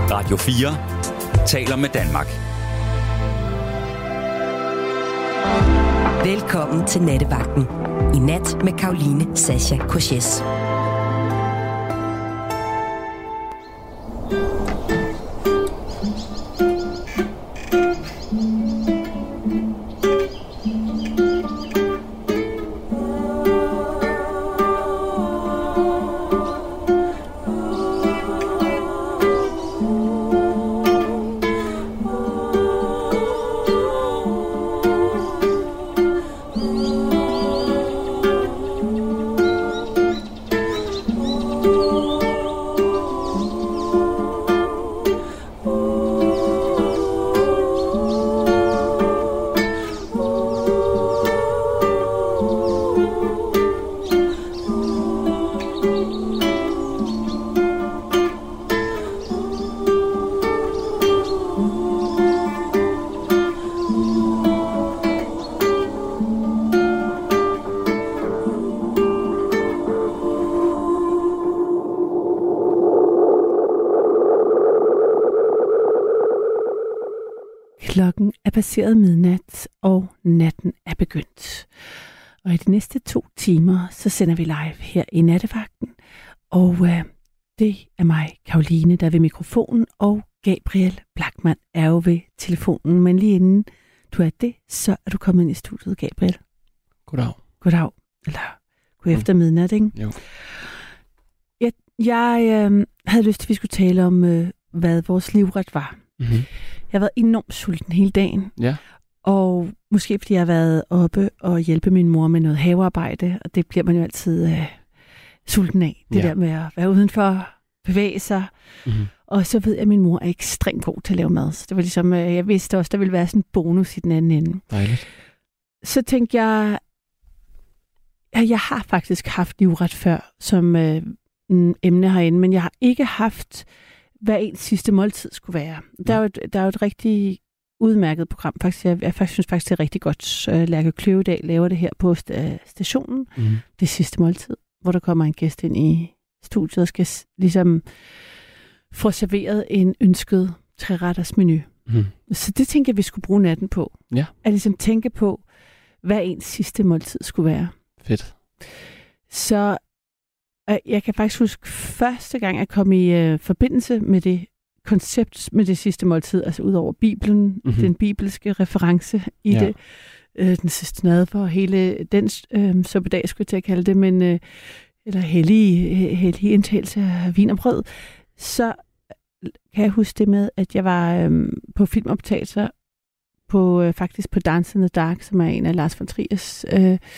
Radio 4 taler med Danmark. Velkommen til Nattevagten. I nat med Caroline Sascha Coches. Klokken er passeret midnat, og natten er begyndt. Og i de næste 2 timer, så sender vi live her i Nattevagten. Og det er mig, Caroline, der er ved mikrofonen, og Gabriel Blachmann er jo ved telefonen. Men lige inden du er det, så er du kommet ind i studiet, Gabriel. Goddag. Goddag. Eller god eftermidnat, ikke? Jo. Jeg havde lyst til, at vi skulle tale om, hvad vores livret var. Mm-hmm. Jeg har været enormt sulten hele dagen. Ja. Og måske fordi jeg har været oppe og hjælpe min mor med noget havearbejde, og det bliver man jo altid sulten af. Det der med at være udenfor, bevæge sig. Mm-hmm. Og så ved jeg, at min mor er ekstremt god til at lave mad. Så det var ligesom, jeg vidste også, der ville være sådan en bonus i den anden ende. Dejligt. Så tænkte jeg, at jeg har faktisk haft livret før som emne herinde, men jeg har ikke haft, hvad ens sidste måltid skulle være. Der er jo et rigtig udmærket program. Faktisk, jeg synes faktisk, det er rigtig godt. Lærke Kløvedal laver det her på stationen. Mm. Det sidste måltid, hvor der kommer en gæst ind i studiet og skal ligesom få serveret en ønsket 3-retters menu. Mm. Så det tænker jeg, vi skulle bruge natten på. Ja. At ligesom tænke på, hvad ens sidste måltid skulle være. Fedt. Så jeg kan faktisk huske første gang, jeg kom i forbindelse med det koncept med det sidste måltid, altså ud over Bibelen, den bibelske reference i det, den sidste nadver og hele den suppedag, skulle jeg til at kalde det, men eller hellig indtagelse af vin og brød, så kan jeg huske det med, at jeg var på filmoptagelser faktisk på Dance in the Dark, som er en af Lars von Triers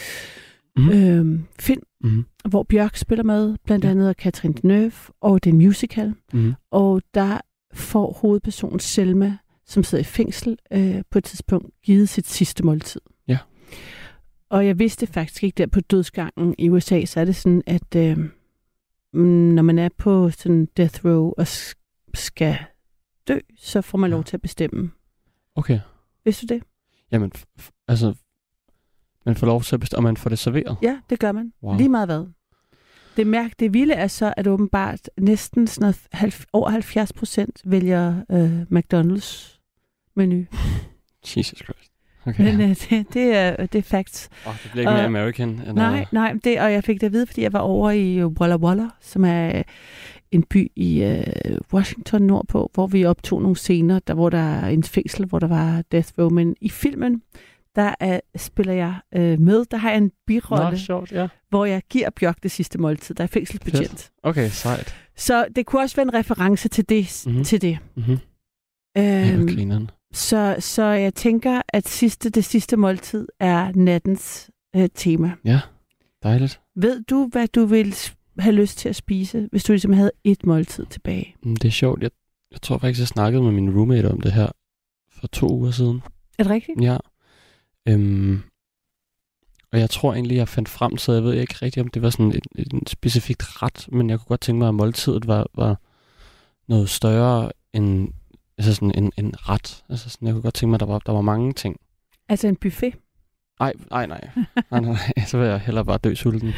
film, hvor Bjørk spiller med, blandt andet Catherine Deneuve, og det er en musical. Og der får hovedpersonen Selma, som sidder i fængsel, på et tidspunkt givet sit sidste måltid. Ja. Og jeg vidste faktisk ikke, der på dødsgangen i USA, så er det sådan, at når man er på sådan death row og skal dø, så får man lov til at bestemme. Okay. Vidste du det? Jamen, altså, man får lov til at bestemme, og man får det serveret? Ja, det gør man. Wow. Lige meget hvad. Det vilde er så, at åbenbart næsten sådan over 70% vælger McDonald's menu. Jesus Christ. Okay. Men det er facts. Det bliver ikke mere American? Nej, og jeg fik det at vide, fordi jeg var over i Walla Walla, som er en by i Washington nordpå, hvor vi optog nogle scener, hvor der er en fængsel, hvor der var death row. Men i filmen, der spiller jeg med. Der har jeg en birolle, hvor jeg giver Bjørk det sidste måltid. Der er fængselsbetjent. Okay, sejt. Så det kunne også være en reference til det. Til det. Så jeg tænker, at det sidste måltid er nattens tema. Ja, dejligt. Ved du, hvad du vil have lyst til at spise, hvis du ligesom havde et måltid tilbage? Det er sjovt. Jeg tror faktisk, jeg snakkede med min roommate om det her for 2 uger siden. Er det rigtigt? Ja. Og jeg tror egentlig, jeg fandt frem til, jeg ved ikke rigtigt, om det var sådan en specifikt ret, men jeg kunne godt tænke mig, at måltidet var noget større end altså sådan en ret. Altså sådan, jeg kunne godt tænke mig, at der var mange ting. Altså en buffet? Nej. Så vil jeg hellere bare dø sulten.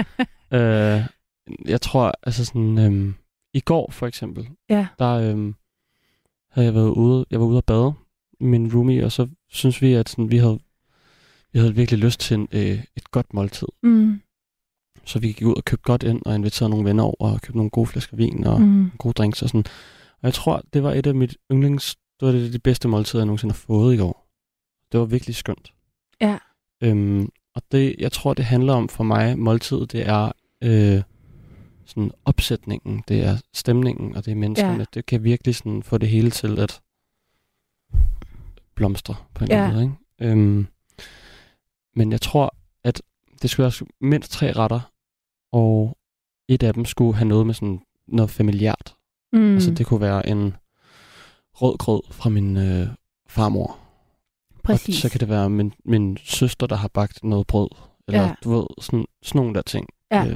Jeg tror, altså sådan, i går for eksempel, der havde jeg var ude at bade med min roomie, og så synes vi, at sådan, vi havde virkelig lyst til et godt måltid. Så vi gik ud og købte godt ind, og inviterede nogle venner over, og købte nogle gode flasker vin, og gode drinks og sådan. Og jeg tror, det var et af mit yndlings... Det var det bedste måltid, jeg nogensinde har fået i går. Det var virkelig skønt. Ja. Og det, jeg tror, det handler om for mig, måltidet, det er sådan opsætningen, det er stemningen, og det er menneskerne. Ja. Det kan virkelig sådan få det hele til at blomstre på en eller anden måde. Ikke? Men jeg tror, at det skulle være mindst 3 retter, og et af dem skulle have noget med sådan noget familiært. Altså det kunne være en rød grød fra min farmor. Præcis. Og så kan det være min søster, der har bagt noget brød. Eller du ved, sådan nogle der ting. Ja.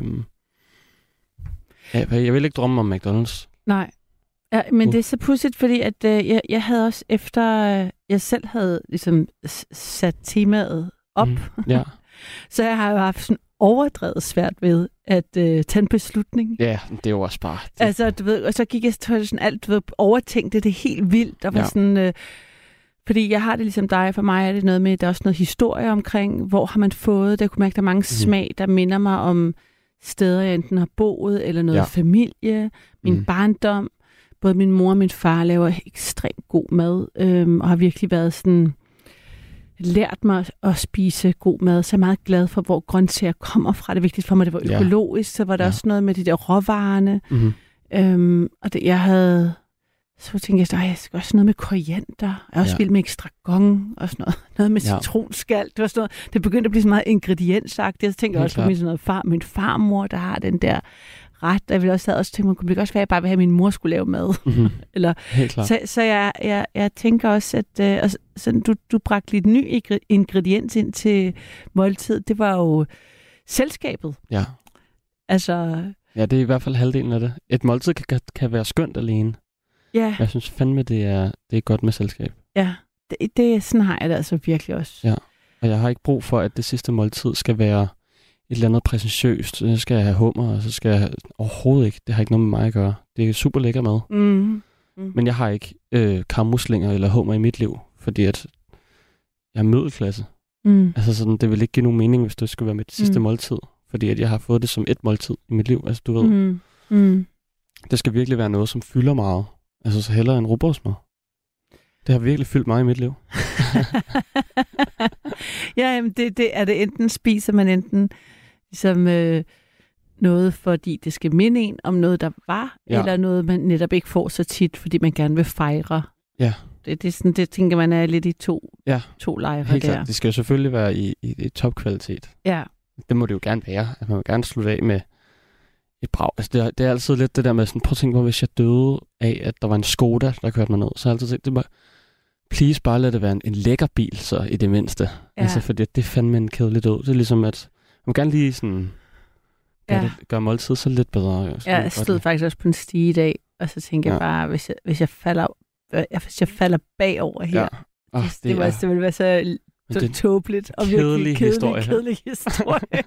Jeg vil ikke drømme om McDonald's. Nej. Ja, men det er så pudsigt, fordi at jeg havde også efter, jeg selv havde ligesom sat temaet op. Ja. Så jeg har jo haft sådan overdrevet svært ved at tage en beslutning. Ja, det er jo også bare... Det. Altså, du ved, og så gik jeg sådan alt, du ved, overtænkte det helt vildt. Der var sådan... fordi jeg har det ligesom dig, for mig er det noget med, der er også noget historie omkring, hvor har man fået, der kunne mærke, der er mange smag, der minder mig om steder, jeg enten har boet, eller noget familie, min barndom. Både min mor og min far laver ekstremt god mad, og har virkelig været sådan, lært mig at spise god mad, så jeg er meget glad for, hvor grøntsager kommer fra. Det er vigtigt for mig, det var økologisk, så var der også noget med de der råvarerne. Og det, jeg havde... Så tænkte jeg skal også noget med koriander. Jeg har også vild med extragon og sådan noget. Noget med citronskal. Det var sådan noget, det begyndte at blive så meget ingrediensagtigt. Så tænkte jeg også på min farmor, der har den der ret. Jeg ville også tænke, kunne det også være, at jeg bare ville have, at min mor skulle lave mad. Eller, så jeg tænker også, at sådan, du bragte lidt ny ingrediens ind til måltid. Det var jo selskabet. Ja. Altså... Ja, det er i hvert fald halvdelen af det. Et måltid kan være skønt alene. Ja. Jeg synes fandme, det er godt med selskab. Ja, sådan har jeg det altså virkelig også. Ja, og jeg har ikke brug for, at det sidste måltid skal være et eller andet præsentiøst. Så skal jeg have hummer, og så skal jeg overhovedet ikke. Det har ikke noget med mig at gøre. Det er super lækker mad. Men jeg har ikke kammuslinger eller hummer i mit liv, fordi at jeg er middelklasse. Altså sådan, det vil ikke give nogen mening, hvis det skulle være mit sidste måltid. Fordi at jeg har fået det som et måltid i mit liv. Altså du ved, det skal virkelig være noget, som fylder meget. Altså så hellere en rugbrødsmad. Det har virkelig fyldt meget i mit liv. Jamen det er det enten spiser man enten ligesom noget, fordi det skal minde en om noget, der var, eller noget, man netop ikke får så tit, fordi man gerne vil fejre. Ja. Det er sådan, det tænker man er lidt i to lejre helt der. Klart. Det skal jo selvfølgelig være i topkvalitet. Ja. Det må det jo gerne være. Altså, man må gerne slutte af med et brag. Altså, det er altid lidt det der med sådan, prøv at tænke på, hvis jeg døde af, at der var en Skoda, der kørte mig ned, så har jeg altid tænkt, det må please bare lade det være en lækker bil, så i det mindste. Ja. Altså, fordi det er fandme en kedeligt ud. Det er ligesom, at man må gerne lige sådan gøre måltid så lidt bedre. Ja, jeg stod faktisk også på en stige i dag, og så tænker jeg bare, hvis jeg falder bagover her, det ville være så tåbeligt og virkelig kedelig historie.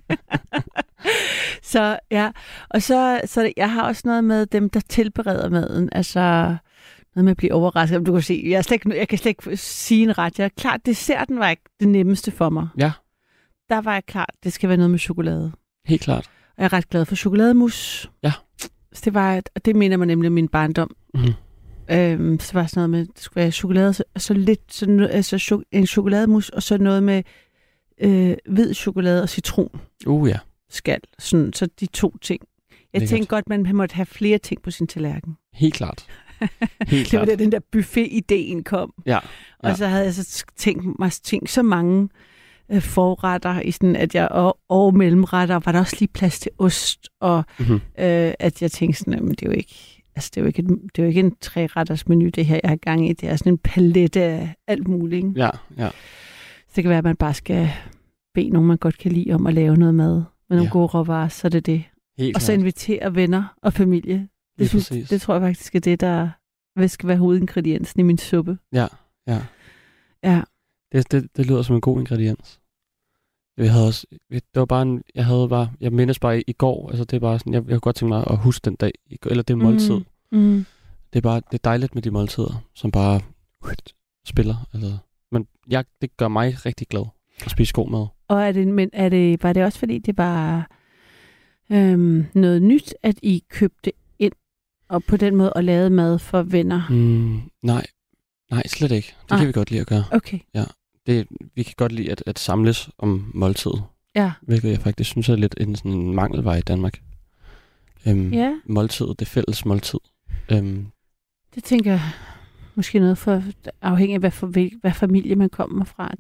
Så ja, og så jeg har også noget med dem, der tilbereder maden, altså noget med at blive overrasket. Om du kan se, jeg kan slet ikke sige en ret. Jeg er klart, desserten var ikke det nemmeste for mig. Ja. Der var jeg klart, det skal være noget med chokolade. Helt klart. Og jeg er ret glad for chokolademus. Ja. Så det minder mig nemlig om min barndom. Så var sådan noget med, det skulle være chokolade, så lidt en chokolademus, og så noget med hvid chokolade og citron. Ja. Skal. Sådan, så de 2 ting. Jeg tænkte godt, man måtte have flere ting på sin tallerken. Helt klart. Det var da den der buffet-ideen kom. Ja. Og så havde jeg så tænkt så mange forretter i sådan, at jeg og mellemretter, var der også lige plads til ost, og at jeg tænkte sådan, men det er jo ikke, altså det er jo ikke en 3-retters menu, det her, jeg har gang i. Det er sådan en palette af alt muligt. Ikke? Ja, ja. Så det kan være, at man bare skal bede nogen, man godt kan lide, om at lave noget mad med nogle gode råvarer, så er det det. Helt og så invitere venner og familie. Det tror jeg faktisk er det, der skal være hovedingrediensen i min suppe. Ja, ja. Ja. Det lyder som en god ingrediens. Jeg mindes bare i går, altså det er bare sådan, jeg kunne godt tænke mig at huske den dag, eller det måltid. Det er dejligt med de måltider, som bare spiller. Altså. Men det gør mig rigtig glad at spise god mad. Og var det også fordi, det var noget nyt, at I købte ind og på den måde og lavede mad for venner? Nej, slet ikke. Det kan vi godt lide at gøre. Okay. Ja. Vi kan godt lide at samles om måltid. Ja. Hvilket jeg faktisk synes er lidt sådan en mangelvej i Danmark. Måltid, det fælles måltid. Det tænker jeg måske noget for afhængig af, hvad familie man kommer fra.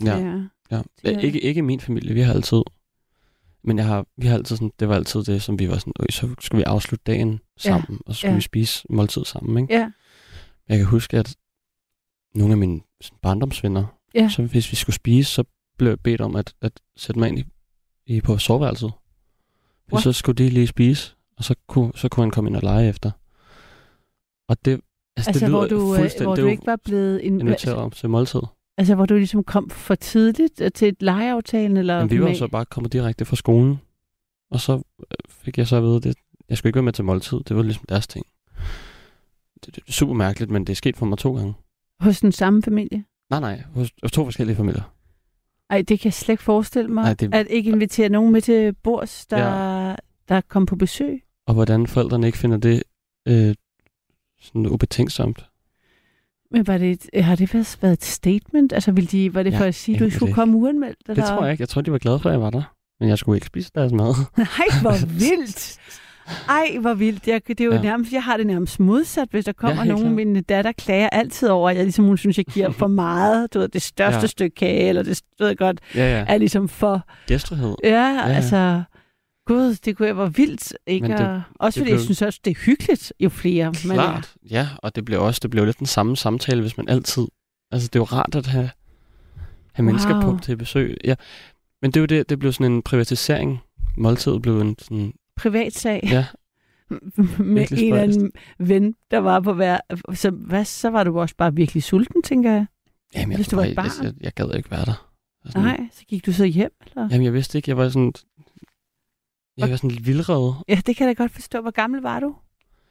Ikke min familie, vi har altid. Men vi har altid sådan, det var altid det, som vi var sådan, så skal vi afslutte dagen sammen, og så skal vi spise måltid sammen, ikke? Ja. Jeg kan huske, at nogle af mine barndomsvenner, så hvis vi skulle spise, så blev jeg bedt om at sætte mig ind på soveværelset. Så skulle de lige spise, og så kunne han komme ind og lege efter. Og det, det lyder fuldstændig... Hvor du ikke var blevet inviteret om til måltid. Altså, hvor du ligesom kom for tidligt til et legeaftalen? Eller vi var så bare kommet direkte fra skolen, og så fik jeg så at vide, at jeg skulle ikke være med til måltid. Det var ligesom deres ting. Det er super mærkeligt, men det er sket for mig 2 gange. Hos den samme familie? Nej, hos 2 forskellige familier. Ej, det kan jeg slet ikke forestille mig. At ikke invitere nogen med til bords, der kom på besøg. Og hvordan forældrene ikke finder det sådan ubetænksomt. Men har det været et statement? Altså, var det for at sige, at du skulle komme uanmeldt? Det tror jeg ikke. Jeg tror, de var glade for, at jeg var der. Men jeg skulle ikke spise deres mad. Nej, hvor vildt! Ej, hvor vildt. Det er jo nærmest, jeg har det nærmest modsat, hvis der kommer nogen. Min datter klager altid over, at jeg ligesom, hun synes, jeg giver for meget. Du ved, det største stykke kage, eller det ved godt, er ligesom for... Gæstfrihed. Altså... Gud, det kunne være vildt, ikke? Også fordi jeg synes også, det er hyggeligt, jo flere man er. Ja, og det blev lidt den samme samtale, hvis man altid... Altså, det er jo rart at have mennesker på til besøg. Ja. Men det er jo det blev sådan en privatisering. Måltidet blev en sådan... Privatsag? Ja. Med en eller anden ven, der var på hver... Så var du også bare virkelig sulten, tænker jeg. Jamen, hvis du var et barn. Jeg gad ikke være der. Sådan, nej, så gik du så hjem, eller? Jamen, jeg vidste ikke. Jeg var sådan lidt vildredet. Ja, det kan jeg da godt forstå. Hvor gammel var du?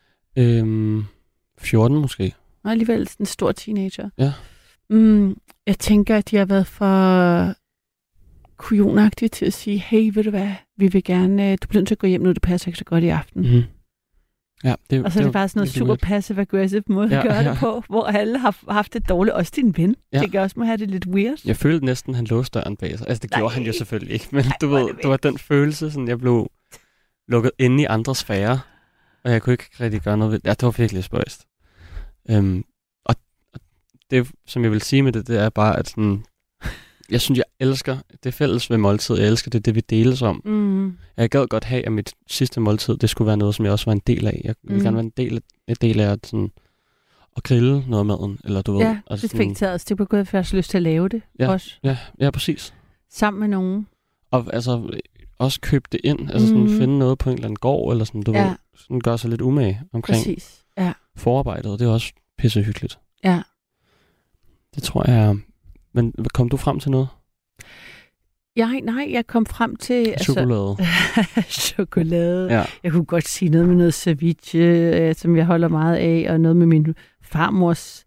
14 måske. Og alligevel en stor teenager. Ja. Jeg tænker, at de har været for kujonagtige til at sige, hey, ved du hvad, vi vil gerne, du bliver nødt til at gå hjem nu, det passer ikke så godt i aften. Mm-hmm. Ja, og så er det bare sådan noget super passive-aggressive måde at gøre det på, hvor alle har haft det dårligt. Også din ven. Det kan også må have det lidt weird. Jeg følte næsten, han låste døren bag sig. Altså, det gjorde han jo selvfølgelig ikke. Men du ved, det var den følelse, sådan jeg blev lukket inde i andre sfære. Og jeg kunne ikke rigtig gøre noget ved det. Ja, det var virkelig spøjst. Og det, som jeg vil sige med det er bare, at sådan, jeg synes, jeg elsker det fælles ved måltid. Jeg elsker det vi deles om. Jeg gad godt have, at mit sidste måltid, det skulle være noget, som jeg også var en del af. Jeg ville gerne være en del af at grille noget af maden. Eller du ved. Ja, det fik taget os. Det kunne godt først lyst til at lave det også. Ja, præcis. Sammen med nogen. Og altså også købe det ind. Altså sådan finde noget på en eller anden gård, eller sådan, du ved. Sådan gør sig lidt umage omkring forarbejdet. Det er også pissehyggeligt. Ja. Det tror jeg. Men kom du frem til noget? Nej, jeg kom frem til... Chokolade. Chokolade. Ja. Jeg kunne godt sige noget med noget ceviche, som jeg holder meget af, og noget med min farmors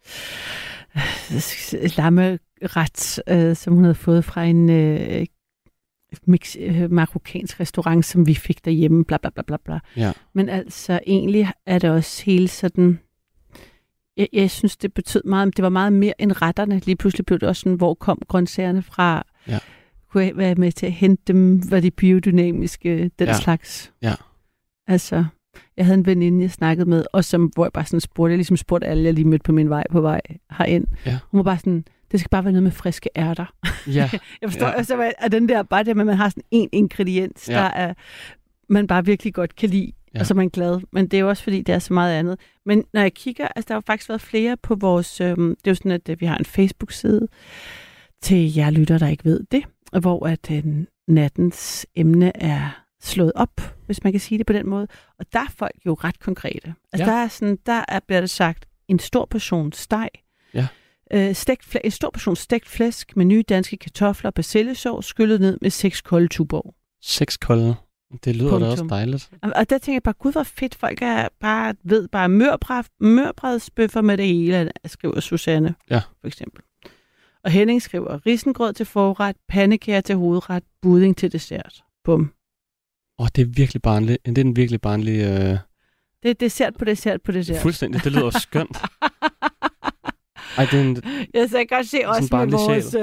lammeret, som hun havde fået fra en marokkansk restaurant, som vi fik derhjemme, bla bla bla bla bla. Ja. Men altså, egentlig er det også hele sådan... Jeg synes, det betød meget, det var meget mere end retterne. Lige pludselig blev det også sådan, hvor kom grøntsagerne fra? Ja. Kunne jeg være med til at hente dem? Var de biodynamiske? Den slags. Ja. Altså, jeg havde en veninde, jeg snakkede med, og hvor jeg bare sådan spurgte, jeg ligesom spurgte alle, jeg lige mødte på min vej på vej herind. Ja. Hun var bare sådan, det skal bare være noget med friske ærter. Ja. Jeg forstår også, at den der, bare det, at man har sådan en ingrediens, der er, man bare virkelig godt kan lide. Ja. Og så er man glad. Men det er jo også, fordi det er så meget andet. Men når jeg kigger, altså der har faktisk været flere på vores... det er jo sådan, at vi har en Facebook-side til jer lytter, der ikke ved det, hvor at nattens emne er slået op, hvis man kan sige det på den måde. Og der er folk jo ret konkrete. Altså bliver det sagt, en stor portion steg, en stor portion stegt flæsk med nye danske kartofler og persillesauce, skyllet ned med 6 kolde tuborg. 6 kolde? Det lyder da også dejligt. Og der tænker jeg bare, gud hvor fedt, folk ved bare mørbrædsbøffer med det hele, skriver Susanne, for eksempel. Og Henning skriver, risengrød til forret, pandekager til hovedret, budding til dessert. Bum. Det er virkelig barnligt. Det er en virkelig barnlig... Det er dessert på dessert på dessert. Fuldstændig, det lyder skønt. Ej, det er en... Jeg kan godt se også med vores...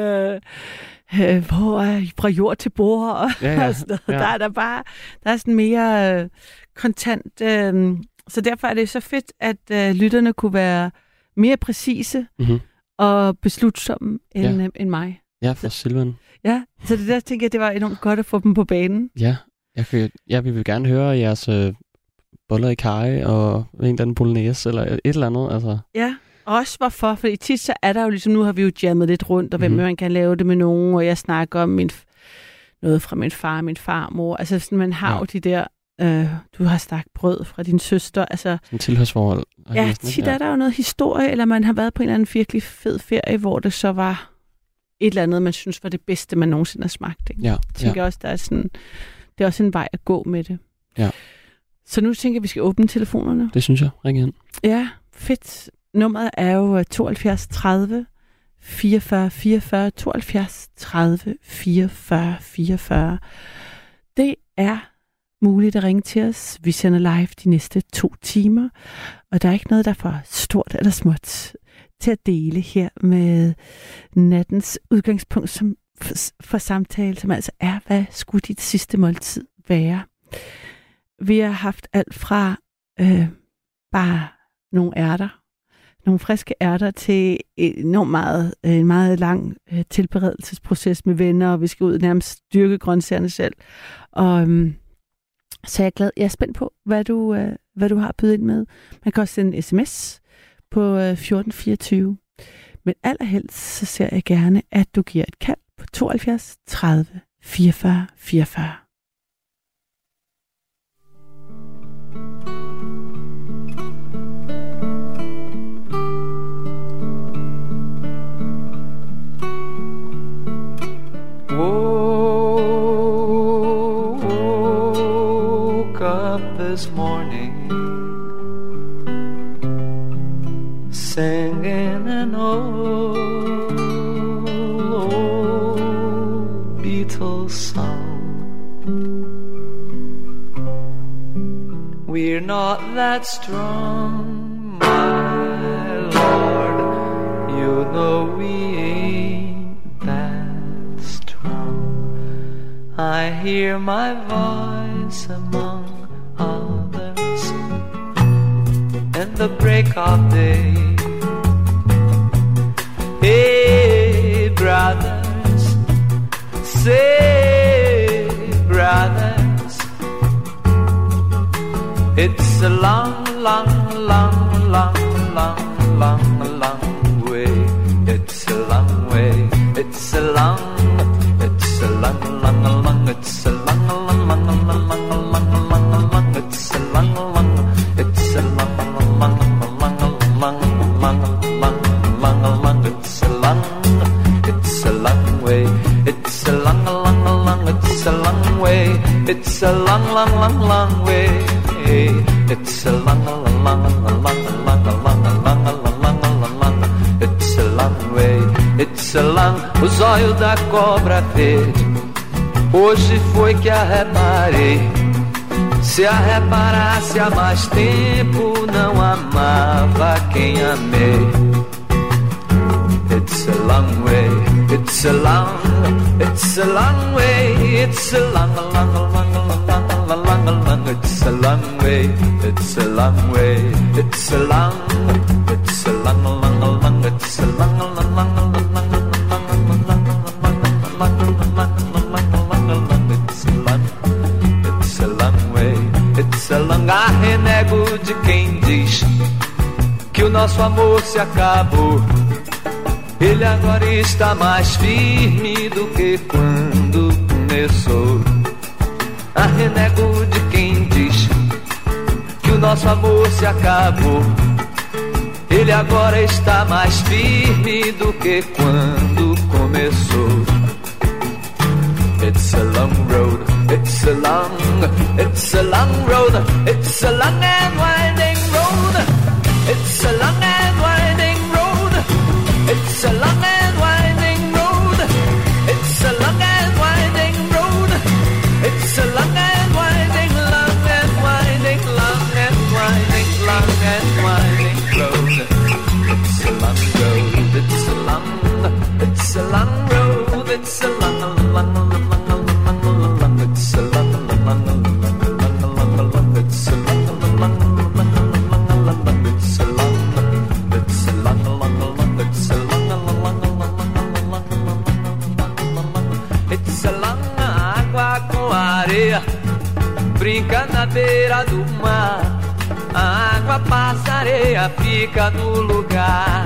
fra jord til bord og sådan noget. Ja. Der er sådan mere kontant. Så derfor er det så fedt, at lytterne kunne være mere præcise og beslutsomme end mig. Ja, for Silvan. Ja, så det der tænker jeg, det var enormt godt at få dem på banen. Ja, vi vil gerne høre jeres boller i karry og en eller anden bolognese eller et eller andet. Altså. Ja. Også hvorfor, fordi tit så er der jo ligesom, nu har vi jo jammet lidt rundt, og hvem man kan lave det med nogen, og jeg snakker om noget fra min far og min farmor. Altså sådan, man har jo de der, du har stagt brød fra din søster. Altså, en tilhørsforhold. Ja, tit er der jo noget historie, eller man har været på en eller anden virkelig fed ferie, hvor det så var et eller andet, man synes var det bedste, man nogensinde har smagt. Ikke? Jeg tænker også, der er sådan, det er også en vej at gå med det. Ja. Så nu tænker jeg, vi skal åbne telefonerne. Det synes jeg, ring ind. Ja, fedt. Nummeret er jo 72 30 44 44, 72 30 44 44. Det er muligt at ringe til os. Vi sender live de næste 2 timer, og der er ikke noget, der er for stort eller småt til at dele her med nattens udgangspunkt for samtale, som altså er, hvad skulle dit sidste måltid være? Vi har haft alt fra bare nogle ærter, nogle friske ærter til en meget lang tilberedelsesproces med venner, og vi skal ud nærmest dyrke grøntsagerne selv. Og så jeg er spændt på, hvad du har bydet ind med. Man kan også sende en sms på 1424. Men allerhelst så ser jeg gerne, at du giver et kald på 72 30 44 44. Woke up this morning singing an old Beatles song. We're not that strong, my Lord, you know we ain't that strong. I hear my voice among others in the break of day. Hey, brothers, say, brothers, it's a long, long, long, long, long, long, long way. It's a long way. It's a long, it's a long, long, long, it's a long, long, long, long, long, long, long, long, it's a long, long, it's a long, long, long, long, long, long, long, long, it's a long, it's a long way. It's a long, long, long, it's a long way. It's a long, long, long, long way. It's a long, long, long, long, long, long, long, long, long, long, it's a long way. It's a long. Os olhos da cobra verde, hoje foi que a reparei. Se a reparasse há mais tempo, não amava quem amei. It's a long way. It's a long. It's a long way. It's a long, long, long, long, long, long, long. It's a long way. It's a long way. It's a long. It's a long, long, long. It's a long, long, long, long, long. It's a long way. It's a long. Ah, renego de quem diz que o nosso amor se acabou. Ele agora está mais firme do que quando começou. Ah, renego de quem diz que o nosso amor se acabou. Ele agora está mais firme do que quando começou. It's a long road. It's a long road. It's a long and winding road. It's a long and winding road. It's a long and winding road. It's a long and winding road. It's a long and winding, long and winding, long and winding, long and winding road. It's a long road. It's a long road. It's a long, it's a long, it's a long, it's a it's a long água com areia, brinca na beira do mar. A água passa, areia fica no lugar.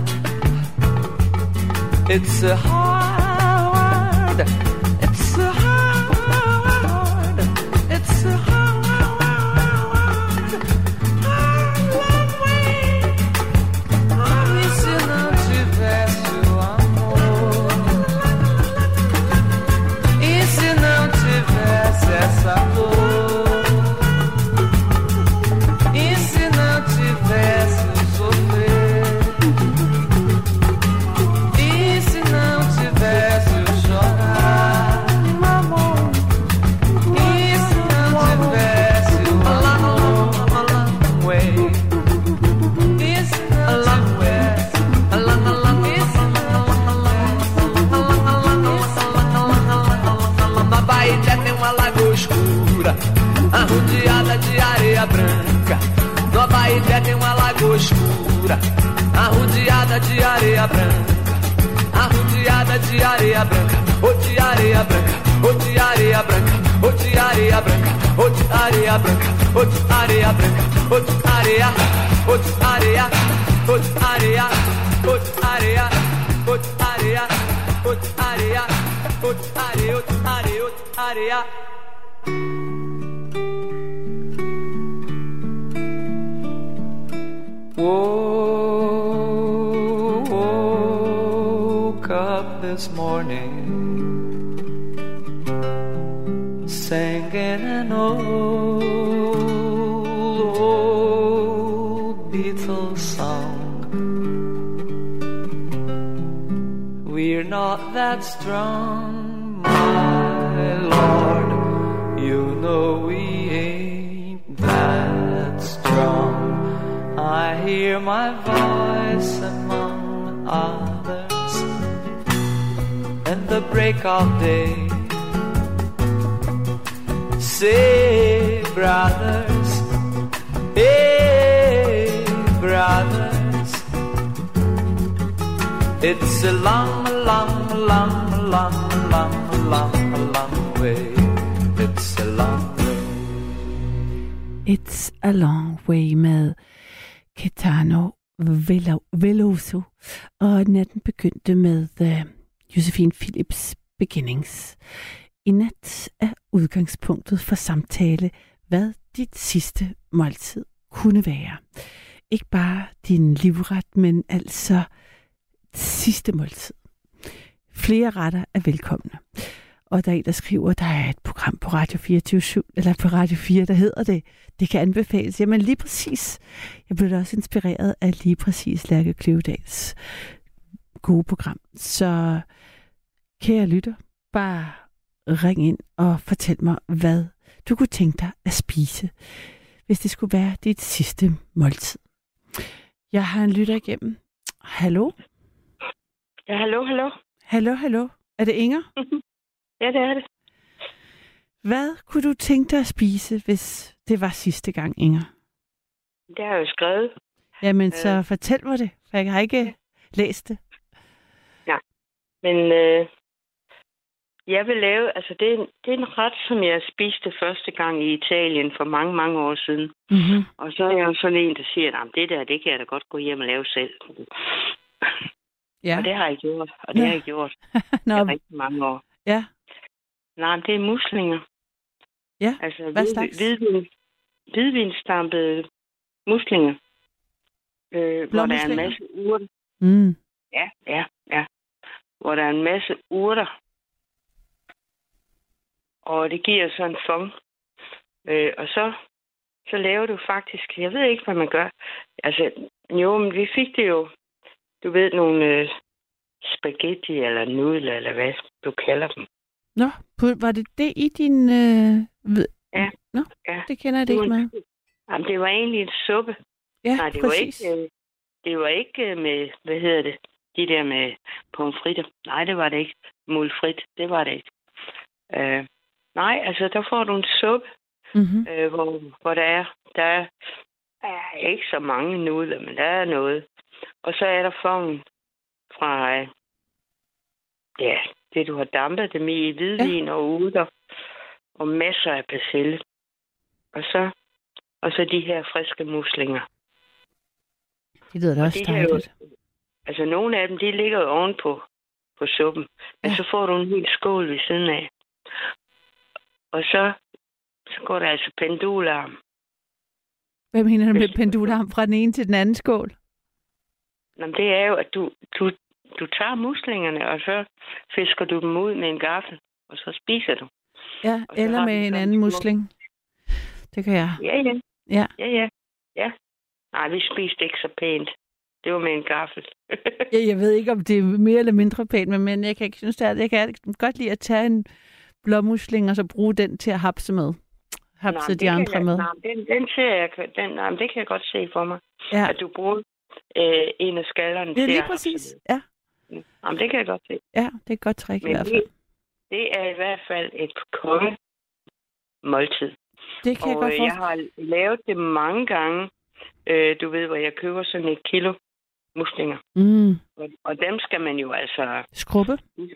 It's a hard, it's a hard, it's a hard long way. E se não tivesse o amor? E se não tivesse essa dor? E se não tivesse o sofrer? Arrodeada de areia branca. No Abaeté tem uma lagoa escura, arrodeada de areia branca. Arrodeada de areia branca. Oh, de areia branca. Oh, de areia branca. Oh, de areia branca. Oh, de areia branca. Oh, de areia branca. Oh, de areia. Oh, de areia. Oh, de areia. Oh, de areia. Oh, de areia. Oh, de areia. Oh, de areia. Oh, de areia. Oh, de areia. Woke up this morning singing an old Beatles song. We're not that strong, my Lord. You know we ain't that strong. I hear my voice among others in the break of day. Say, brothers, hey, brothers, it's a long, long, long, long, long, long, long way. It's a long way. It's a long way med Caetano Veloso, og natten begyndte med Josephine Philips Beginnings. I nat er udgangspunktet for samtale, hvad dit sidste måltid kunne være. Ikke bare din livret, men altså sidste måltid. Flere retter er velkomne. Og der er en, der skriver, der er et program på Radio 24, eller på Radio 4, der hedder det. Det kan anbefales. Jamen lige præcis. Jeg blev da også inspireret af lige præcis Lærke Kløvedals gode program. Så kære lytter, bare ring ind og fortæl mig, hvad du kunne tænke dig at spise, hvis det skulle være dit sidste måltid. Jeg har en lytter igennem. Hallo? Ja, hallo, hallo. Hallo, hallo. Er det Inger? Ja, det er det. Hvad kunne du tænke dig at spise, hvis det var sidste gang, Inger? Det har jeg jo skrevet. Jamen, så fortæl mig det, for jeg har ikke læst det. Ja, men jeg vil lave, altså det er en ret, som jeg spiste første gang i Italien for mange, mange år siden. Mm-hmm. Og så er jeg jo sådan en, der siger, at det kan jeg da godt gå hjem og lave selv. Ja. Og det har jeg gjort, og det har jeg gjort i rigtig mange år. Ja. Nej, det er muslinger. Ja, altså, hvad slags? Hvidvinstampede muslinger. Hvor der er en masse urter. Mm. Ja. Hvor der er en masse urter. Og det giver sådan en fong. Og så laver du faktisk, jeg ved ikke, hvad man gør. Altså, jo, men vi fik det jo, du ved, nogle spaghetti eller nudler, eller hvad du kalder dem. Nå, var det i din... Ja. Nå, ja. Det kender jeg det ikke med. Jamen, det var egentlig en suppe. Ja, nej, det præcis. det var ikke med, hvad hedder det, de der med pomfritter. Nej, det var det ikke. Mulfrit, det var det ikke. Nej, altså, der får du en suppe, hvor der er ikke så mange nudler, men der er noget. Og så er der fongen fra, det du har dampet dem i hvidvin og uder, og masser af persille. Og så de her friske muslinger. Det lyder da også dejligt. Altså, nogle af dem, de ligger jo ovenpå på suppen. Men så får du en hel skål ved siden af. Og så går der altså pendularm. Hvad mener du med pendularm fra den ene til den anden skål? Jamen, det er jo, at du tager muslingerne, og så fisker du dem ud med en gaffel, og så spiser du. Ja, eller med en anden musling. Det kan jeg. Ja. Nej, vi spiste ikke så pænt. Det var med en gaffel. Jeg ved ikke, om det er mere eller mindre pænt, men jeg kan ikke synes, at jeg kan godt lide at tage en blåmusling og så bruge den til at hapse med. Hapse de andre med. Nej, den ser jeg. Det kan jeg godt se for mig. Ja. At du bruger en af skallerne til at lige præcis. Ja. Jamen, det kan jeg godt se. Ja, det er et godt trick i hvert fald. Det er i hvert fald et kongemåltid. Det kan jeg godt forstå. Jeg har lavet det mange gange. Du ved, hvor jeg køber sådan 1 kilo muslinger. Og dem skal man jo altså... Skrubbe? De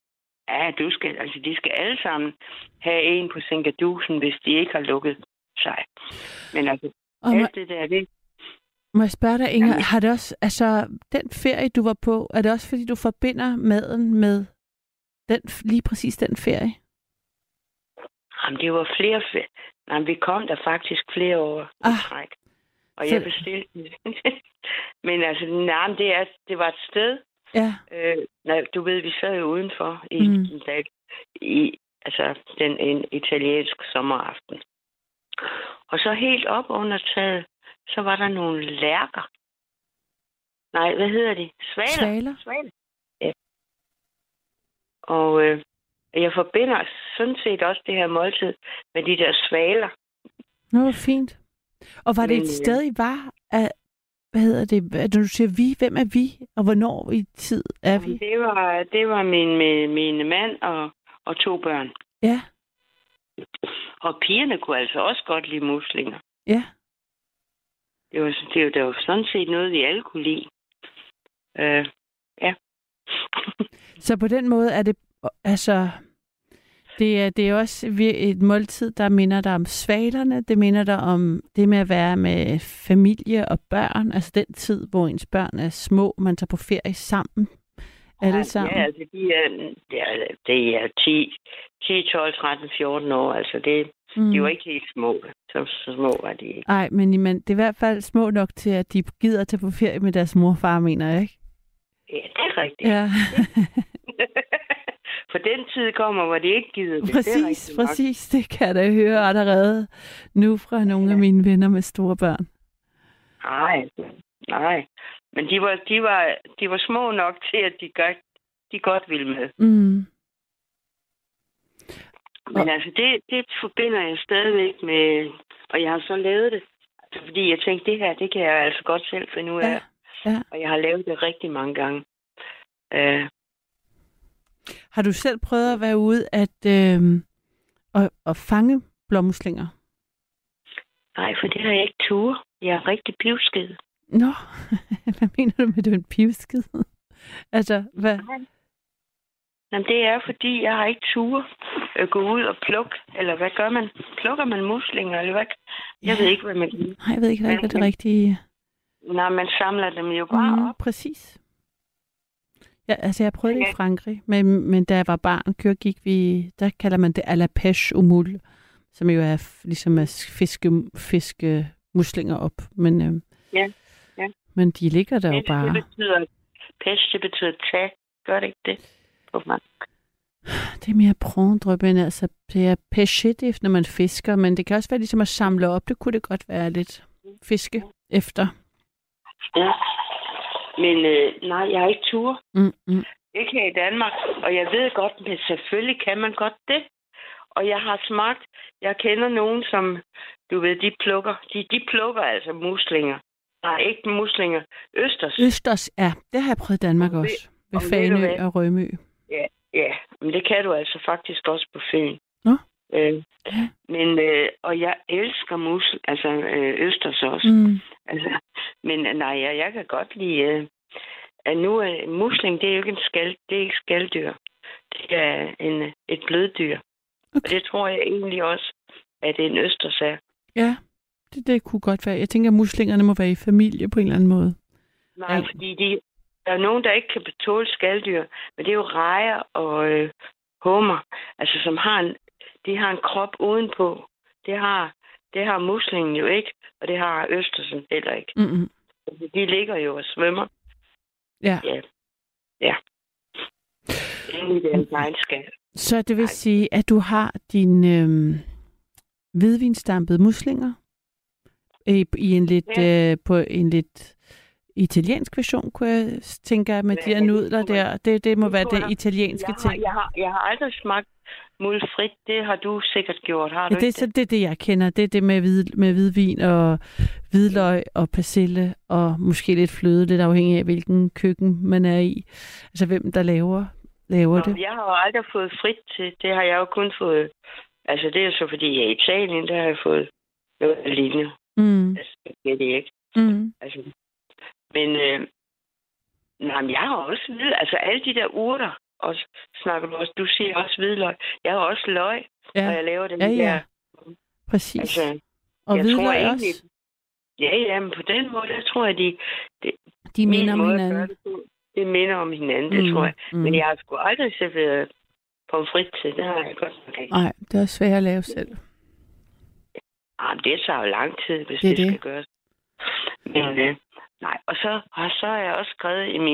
skal alle sammen have en på sinkadusen, hvis de ikke har lukket sig. Men altså, alt det der, det... Må jeg spørge dig, Inger, har det også... Altså, den ferie, du var på, er det også, fordi du forbinder maden med lige præcis den ferie? Jamen, det var flere ferier. Jamen, vi kom der faktisk flere år i træk. Og jeg bestilte den. Men altså, det var et sted. Ja. Du ved, vi sad jo udenfor i en italiensk sommeraften. Og så helt op under taget, så var der nogle lærker. Nej, hvad hedder de? Svaler. Ja. Og jeg forbinder sådan set også det her måltid med de der svaler. Nå, fint. Og var det et sted, I var? Hvad hedder det? Når du siger vi, hvem er vi? Og hvornår i tid er vi? Det var min mand og 2 børn. Ja. Og pigerne kunne altså også godt lide muslinger. Ja. Det var jo sådan set noget, vi alle kunne lide. Ja. Så på den måde er det, altså... Det er også et måltid, der minder dig om svalerne. Det minder dig om det med at være med familie og børn. Altså den tid, hvor ens børn er små, man tager på ferie sammen. Alle sammen. Ja, altså det er 10, 12, 13, 14 år. Altså de var ikke helt små. Så små var de ikke. Nej, men det er i hvert fald små nok til, at de gider at tage på ferie med deres mor og far, mener jeg, ikke? Ja, det er rigtigt. Ja. For den tid kommer, hvor de ikke gider det. Præcis. Det kan jeg da høre allerede nu fra nogle af mine venner med store børn. Nej. Men de var små nok til, at de godt ville med. Men altså, det forbinder jeg stadigvæk med, og jeg har så lavet det, fordi jeg tænkte, det her, det kan jeg altså godt selv finde ud af. Ja. Og jeg har lavet det rigtig mange gange. Har du selv prøvet at være ude at fange blåmuslinger? Nej, for det har jeg ikke tur. Jeg er rigtig pivskid. Nå, hvad mener du med, at du er en pivskid? Altså, hvad? Jamen, det er, fordi jeg har ikke tur at gå ud og plukke. Eller hvad gør man? Plukker man muslinger, eller hvad? Jeg ved ikke, hvad man gør. Nej, jeg ved ikke, hvad det rigtige... Nej, man samler dem jo bare op. Præcis. Ja, altså jeg prøvede det i Frankrig, men da jeg var barn, der kalder man det à la pêche au moule, som jo er ligesom at fiske muslinger op. Men, men de ligger der jo bare. Det betyder tage. Gør det ikke det? Det er mere prondrøbe end altså, det er pêche når man fisker, men det kan også være ligesom at samle op. Det kunne det godt være lidt fiske efter. Ja, men nej, jeg har ikke tur. Ikke her i Danmark, og jeg ved godt, men selvfølgelig kan man godt det. Og jeg har smagt, jeg kender nogen, som, du ved, de plukker altså muslinger. Nej, ikke muslinger, østers. Østers, ja, det har jeg prøvet i Danmark også. Ved Fanø og Rømø. Ja, men det kan du altså faktisk også på Fyn. Nå? Men, og jeg elsker østers også. Altså, men nej, jeg kan godt lide, at nu musling, det er jo ikke det er ikke skalddyr. Det er et bløddyr. Okay. Og det tror jeg egentlig også, at det er en østers er. Ja, det kunne godt være. Jeg tænker, at muslingerne må være i familie på en eller anden måde. Nej, fordi der er nogen, der ikke kan betåle skalddyr, men det er jo rejer og hummer, altså som de har en krop udenpå. Det har muslingen jo ikke, og det har østersen heller ikke. De ligger jo og svømmer. Ja. Egentlig det er en regnskab. Så det vil sige, at du har dine hvidvinsdampede muslinger på en lidt italiensk version, kunne jeg tænke, med de her nudler der. Det må være det italienske ting. Jeg har aldrig smagt mulfrit. Det har du sikkert gjort, har du ikke? Det er det, jeg kender. Det er det med hvidvin og hvidløg og persille og måske lidt fløde, lidt afhængig af, hvilken køkken man er i. Altså, hvem der laver det. Jeg har aldrig fået frit til. Det har jeg jo kun fået. Altså, det er så fordi, jeg er i Italien, der har jeg fået noget lignende. Altså, det er det ikke. Altså, men jeg har også altså alle de der urter, og snakker du også, du siger også hvidløg. Jeg har også løg, når jeg laver dem der. Præcis. Altså, og hvidløg også? Ja, men på den måde, der tror jeg, de minder om hinanden. Det minder om hinanden, det tror jeg. Men jeg har sgu aldrig serveret pomfrit til. Det har jeg godt nok ikke. Nej, det er svært at lave selv. Det tager jo lang tid, hvis det skal gøres. Men nej, og så har jeg også skrevet i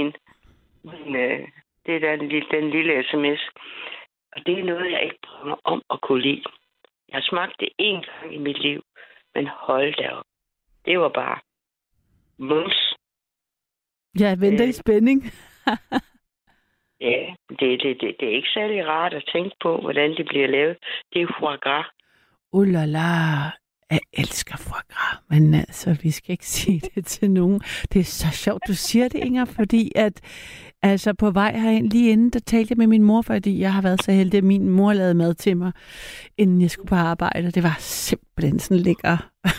den lille sms, og det er noget, jeg ikke prøver mig om at kunne lide. Jeg har smagt det én gang i mit liv, men hold da op. Det var bare mums. Jeg venter i spænding. Ja, det er ikke særlig rart at tænke på, hvordan det bliver lavet. Det er foie gras. La la. Jeg elsker foie gras, men altså, vi skal ikke sige det til nogen. Det er så sjovt, du siger det, Inger, fordi at altså på vej herind, lige inden, der talte jeg med min mor, fordi jeg har været så heldig, at min mor lavede mad til mig, inden jeg skulle på arbejde. Det var simpelthen sådan lækker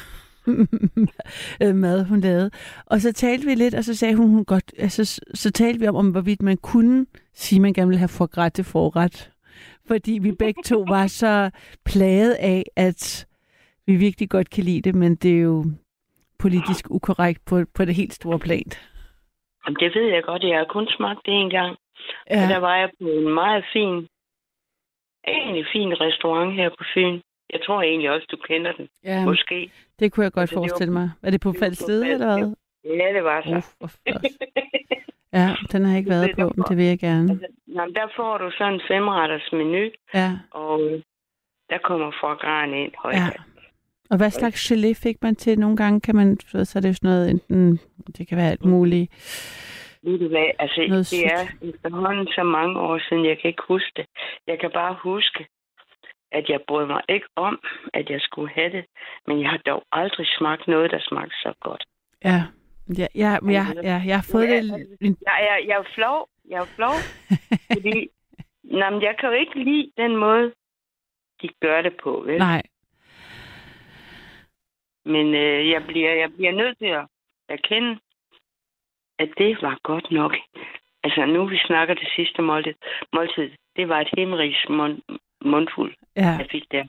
mad, hun lavede. Og så talte vi lidt, og så sagde hun godt, altså, så talte vi om, hvorvidt man kunne sige, at man gerne ville have foie gras til forret. Fordi vi begge to var så plaget af, at vi virkelig godt kan lide det, men det er jo politisk ukorrekt på det helt store plan. Jamen, det ved jeg godt. Jeg har kun smagt det en gang. Ja. Og der var jeg på en meget fin restaurant her på Fyn. Jeg tror egentlig også, du kender den. Ja, måske. Det kunne jeg godt forestille mig. Er det på Falsted, eller hvad? Ja, det var så. Ja, den har jeg ikke været på, men det vil jeg gerne. Altså, der får du sådan en 5-retters menu, og der kommer foie gras ind højt. Ja. Og hvad slags gelé fik man til? Nogle gange kan man, så er det jo sådan noget, enten, det kan være alt muligt. Ved du hvad, altså det er efterhånden så mange år siden, jeg kan ikke huske det. Jeg kan bare huske, at jeg brød mig ikke om, at jeg skulle have det, men jeg har dog aldrig smagt noget, der smagte så godt. Ja, jeg har fået det. Jeg er flov, fordi jeg kan jo ikke lide den måde, de gør det på, vel? Nej. Men jeg bliver nødt til at erkende, at det var godt nok. Altså, nu vi snakker det sidste måltid, det var et himmerigs mundfuld, jeg fik der.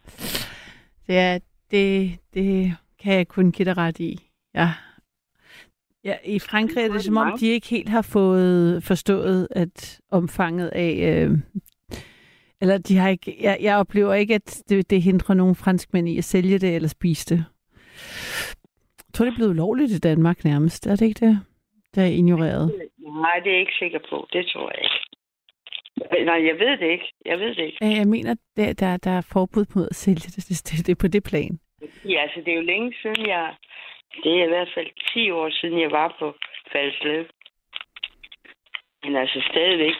Det kan jeg kun give dig ret i. Ja. Ja, i Frankrig er det som om, de ikke helt har fået forstået, at omfanget af... eller de har ikke... Jeg oplever ikke, at det hindrer nogen franskmænd i at sælge det eller spise det. Jeg tror, det er blevet ulovligt i Danmark nærmest. Er det ikke det? Der er ignoreret. Nej, det er jeg ikke sikker på. Det tror jeg ikke. Nej, jeg ved det ikke. Jeg mener, der er forbud mod at sælge det er på det plan. Ja, altså det er jo længe siden det er i hvert fald 10 år siden, jeg var på Faldsled. Men altså stadigvæk,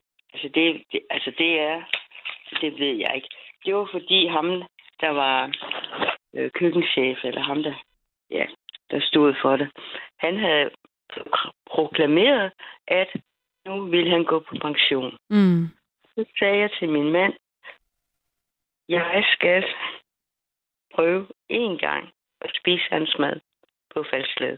det ved jeg ikke. Det var fordi ham, der var køkkenchef, eller ham, der stod for det, han havde proklameret, at nu ville han gå på pension. Mm. Så sagde jeg til min mand, jeg skal prøve en gang at spise hans mad på Faldsled.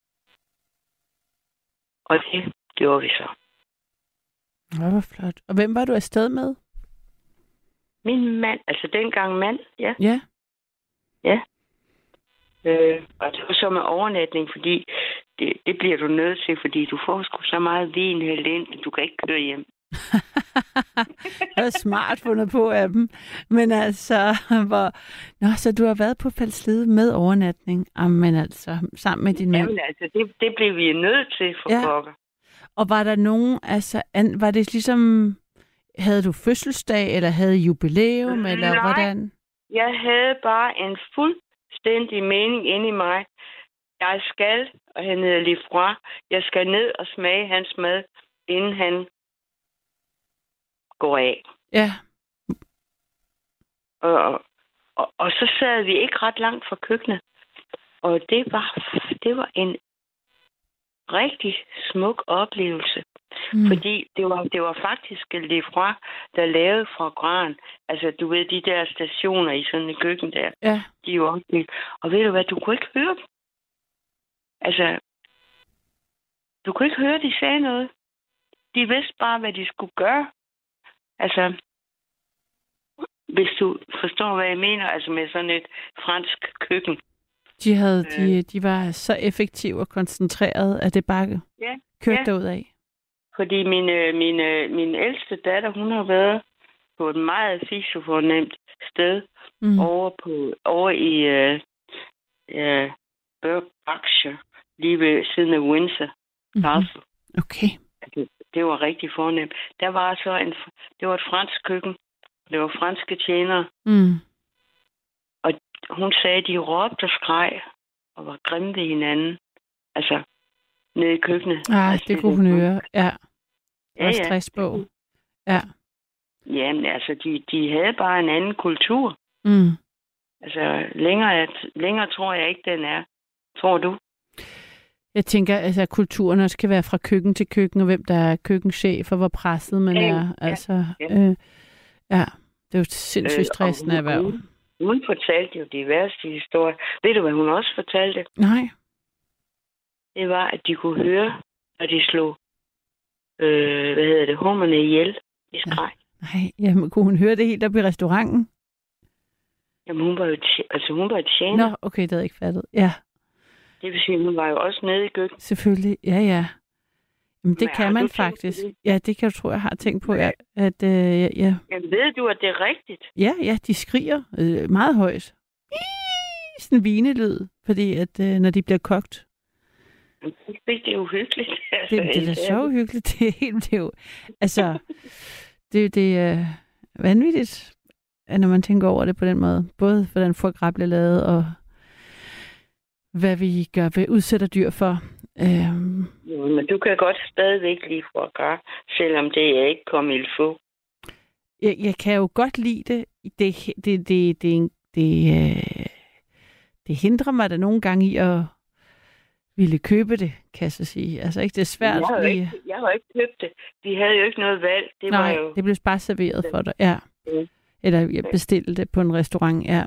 Og det gjorde vi så. Det var flot. Og hvem var du afsted med? Min mand, altså dengang mand, ja. Ja. Ja. Og det var så med overnatning, fordi det bliver du nødt til, fordi du får sgu så meget vin hældt ind, du kan ikke køre hjem. Det var smart fundet på af dem. Men altså, så du har været på Faldsled med overnatning, men altså, sammen med din mand? Jamen altså, det blev vi nødt til for pokker. Og var der nogen, altså, var det ligesom, havde du fødselsdag, eller havde jubilæum, eller hvordan? Jeg havde bare en fuldstændig mening inde i mig. Jeg skal, og han hedder Lifroy, jeg skal ned og smage hans mad, inden han går af. Ja. Og så sad vi ikke ret langt fra køkkenet. Og det var en rigtig smuk oplevelse. Fordi det var faktisk Lefroy, der lavede fra gran. Altså, du ved, de der stationer i sådan et køkken der. Ja. De er jo opbygget. Og ved du hvad, du kunne ikke høre dem. Altså, du kunne ikke høre, de sagde noget. De vidste bare, hvad de skulle gøre. Altså, hvis du forstår, hvad jeg mener, altså med sådan et fransk køkken. De var så effektive og koncentrerede, at det bare kørte derudad. Fordi min ældste datter, hun har været på et meget fisefornemt sted over i Berkshire, lige ved siden af Windsor Castle. Okay. Det var rigtig fornemt. Der var så det var et fransk køkken. Det var franske tjenere. Og hun sagde, de råbte og skreg og var grimme ved hinanden. Altså, nede i køkkenet. Altså, det kunne hun høre. Ja. Og stressbog. Ja. Jamen, altså, de havde bare en anden kultur. Altså, længere tror jeg ikke, den er. Tror du? Jeg tænker, altså, at kulturen også kan være fra køkken til køkken, og hvem der er køkkenchef, og hvor presset man er. Altså, det er jo sindssygt stressende erhverv. Hun fortalte jo de værste historier. Ved du, hvad hun også fortalte? Nej. Det var, at de kunne høre, når de slog hummerne ihjel i skreg. Nej, jamen, kunne hun høre det helt op i restauranten? Jamen, hun var jo tjener. Nå, okay, det havde jeg ikke fattet. Ja. Det vil sige, hun var jo også nede i køkkenet. Selvfølgelig, ja. Jamen, det kan man faktisk. Ja, det kan jeg tro, jeg har tænkt på. Ja. Jamen, ved du, at det er rigtigt? Ja, de skriger meget højt. Sådan en vinelyd, fordi at når de bliver kogt. Det er uhyggeligt. Altså, det er da så uhyggeligt. Det er jo... Altså, det er vanvittigt, når man tænker over det på den måde. Både hvordan foie bliver lavet, og hvad vi gør ved udsætter dyr for. Jo, men du kan godt stadigvæk lide foie gras, selvom det er ikke comme il faut. Jeg kan jo godt lide det. Det hindrer mig da nogle gange i at ville købe det, kan jeg så sige. Altså ikke, det er svært. Jeg har ikke købt det. Vi havde jo ikke noget valg. Det blev bare serveret for dig. Ja. Eller jeg bestilte det på en restaurant. Ja,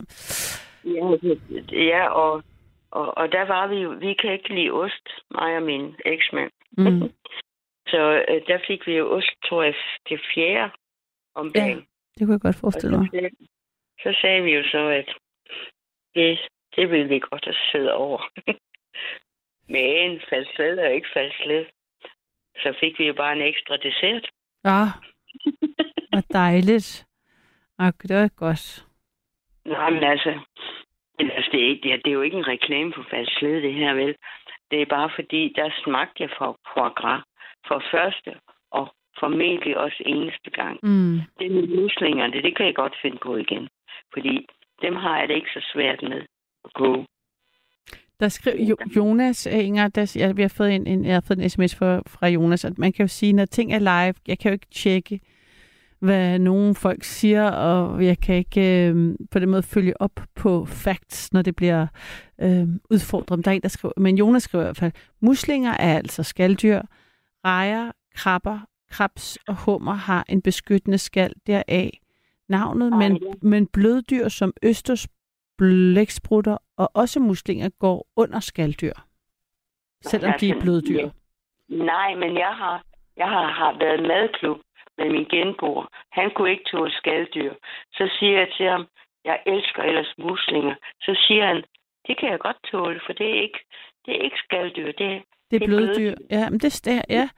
og der var vi jo, vi kan ikke lide ost, mig og min eksmand. Så der fik vi jo ost, tror jeg, det 4. om dagen. Ja, det kunne jeg godt forestille mig. Så sagde vi jo så, at det ville vi godt at sidde over. Men Faldsled er ikke Faldsled. Så fik vi jo bare en ekstra dessert. Ja, hvor dejligt. Det var godt. Nej, men altså det er jo ikke en reklame for Faldsled, det her, vel? Det er bare fordi, der smagte jeg for foie gras for første og formentlig også eneste gang. Det med muslingerne, det kan jeg godt finde på igen. Fordi dem har jeg det ikke så svært med at gå. Der skriver Jonas, Inger, vi har fået en sms fra Jonas, at man kan jo sige, når ting er live, jeg kan jo ikke tjekke, hvad nogle folk siger, og jeg kan ikke på den måde følge op på facts, når det bliver udfordret. Der er en, der skriver, men Jonas skriver i hvert fald, muslinger er altså skalddyr, rejer, krabber, krebs og hummer har en beskyttende skal deraf navnet, men bløddyr som østers, blæksprutter og også muslinger går under skalddyr, selvom de er bløddyr. Nej, men jeg har været madklub med min genboer. Han kunne ikke tåle skalddyr. Så siger jeg til ham, jeg elsker ellers muslinger. Så siger han, det kan jeg godt tåle, for det er ikke skalddyr. Det er bløddyr. Ja, men det er ja.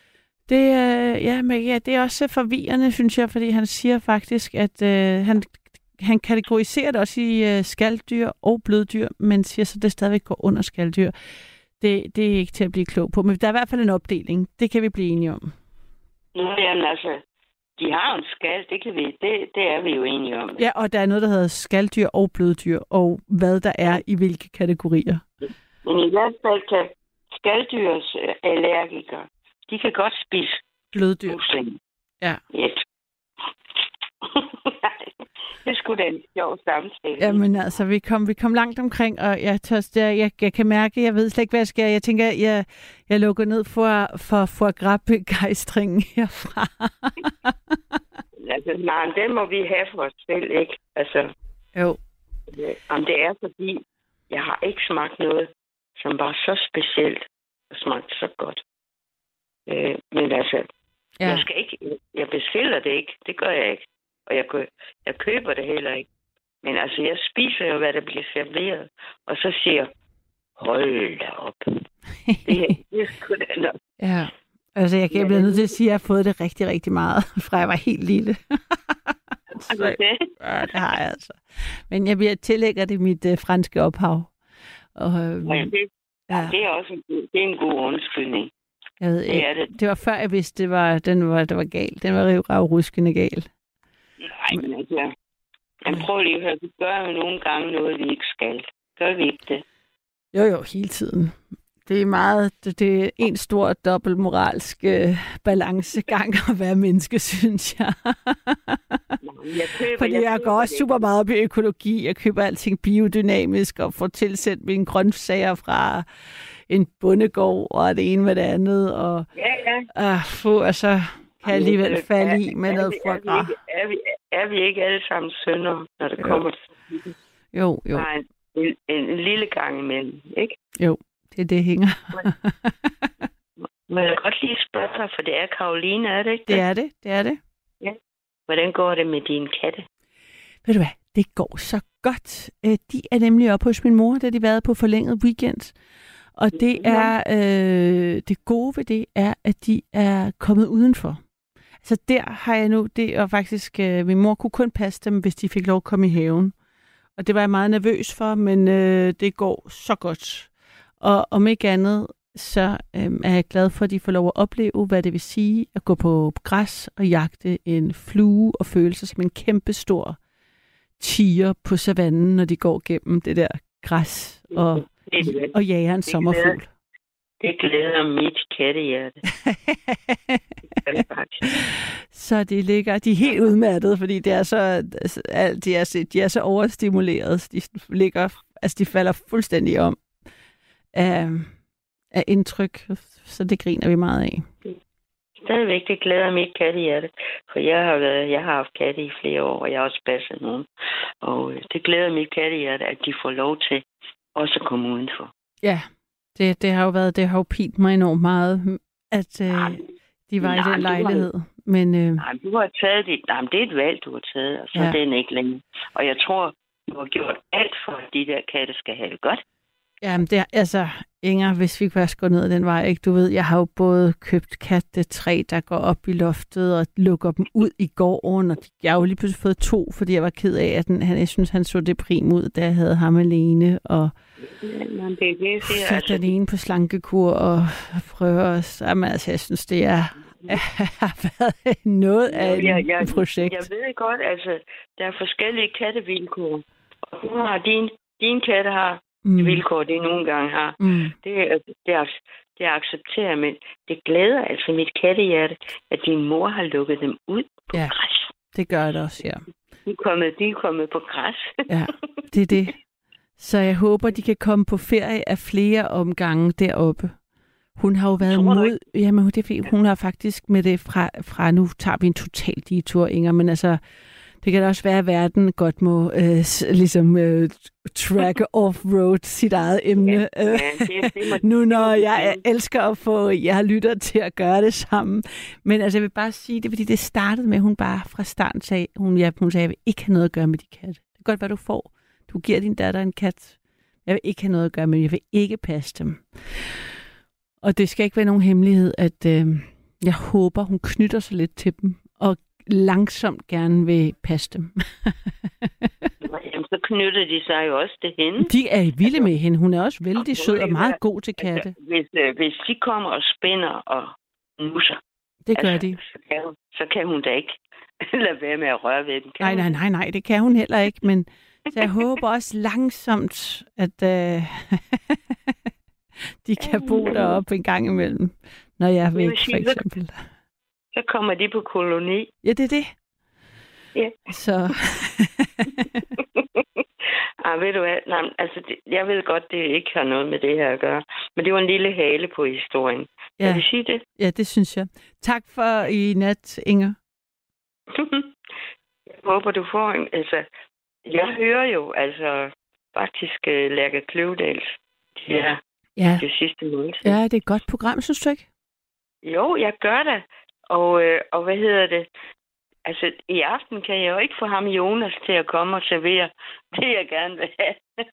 Det er også forvirrende, synes jeg, fordi han siger faktisk, at han kategoriserer det også i skalddyr og bløddyr, men siger så, at det stadigvæk går under skalddyr. Det er ikke til at blive klog på, men der er i hvert fald en opdeling. Det kan vi blive enige om. Jamen altså, de har en skal, det er vi jo enige om. Ja, og der er noget, der hedder skalddyr og bløddyr, og hvad der er i hvilke kategorier. Men i hvert fald kan skalddyrs allergikere, de kan godt spise bløddyr. Musling. Ja. Yep. Det skulle da en sjov samtale. Jamen altså, vi kom langt omkring, og jeg kan mærke, jeg ved slet ikke, hvad jeg skal. Jeg tænker, jeg lukker ned for foie gras-begejstringen herfra. Altså, nej, den må vi have for os selv, ikke? Altså, jo. Om det er, fordi jeg har ikke smagt noget, som var så specielt og smagte så godt. Men altså, jeg bestiller det ikke. Det gør jeg ikke. Og jeg køber det heller ikke. Men altså, jeg spiser jo, hvad der bliver serveret. Og så siger jeg, hold da op. Det er sgu da nok. Ja, altså jeg kan blive nødt til at sige, at jeg har fået det rigtig, rigtig meget, fra jeg var helt lille. Så, ja, det har jeg altså. Men jeg tillægger det mit franske ophav. Og, det er også en god undskyldning. Jeg ved ikke. Det var før jeg vidste, det var galt. Den var rivravruskende gal. Nej, men altså, prøv lige at høre, vi gør jo nogle gange noget, vi ikke skal. Gør vi ikke det? Jo, hele tiden. Det er en stor dobbeltmoralsk balancegang at være menneske, synes jeg. Fordi jeg går også super meget op i økologi. Jeg køber alting biodynamisk og får tilsendt mine grøntsager fra en bondegård og det ene med det andet. Og, og så kan jeg alligevel falde i med noget foie gras. Er vi ikke alle sammen syndere, når det kommer til det? Jo. Nej, en lille gang imellem, ikke? Jo, det hænger. Men jeg kan godt lige spørge dig, for det er Karoline, er det ikke? Det er det. Ja. Hvordan går det med dine katte? Ved du hvad, det går så godt. De er nemlig oppe hos min mor, da de været på forlænget weekend. Og det er det gode ved det er, at de er kommet udenfor. Altså der har jeg nu, det og faktisk, min mor kunne kun passe dem, hvis de fik lov at komme i haven. Og det var jeg meget nervøs for, men det går så godt. Og om ikke andet, så er jeg glad for, at de får lov at opleve, hvad det vil sige at gå på græs og jagte en flue og føle sig som en kæmpestor tiger på savannen, når de går gennem det der græs og jager en sommerfugl. Det glæder mit kattehjerte. Så de er helt udmattede, fordi det er så, de er så overstimuleret. De falder fuldstændig om af indtryk, så det griner vi meget af. Stadigvæk, det glæder mit kattehjerte, for jeg har haft katte i flere år, og jeg har også passet nogen. Og det glæder mit kattehjerte, at de får lov til også at komme udenfor. Ja, det har jo pint mig enormt meget, at de var i den lejlighed. Du har taget det. Nej, det er et valg, du har taget, og så er den ikke længere. Og jeg tror, du har gjort alt for, at de der katte skal have det godt. Jamen, det er, altså, Inger, hvis vi først går ned ad den vej, ikke? Du ved, jeg har jo både købt kattetræ, der går op i loftet og lukker dem ud i gården, og jeg har jo lige pludselig fået 2, fordi jeg var ked af, at jeg synes, han så deprim ud, da jeg havde ham alene, og satte den ene på slankekur og prøver os. Jamen, altså, jeg synes, det er har været noget af et projekt. Jeg ved godt, altså, der er forskellige kattevilkår. Og nu har din katte har vilkår, det nogle gange har. Det accepterer, men det glæder altså mit kattehjerte, at din mor har lukket dem ud på græs. Det gør det også, ja. De er kommet på græs. Ja, det er det. Så jeg håber, de kan komme på ferie af flere omgange deroppe. Hun har jo været mod... Jamen, det er fordi, hun har faktisk med det fra... Nu tager vi en total detur, Inger, men altså... Det kan da også være, at verden godt må tracke off-road sit eget emne. Nu når jeg elsker at få jer lytter til at gøre det sammen. Men altså, jeg vil bare sige det, fordi det startede med, at hun bare fra starten sagde, hun sagde, at jeg vil ikke have noget at gøre med de katte. Det er godt, hvad du får. Du giver din datter en kat. Jeg vil ikke have noget at gøre med, jeg vil ikke passe dem. Og det skal ikke være nogen hemmelighed, at jeg håber, hun knytter sig lidt til dem, og langsomt gerne vil passe dem. Jamen, så knytter de sig jo også til hende. De er vilde med hende. Hun er også vældig sød og meget god til katte. Hvis de kommer og spænder og nusser, det gør de. Så kan hun da ikke lade være med at røre ved dem. Nej, det kan hun heller ikke. Men så jeg håber også langsomt, at de kan bo deroppe en gang imellem, når jeg er væk, for eksempel. Så kommer de på koloni. Ja, det er det. Ja. Så... ved du hvad? Nej, altså, jeg ved godt, det ikke har noget med det her at gøre. Men det var en lille hale på historien. Ja. Kan vi sige det? Ja, det synes jeg. Tak for i nat, Inger. Jeg håber, du får en... Altså, jeg hører jo faktisk Lærke Kløvedals. Ja. Det sidste måltid. Ja, det er et godt program, synes du ikke? Jo, jeg gør det. Og hvad hedder det? Altså, i aften kan jeg jo ikke få ham Jonas til at komme og servere det, jeg gerne vil have.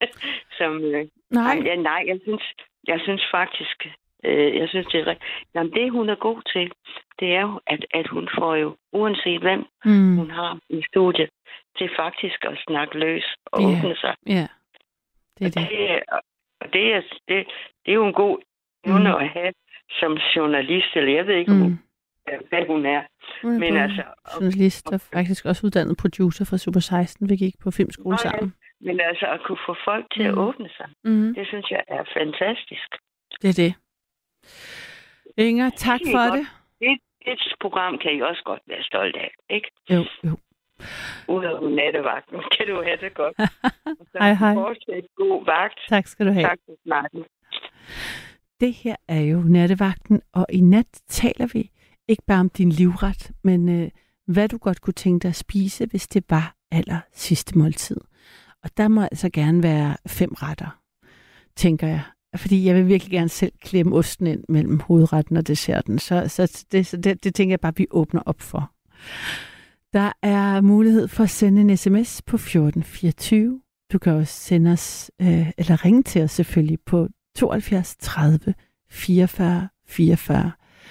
Nej, jeg synes faktisk, jeg synes det er rigtigt. Jamen, det hun er god til, det er jo, at hun får jo, uanset hvem hun har i studiet, til faktisk at snakke løs og åbne sig. Ja, det er det. Det er jo en god evne at have som journalist, eller jeg ved ikke, hvad hun er. Men altså, journalist og faktisk også uddannet producer fra Super 16. Vi gik på filmskole sammen. Men altså at kunne få folk til at åbne sig, det synes jeg er fantastisk. Det er det. Inger, tak for det. Det program kan I også godt være stolt af, ikke? Jo. Udover nattevagten, kan du have det godt. Hej. Fortsæt god vagt. Tak skal du have. Tak for snakken. Det her er jo nattevagten, og i nat taler vi ikke bare om din livret, men hvad du godt kunne tænke dig at spise, hvis det var aller sidste måltid. Og der må altså gerne være 5 retter, tænker jeg. Fordi jeg vil virkelig gerne selv klemme osten ind mellem hovedretten og desserten. Så det tænker jeg bare, vi åbner op for. Der er mulighed for at sende en sms på 1424. Du kan også sende os, eller ringe til os selvfølgelig på 72 30 44 44.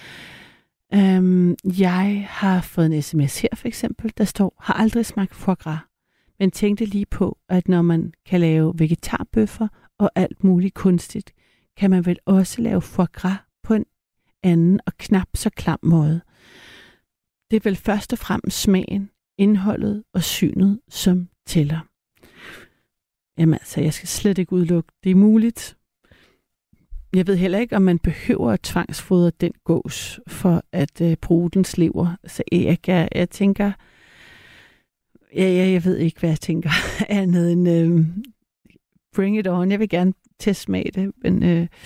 Jeg har fået en sms her for eksempel, der står, har aldrig smagt foie gras, men tænkte lige på, at når man kan lave vegetarbøffer og alt muligt kunstigt, kan man vel også lave foie gras på en anden og knap så klam måde. Det er vel først og fremmest smagen, indholdet og synet, som tæller. Jamen altså, jeg skal slet ikke udelukke, det er muligt. Jeg ved heller ikke, om man behøver at tvangsfodre den gås for at bruge dens lever. Så jeg tænker, jeg ved ikke, hvad jeg tænker andet end bring it on. Jeg vil gerne testsmage det, men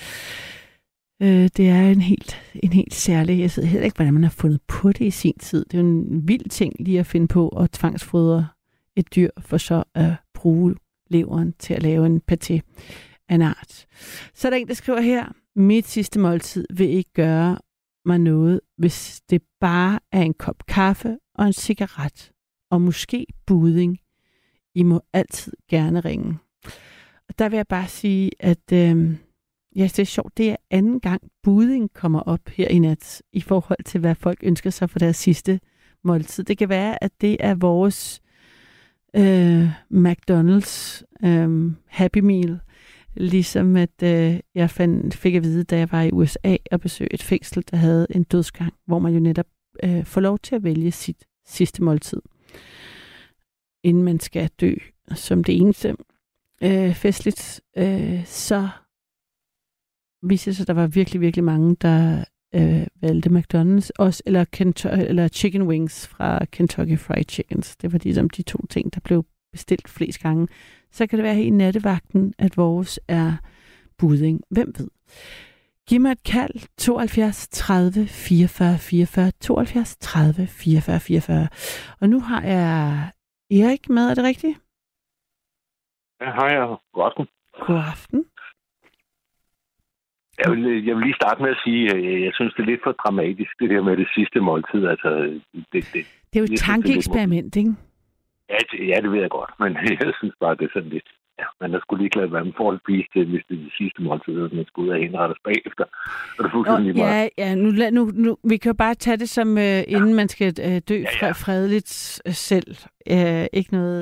det er en helt særlig. Jeg ved heller ikke, hvordan man har fundet på det i sin tid. Det er jo en vild ting lige at finde på at tvangsfodre et dyr for så at bruge leveren til at lave en paté af en art. Så er der en, der skriver her, mit sidste måltid vil ikke gøre mig noget, hvis det bare er en kop kaffe og en cigaret, og måske budding. I må altid gerne ringe. Og der vil jeg bare sige, at det er sjovt, det er anden gang budding kommer op her i nat, i forhold til, hvad folk ønsker sig for deres sidste måltid. Det kan være, at det er vores McDonald's Happy Meal. Ligesom at jeg fik at vide, da jeg var i USA og besøgte et fængsel, der havde en dødsgang, hvor man jo netop får lov til at vælge sit sidste måltid, inden man skal dø som det eneste festligt. Så viste det sig, at der var virkelig, virkelig mange, der valgte McDonald's også, eller chicken wings fra Kentucky Fried Chickens. Det var ligesom de 2 ting, der blev bestilt flest gange. Så kan det være i nattevagten, at vores er budding. Hvem ved? Giv mig et kald. 72 30 44 44. 72 30 44 44. Og nu har jeg Erik med. Er det rigtigt? Ja, hej. God aften. God aften. Jeg vil lige starte med at sige, at jeg synes, det er lidt for dramatisk, det her med det sidste måltid. Altså, det er jo et tankeeksperiment, ikke? Ja, det ved jeg godt, men jeg synes bare, det er sådan lidt... Ja, man er sgu ligeglad, hvad man får at spise til, hvis det er det sidste måltid, og man skal ud og henrettes bagefter. Og det fuldstændig meget. Ja, nu, vi kan jo bare tage det som, inden man skal dø fredeligt selv. Ikke noget...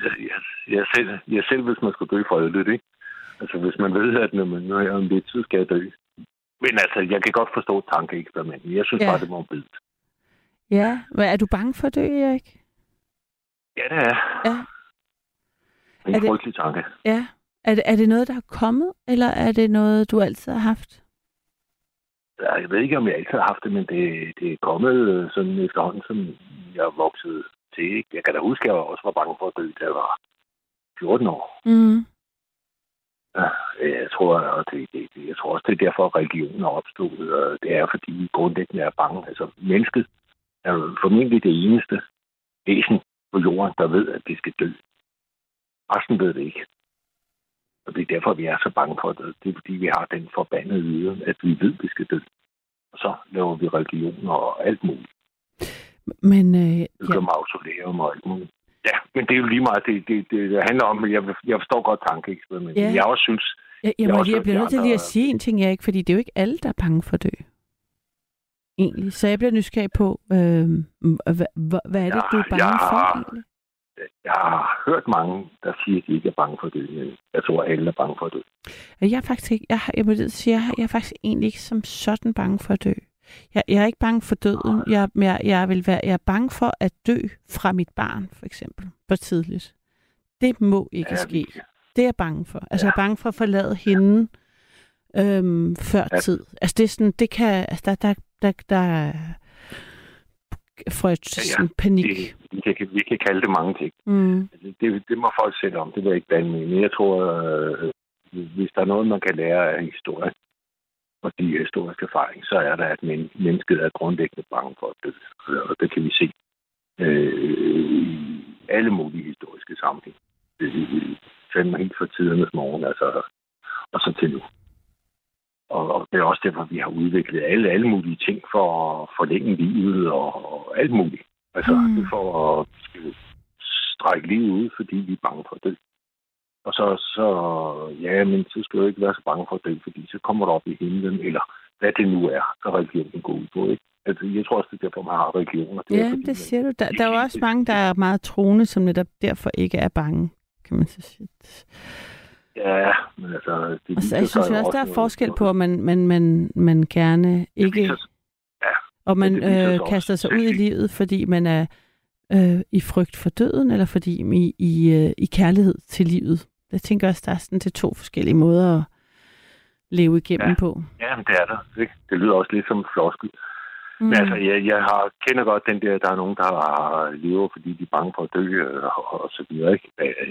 Ja, selv hvis man skal dø fredeligt, ikke? Altså, hvis man ved, at når man nu er om lidt, så skal jeg dø. Men altså, jeg kan godt forstå tankeeksperimentet. Jeg synes bare, det var vildt. Ja, men er du bange for at dø, Erik? Ja, det er. Ja. En frygtelig tanke. Ja. Er det noget, der er kommet, eller er det noget, du altid har haft? Ja, jeg ved ikke, om jeg altid har haft det, men det er kommet sådan efterhånden, som jeg er vokset til. Ikke? Jeg kan da huske, at jeg også var bange for at dø, da jeg var 14 år. Mm. Ja, jeg tror også, det er derfor, religionen er opstået. Og det er, fordi vi grundlæggende er bange. Altså, mennesket er jo formentlig det eneste væsen på jorden, der ved, at det skal dø. Resten ved det ikke. Og det er derfor, vi er så bange for det. Det er, fordi vi har den forbandede viden, at vi ved, at vi skal dø. Og så laver vi religioner og alt muligt. Men det gør mausoleum og alt muligt. Ja, men det er jo lige meget, det handler om, at jeg forstår godt tankeeksperimentet. Ja. Jeg også synes... Jeg bliver nødt til lige at sige en ting, Erik, fordi det er jo ikke alle, der er bange for at dø. Egentlig. Så jeg bliver nysgerrig på, hvad er det, du er bange for egentlig? Jeg har hørt mange, der siger, at de ikke er bange for at dø. Jeg tror, at alle er bange for at dø. Jeg er faktisk ikke, jeg er faktisk egentlig ikke som sådan bange for at dø. Jeg er ikke bange for døden. Jeg er bange for at dø fra mit barn, for eksempel, for tidligt. Det må ikke ske. Det er jeg bange for. Altså, jeg er bange for at forlade hende før tid. Altså, det er sådan, det kan... Altså, der får jeg sådan panik. Vi kan kalde det mange ting. Mm. Altså, det må folk sætte om. Det vil jeg ikke blande med. Men jeg tror, hvis der er noget, man kan lære af historie og de historiske erfaringer, så er der, at mennesket er grundlæggende bange for at dø. Og det kan vi se i alle mulige historiske sammenhæng. Det fandt mig helt for tidernes morgen, altså, og så til nu. Og det er også derfor, vi har udviklet alle mulige ting for at forlænge livet og alt muligt. Altså, det er for at strække livet ud, fordi vi er bange for at dø. Og men så skal du ikke være så bange for at dø, fordi så kommer du op i himlen, eller hvad det nu er, så religionen går ud på, ikke? Altså, jeg tror også, det er derfor, man har religioner. Det siger du. Der er jo også mange, der er meget troende, som netop derfor ikke er bange, kan man så sige. Ja, men altså... Jeg synes også, der er forskel på, at man gerne ikke... Og man kaster sig ud i livet, fordi man er i frygt for døden, eller fordi i kærlighed til livet. Jeg tænker også, der er sådan til 2 forskellige måder at leve igennem på. Ja, men det er der. Ikke? Det lyder også lidt som en floskel. Men altså, jeg kender godt den der er nogen, der lever, fordi de er bange for at dø, og så videre, ikke?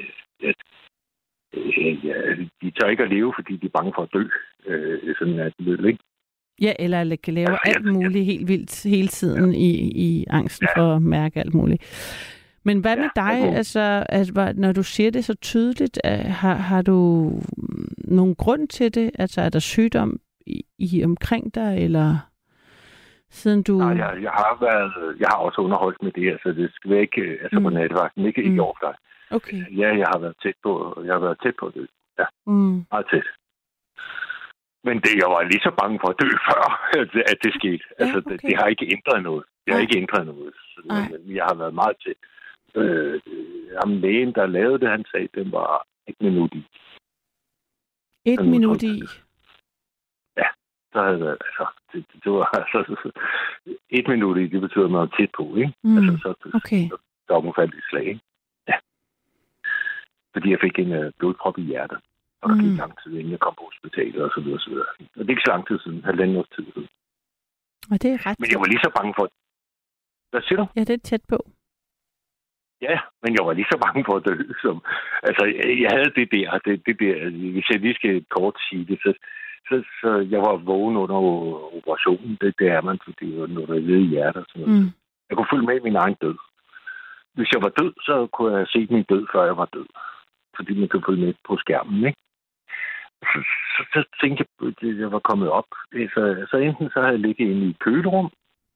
De tør ikke at leve, fordi de er bange for at dø. Sådan er det, ikke? Ja, eller kan lave alt muligt helt vildt hele tiden i angsten for at mærke alt muligt. Men hvad med dig? Altså, når du siger det så tydeligt, har du nogen grund til det? Altså, er der sygdom i omkring dig, eller siden du... Nej, jeg har også underholdt med det, altså det skal ikke, altså på nattevagten, ikke overfløj. Okay. Ja, jeg har været tæt på det. Ja, meget tæt. Men jeg var lige så bange for at dø før, at det skete. Ja, altså, okay. Det har ikke ændret noget. Men jeg har været meget tæt. Lægen, der lavede det, han sagde, den var 1 minut i. 1 minut i? Ja, så havde det, altså, det var altså 1 minut i, det betyder noget tæt på, ikke? Altså, så faldt i slag, ikke? Ja. Fordi jeg fik en blodprop i hjertet, og der gik lang tid, inden jeg kom på hospitalet, og så videre, og så videre. Og det er ikke så lang tid siden, 1,5 års tid siden. Og det er ret. Men jeg var lige så bange for... Hvad siger du? Ja, det er tæt på. Ja, men jeg var lige så bange for at dø, som... Altså, jeg havde det der, hvis jeg lige skal kort sige det, så jeg var vågen under operationen. Det er man, fordi det var noget, der led i hjertet. Jeg kunne følge med i min egen død. Hvis jeg var død, så kunne jeg se min død, før jeg var død. Fordi man kunne følge med på skærmen, ikke? Så tænkte jeg, at jeg var kommet op. Så enten så havde jeg ligget inde i et kølerum,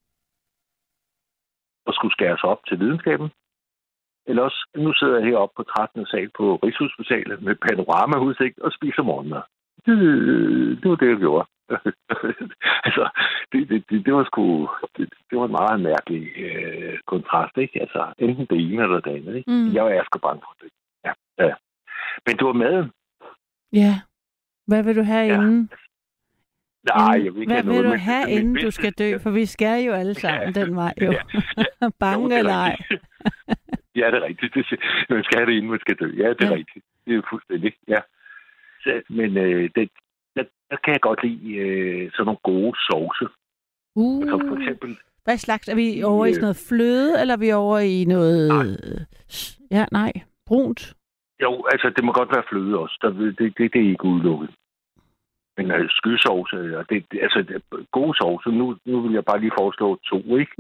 og skulle skæres op til videnskaben. Eller også, nu sidder jeg heroppe på 13. sal på Rigshospitalet med panoramaudsigt og spiser morgenmad. Det var det, jeg gjorde. Altså, det var sgu... Det var en meget mærkelig kontrast, ikke? Altså, enten det ene eller det andet, ikke? Jeg var sgu bange for det. Ja. Men du var med. Ja. Hvad vil du have inden? Nej, jeg vil ikke have noget. Hvad vil du have, inden du skal dø? For vi skal jo alle sammen den vej, jo. Bange eller ej. Ja, det er rigtigt. Man skal have det, inden man skal dø. Ja, det er rigtigt. Det er fuldstændig, ja. Men der kan jeg godt lide sådan nogle gode sovse. Altså for eksempel... Hvad slags? Er vi over i sådan noget fløde, eller er vi over i noget... Nej. Brunt? Jo, altså det må godt være fløde også. Det er ikke udelukket. Men skysovse, altså gode sovse, nu vil jeg bare lige foreslå 2, ikke?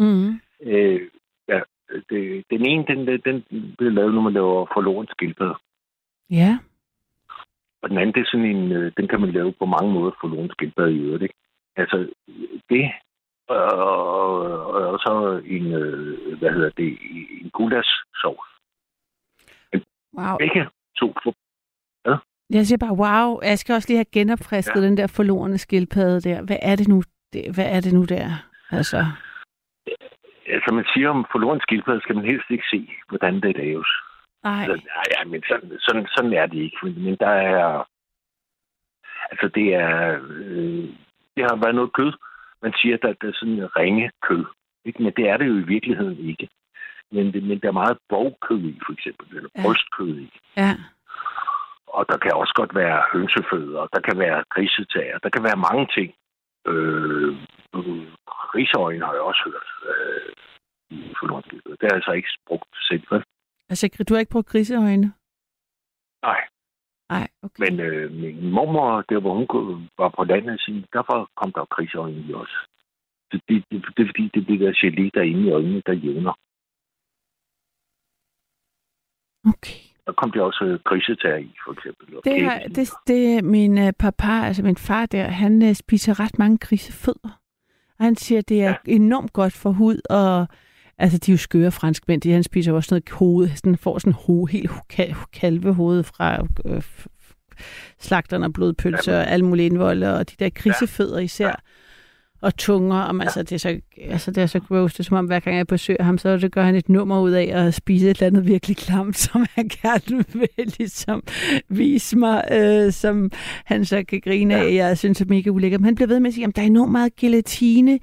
Den ene, den bliver lavet, når man laver forloren skildpadde. Ja. Og den anden, det er sådan en, den kan man lave på mange måder, forloren skildpadde i øvrigt, ikke? Altså, det, og så en, en gulaschsovs. Wow. Ikke 2. Ja. Jeg siger bare, wow, jeg skal også lige have genopfrisket den der forlorene skildpadde der. Hvad er det nu der? Altså man siger om forloren skildpadde, skal man helst ikke se, hvordan det laves. Nej. Men sådan er det ikke. Men der er... Altså, det har været noget kød. Man siger, at der er sådan ringe kød. Ikke? Men det er det jo i virkeligheden ikke. Men der er meget bovkød i, for eksempel. Eller brystkød i. Ja. Og der kan også godt være hønsefødder. Der kan være grisetæger. Der kan være mange ting. Griseøjne har jeg også hørt. Det er altså ikke brugt selv, vel? Altså, du har ikke brugt griseøjne? Nej. Nej, okay. Men min mormor, der hvor hun var på landet, derfor kom der griseøjne i også. Det er fordi, det bliver der gelé derinde i øjnene, der jævner. Okay. Der kom der også grisetæger i, for eksempel. Det min papa, altså min far der, han spiser ret mange grisefødder. Og han siger, det er enormt godt for hud, og altså, de er jo skøre franskmænd. Han spiser også noget hoved. Han får sådan helt kalvehoved fra slagterne og blodpølser og alle mulige indvolde, og de der grisefødder især. Og tunger. Altså, det er så gross. Det er som om, hver gang jeg besøger ham, så det gør han et nummer ud af at spise et eller andet virkelig klamt, som han gerne vil ligesom vise mig, som han så kan grine af. Jeg synes, det er mega ulækkert. Men han bliver ved med at sige, at der er enormt meget gelatine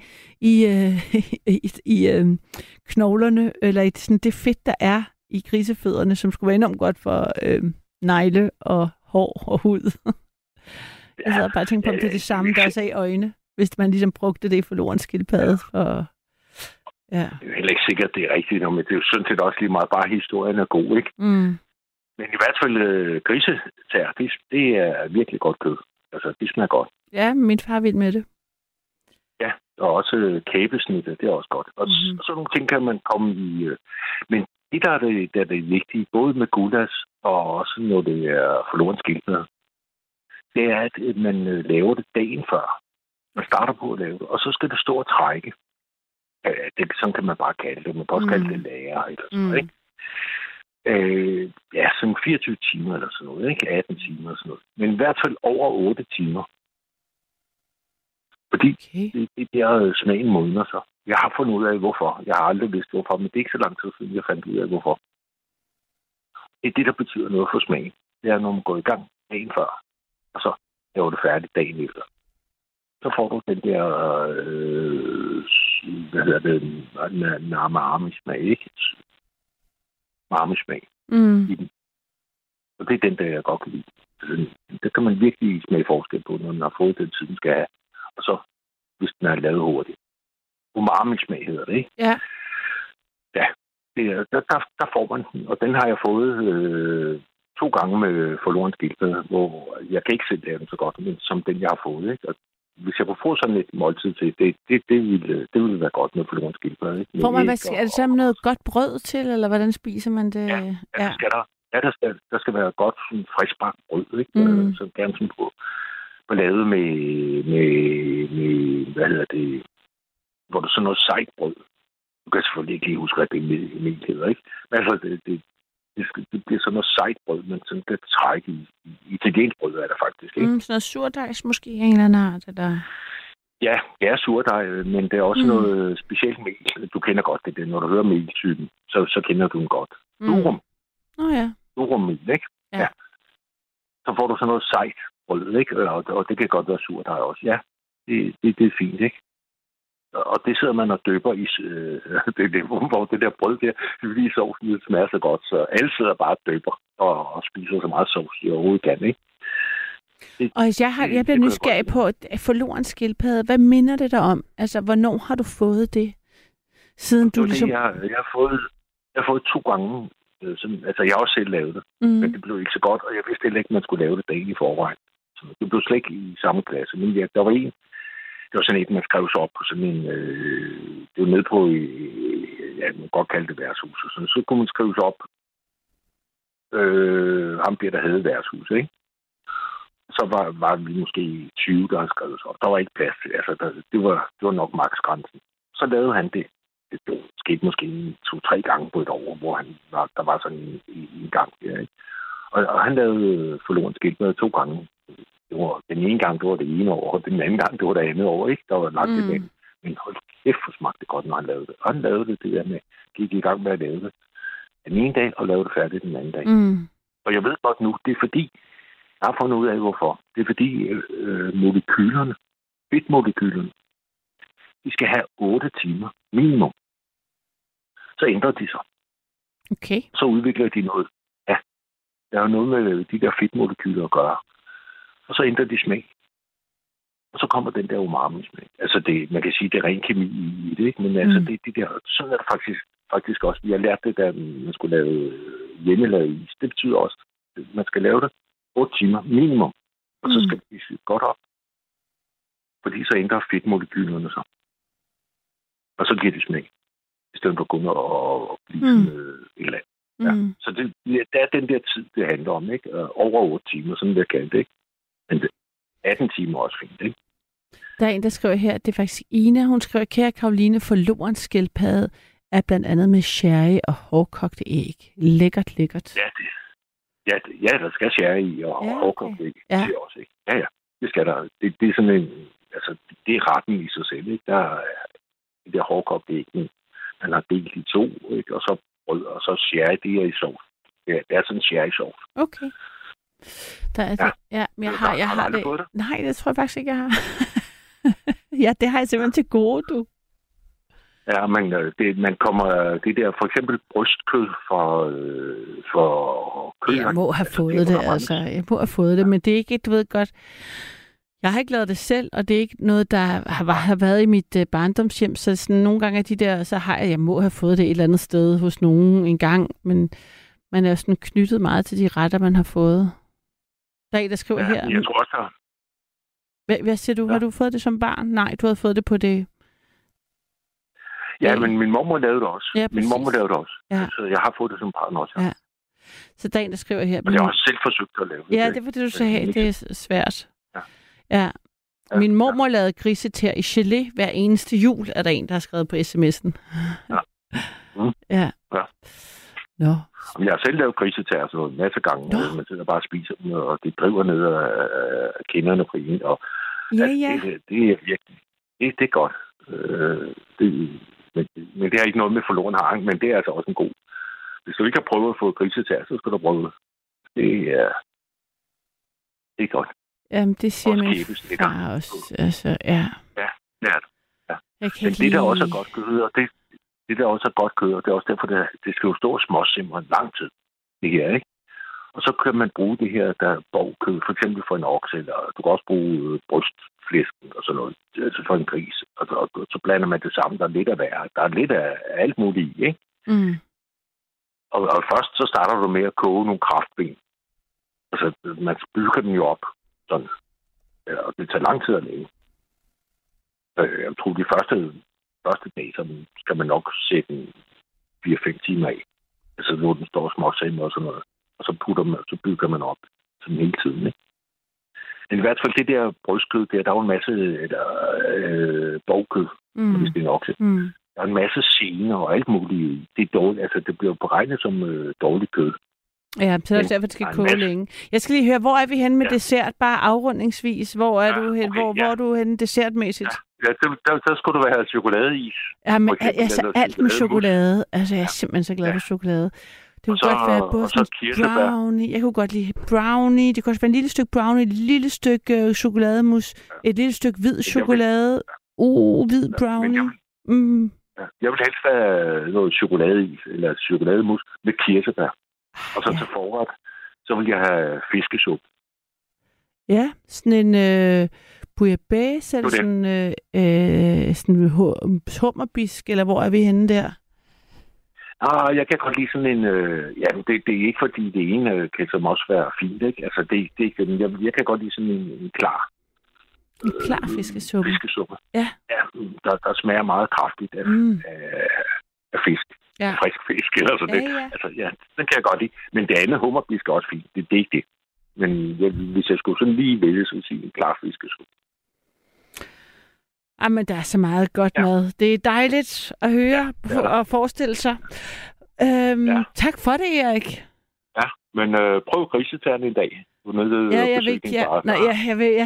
i knoglerne, eller i sådan det fedt, der er i grisefødderne, som skulle være enormt godt for negle og hår og hud. Jeg sad bare og tænkte på, om det er det samme, der også er i øjne, hvis man ligesom brugte det i forloren skildpadde. Ja. Det er heller ikke sikkert, det er rigtigt, men det er jo sådan set også lige meget, bare historien er god, ikke? Men i hvert fald grisetær, det er virkelig godt kød. Altså, det smager godt. Ja, min far vil med det. Ja, og også kæbesnittet, det er også godt. Og sådan nogle ting kan man komme i. Men det, der er det vigtige, både med gulasch og også når det er forloren skildpadde, det er, at man laver det dagen før. Man starter på at lave det, og så skal det stå og trække. Sådan kan man bare kalde det. Man kan også kalde det lager eller sådan noget, ikke? Sådan 24 timer eller sådan noget, ikke? 18 timer eller sådan noget. Men i hvert fald over 8 timer. Fordi det der smagen modner sig. Jeg har fundet ud af, hvorfor. Jeg har aldrig vidst, hvorfor, men det er ikke så lang tid siden, jeg fandt ud af, hvorfor. Det er det, der betyder noget for smagen. Det er, når man går i gang dagen før. Og så laver det færdigt dagen efter. Så får du den der, marmesmag, ikke? Marmesmag i den. Og det er den, der jeg godt kan lide. Der kan man virkelig smage forskel på, når den har fået den tid, den skal have. Og så, hvis den er lavet hurtigt. Umami-smag hedder det, ikke? Ja. Ja, der får man den. Og den har jeg fået 2 gange med forloren skildpadde, hvor jeg kan ikke selv lave den så godt, men som den, jeg har fået, ikke? Og hvis jeg kunne få sådan et måltid til, det ville være godt med forloren skildpadde, ikke? Får man, er det så noget godt brød til, eller hvordan spiser man det? Ja, skal der. Ja, der skal være godt friskbagt brød, ikke? Så gerne sådan på lavet med, hvad hedder det, hvor der sådan noget sejt brød. Du kan selvfølgelig ikke lige huske, at det er mel hedder, ikke? Men altså, det bliver sådan noget sejt brød, men sådan kan trække i italiensk brød er der faktisk, ikke? Sådan noget surdejs måske en eller anden art, eller? Ja, det er surdej, men det er også noget specielt mel. Du kender godt det. Når du hører meltypen, så kender du den godt. Durum. Ja. Durummel, ikke? Ja. Så får du sådan noget sejt brød, ikke? Og det kan godt være surdej også. Ja, det er fint, ikke? Og det sidder man og døber i hvor det der brød der, fordi sovsen det smager så godt, så alle sidder bare og døber og spiser så meget sovs i overhovedet kan, ikke? Og jeg bliver nysgerrig på forloren skildpadde. Hvad minder det dig om? Altså, hvornår har du fået det? Siden du ligesom... Jeg har fået 2 gange. Altså, jeg har også selv lavet det, men det blev ikke så godt, og jeg vidste heller ikke, at man skulle lave det dagen i forvejen. Så det blev slet ikke i samme klasse. Men der var en, det var sådan et, man skrev sig op på sådan en, det var nede på, man kan godt kalde det værtshus, og sådan. Så kunne man skrive sig op, ham der havde værtshus, ikke? Så var vi måske 20, der havde skrevet sig op. Der var ikke plads til, altså det var nok maksgrænsen. Så lavede han det. Det skete måske 2-3 gange på et år, hvor der var sådan en gang der, ikke? Og han lavede forloren skildpadde 2 gange. Den ene gang, det var det ene år, og den anden gang, det var det andet år, ikke? Der var lagt det væk. Men hold kæft, hvor smagte det godt, når han lavede det. Og han lavede det der med, gik i gang med at lave det den ene dag, og lavede det færdigt den anden dag. Og jeg ved godt nu, det er fordi, jeg har fundet ud af, hvorfor. Det er fordi molekylerne, fedtmolekylerne, de skal have 8 timer minimum. Så ændrer de sig. Okay. Så udvikler de noget. Ja, der er noget med de der fedtmolekyler at gøre. Og så ændrer de smag. Og så kommer den der umami-smag. Altså, man kan sige, det er ren kemi i det, ikke? Men altså, det er de der... Sådan er det faktisk også. Vi har lært det, da man skulle lave hjemmelavet is. Det betyder også, at man skal lave det 8 timer minimum. Og så skal det blive godt op. Fordi så ændrer fedtmolekylerne sig. Og så giver det smag. I stedet for kun at blive sådan et eller andet. Ja. Så det er den der tid, det handler om, ikke? Over 8 timer, sådan det kan det, ikke? Men 18 timer er også fint, ikke? Der er en, der skriver her, at det er faktisk Ina. Hun skriver, kære Karoline, forloren skildpadde er blandt andet med sherry og hårdkogte æg. Lækkert. Ja, der skal sherry i og hårdkogte æg. Ja. Det også, ikke? Ja, det skal der. Det er sådan en... Altså, det er retten i sig selv, ikke? Der er det der hårdkogte æg, man har delt i 2, ikke? Og så brød, og så sherry, det er i sovs. Ja, det er sådan en sherry-sovs. Okay. Der er det. Ja, men jeg har det. Nej, det tror jeg faktisk ikke, jeg har. Ja, det har jeg simpelthen til gode, du. Ja, men man kommer... Det der, for eksempel brystkød for kød. Jeg må have fået det, altså. Jeg må have fået det, men det er ikke, du ved godt... Jeg har ikke lavet det selv, og det er ikke noget, der har været i mit barndomshjem, så sådan, nogle gange af de der, så har jeg må have fået det et eller andet sted hos nogen en gang, men man er jo sådan knyttet meget til de retter, man har fået. Der er en, der skriver her... Jeg tror også, der... Hvad siger du? Ja. Har du fået det som barn? Nej, du havde fået det på det... Ja, men min mormor lavede det også. Ja, min mormor lavede det også. Ja. Så jeg har fået det som barn også. Ja. Så der er en, der skriver her... Og jeg har også selv forsøgt at lave det. Ja, det var det, du sagde. Det er svært. Ja. Min mormor lavede grisetær i gelé hver eneste jul, er der en, der har skrevet på sms'en. Ja. Nå. Jeg har selv lavet grisetær så en masse gange, og man sidder bare og spiser dem, og det driver ned af kinderne på en. Og ja. Det er virkelig... Det er godt. Men det har ikke noget med forloren harang, men det er altså også en god... Hvis du ikke har prøvet at få grisetær, så skal du prøve det. Det er godt. Jamen, det siger min far også. Altså, ja. Ja, det er det. Ja. Men det, der også er godt kød, og det der også er godt kød, og det er også derfor, det skal jo stå og småsimre en lang tid, det her, ikke? Og så kan man bruge det her, der bogkød, for eksempel for en okse, eller du kan også bruge brystflæsken og sådan noget, altså for en gris. Og så blander man det sammen, der er lidt af hver. Der er lidt af alt muligt i, ikke? Mm. Og først så starter du med at koge nogle kraftben. Altså, man bygger den jo op, sådan. Og det tager lang tid at lave. Jeg tror, de første dage, så skal man nok sætte 4-5 timer af. Altså, når den står småsæmme og sådan noget. Og så bygger man op sådan hele tiden, ikke? Men i hvert fald det der brystkød, der er jo en masse bogkød, hvis det er nok. Der er en masse sener og alt muligt. Det er dårligt, altså det bliver beregnet som dårligt kød. Ja, så er det derfor, det skal koge længe. Jeg skal lige høre, hvor er vi henne med dessert? Bare afrundingsvis. Hvor er du henne? Hvor er du henne dessertmæssigt? Ja, der skulle du have chokoladeis. Ja, men altså alt med chokolade. Altså, jeg er simpelthen så glad for chokolade. Det kunne godt være både sådan brownie. Jeg kunne godt lide brownie. Det kunne også være en lille stykke brownie, et lille stykke chokolademus, et lille stykke hvid chokolade. Hvid brownie. Jeg vil helst have noget chokoladeis, eller chokolademus med kirsebær. Og så til forret, så vil jeg have fiskesuppe. Ja, sådan en bouillabaisse, eller sådan hummerbisk, eller hvor er vi henne der? Jeg kan godt lide sådan en... det er ikke fordi det ene kan som også være fint, ikke? Altså, jeg kan godt lide sådan en klar... En klar fiskesuppe? Fiskesuppe. Ja. Ja, der smager meget kraftigt af fisk. Ja. Frisk fisk, eller sådan det. Altså, ja, den kan jeg godt lide. Men det andet hummerbisk er også fint. Det er ikke det. Men hvis jeg skulle sådan lige vælge, så vil jeg sige en klar fiskesuppe. Jamen, der er så meget godt mad. Det er dejligt at høre og forestille sig. Tak for det, Erik. Ja, men prøv grisetærne en dag. Jeg vil ikke. Jeg vil.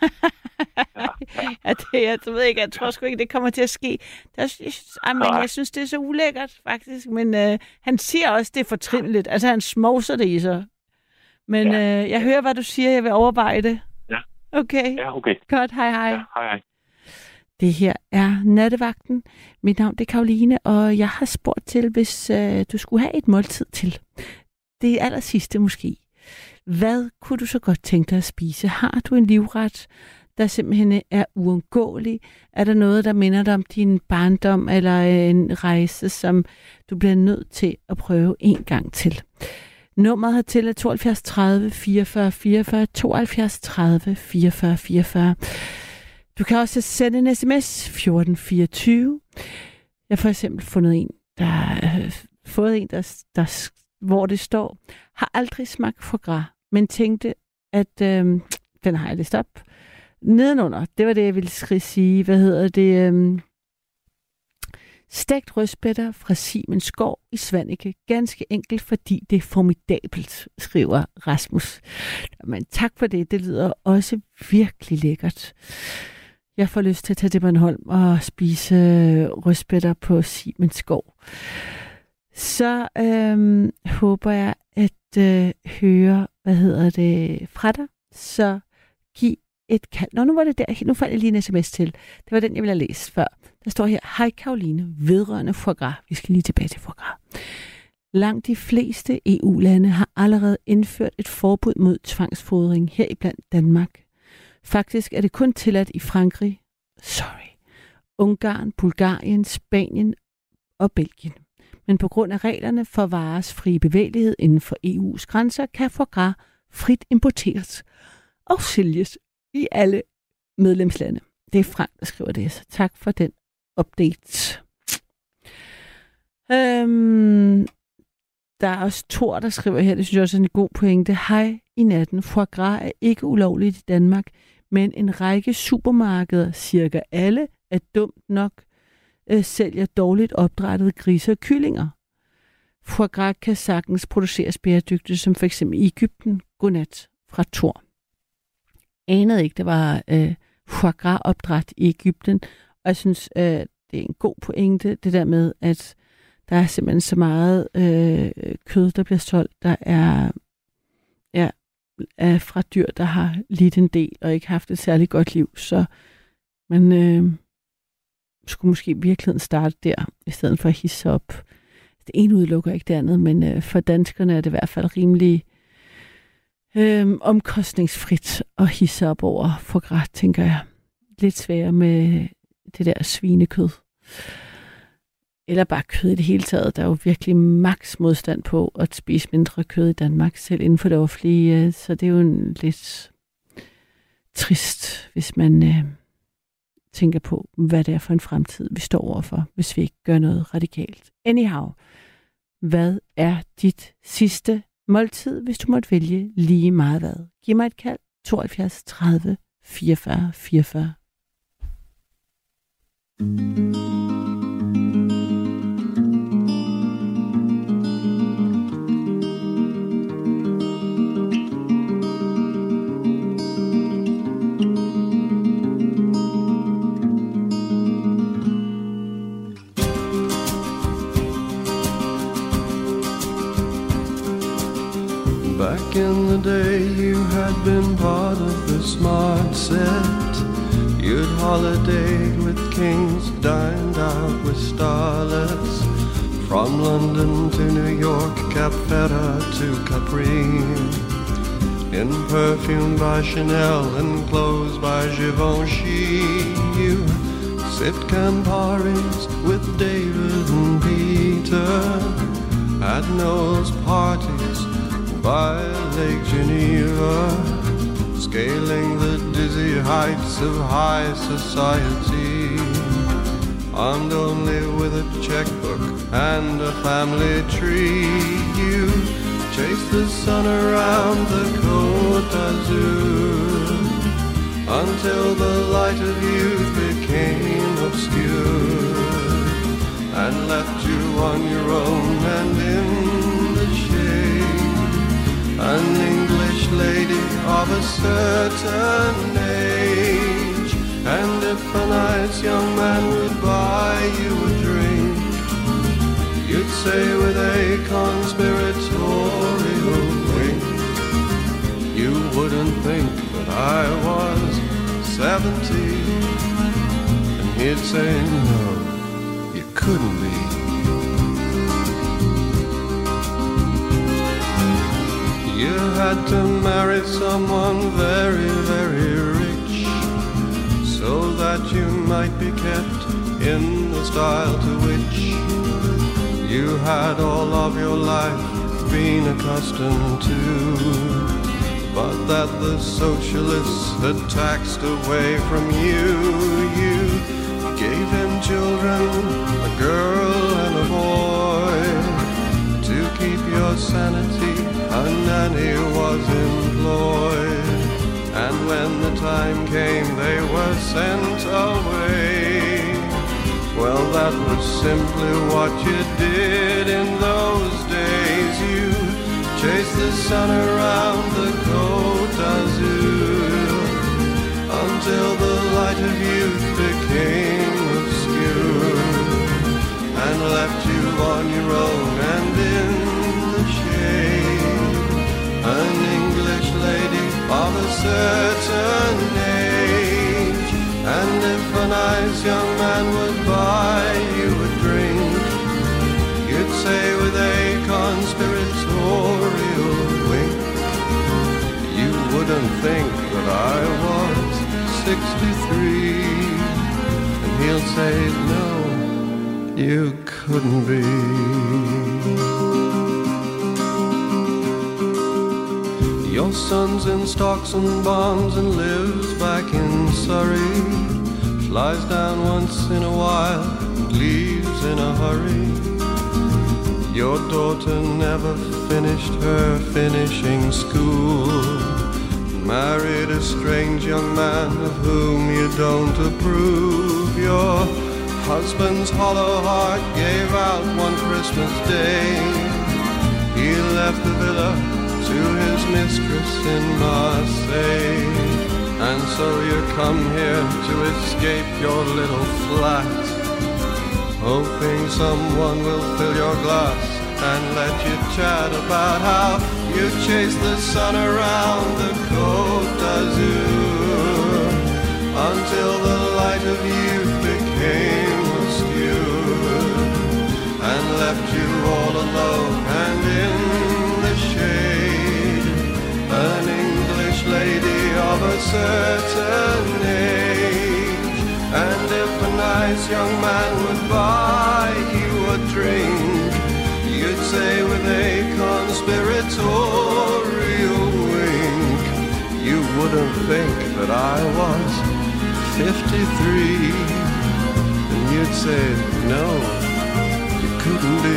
Jeg ved ikke, jeg tror sgu ikke, det kommer til at ske. Jeg synes, det er så ulækkert, faktisk. Men han siger også, det er fortrinligt. Altså, han smovser det i sig. Men jeg hører, hvad du siger. Jeg vil overveje det. Ja. Okay. Ja, okay. Godt, hej. Ja, hej. Det her er Nattevagten. Mit navn er Karoline, og jeg har spurgt til, hvis du skulle have et måltid til. Det aller sidste måske. Hvad kunne du så godt tænke dig at spise? Har du en livret, der simpelthen er uundgåelig? Er der noget, der minder dig om din barndom, eller en rejse, som du bliver nødt til at prøve en gang til? Nummeret hertil er 72 30 44 44, 72 30 44 44. Du kan også sende en sms 1424. Jeg har for eksempel fundet en, hvor det står, har aldrig smagt foie gras, men tænkte, at den har jeg læst op. Nedenunder, det var det, jeg ville sige. Stegt rødspætter fra Siemens Gård i Svaneke. Ganske enkelt, fordi det er formidabelt, skriver Rasmus. Men tak for det. Det lyder også virkelig lækkert. Jeg får lyst til at tage til Bornholm og spise rødspætter på Siemens Gård. Så håber jeg at høre, fra dig. Så giv et kald. Nu var det der. Nu faldt jeg lige en sms til. Det var den, jeg ville have læst før. Der står her, hej Karoline, vedrørende foie gras. Vi skal lige tilbage til foie gras. Langt de fleste EU-lande har allerede indført et forbud mod tvangsfodring, heriblandt Danmark. Faktisk er det kun tilladt i Frankrig, Ungarn, Bulgarien, Spanien og Belgien. Men på grund af reglerne for varers frie bevægelighed inden for EU's grænser, kan foie gras frit importeres og sælges i alle medlemslande. Det er Frank, der skriver det, så tak for den update. Der er også Thor, der skriver her, det synes jeg også er en god pointe. Hej i natten. Foie gras er ikke ulovligt i Danmark, men en række supermarkeder, cirka alle, er dumt nok, sælger dårligt opdrættede grise og kyllinger. Foie gras kan sagtens produceres bæredygtigt, som for eksempel i Egypten. Godnat fra Thor. Anede ikke, der var foie gras opdræt i Egypten, og jeg synes, det er en god pointe, det der med, at der er simpelthen så meget kød, der bliver solgt, der er er fra dyr, der har lidt en del og ikke haft et særligt godt liv. Så man skulle måske i virkeligheden starte der, i stedet for at hisse op. Det ene udelukker ikke det andet, men for danskerne er det i hvert fald rimelig omkostningsfrit at hisse op over forgræt, tænker jeg. Lidt sværere med det der svinekød. Eller bare kød i det hele taget. Der er jo virkelig maks modstand på at spise mindre kød i Danmark, selv inden for det offentlige. Så det er jo lidt trist, hvis man tænker på, hvad det er for en fremtid, vi står overfor, hvis vi ikke gør noget radikalt. Anyhow, hvad er dit sidste måltid, hvis du måtte vælge lige meget hvad? Giv mig et kald. 72 30 44 44. Back in the day you had been part of the smart set. You'd holidayed with kings, dined out with starlets. From London to New York, Cap Ferrat to Capri. In perfume by Chanel and clothes by Givenchy. You sipped Camparis with David and Peter at Noel's parties by Lake Geneva, scaling the dizzy heights of high society, armed only with a checkbook and a family tree. You chased the sun around the Côte d'Azur until the light of youth became obscure and left you on your own and in the shade. An English lady of a certain age, and if a nice young man would buy you a drink, you'd say with a conspiratorial wink, you wouldn't think that I was 70, and he'd say no, you couldn't be. You had to marry someone very, very rich, so that you might be kept in the style to which you had all of your life been accustomed to, but that the socialists had taxed away from you. You gave him children, a girl and a boy, to keep your sanity. A nanny was employed, and when the time came they were sent away. Well, that was simply what you did in those days. You chased the sun around the Côte d'Azur until the light of youth became obscure and left you on your own and in the shade. An English lady of a certain age, and if a nice young man would buy you a drink, you'd say with a conspiratorial wink, you wouldn't think that I was 63, and he'll say no, you couldn't be. Your son's in stocks and bonds and lives back in Surrey, flies down once in a while and leaves in a hurry. Your daughter never finished her finishing school, married a strange young man of whom you don't approve. Your husband's hollow heart gave out one Christmas Day. He left the villa to his mistress in Marseille, and so you come here to escape your little flat, hoping someone will fill your glass and let you chat about how you chased the sun around the Côte d'Azur until the light of youth became obscured and left you all alone and in the shade, an English lady of a certain age. And if a nice young man would buy you a drink, you'd say with a conspiratorial wink, you wouldn't think that I was 53. And you'd say, no, you couldn't be.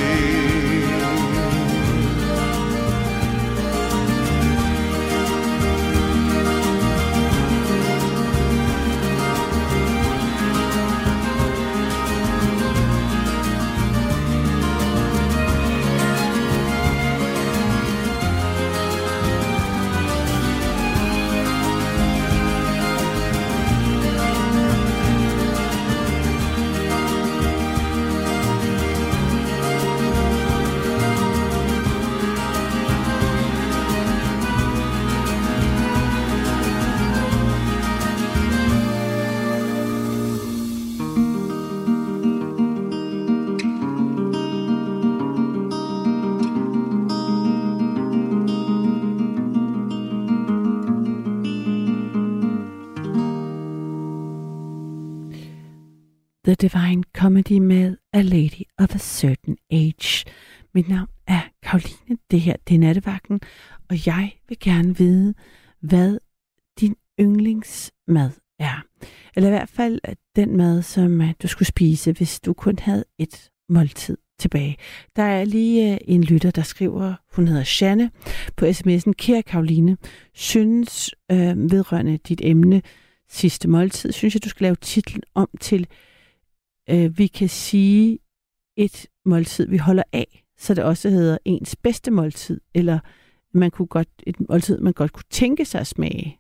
The Divine Comedy med A Lady of a Certain Age. Mit navn er Karoline, det her det er Nattevagten, og jeg vil gerne vide, hvad din yndlingsmad er. Eller i hvert fald den mad, som du skulle spise, hvis du kun havde et måltid tilbage. Der er lige en lytter, der skriver, hun hedder Janne, på sms'en: Kære Karoline, synes vedrørende dit emne sidste måltid, synes jeg, du skal lave titlen om til vi kan sige et måltid, vi holder af, så det også hedder ens bedste måltid, eller et måltid, man godt kunne tænke sig at smage.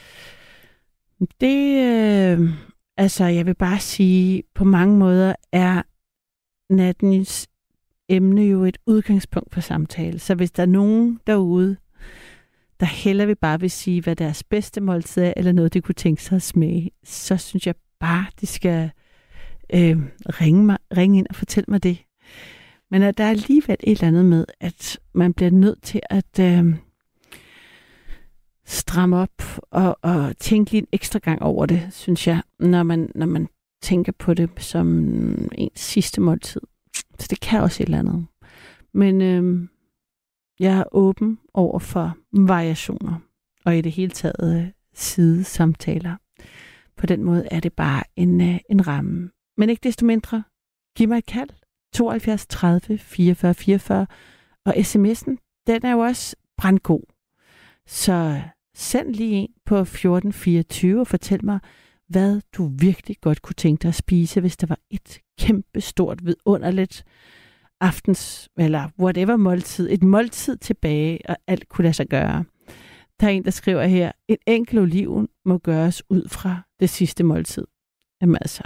Det, jeg vil bare sige, på mange måder er nattens emne jo et udgangspunkt for samtale. Så hvis der er nogen derude, der hellere vil sige, hvad deres bedste måltid er, eller noget, de kunne tænke sig at smage, så synes jeg bare, de skal ringe ind og fortælle mig det. Men der er alligevel et eller andet med, at man bliver nødt til at stramme op og tænke lige en ekstra gang over det, synes jeg, når man tænker på det som ens sidste måltid. Så det kan også et eller andet. Men jeg er åben over for variationer, og i det hele taget sidesamtaler. På den måde er det bare en ramme. Men ikke desto mindre, giv mig et kald, 72 30 44 44, og sms'en, den er jo også brandgod. Så send lige en på 1424 og fortæl mig, hvad du virkelig godt kunne tænke dig at spise, hvis der var et kæmpe stort, vidunderligt aftens, eller whatever måltid, et måltid tilbage, og alt kunne lade sig gøre. Der er en, der skriver her, en enkelt oliven må gøres ud fra det sidste måltid. Jamen altså,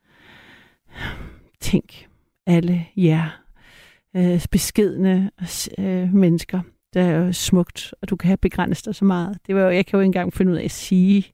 tænk, alle jer beskedne mennesker, der er jo smukt, og du kan have begrænset dig så meget. Jeg kan jo ikke engang finde ud af at sige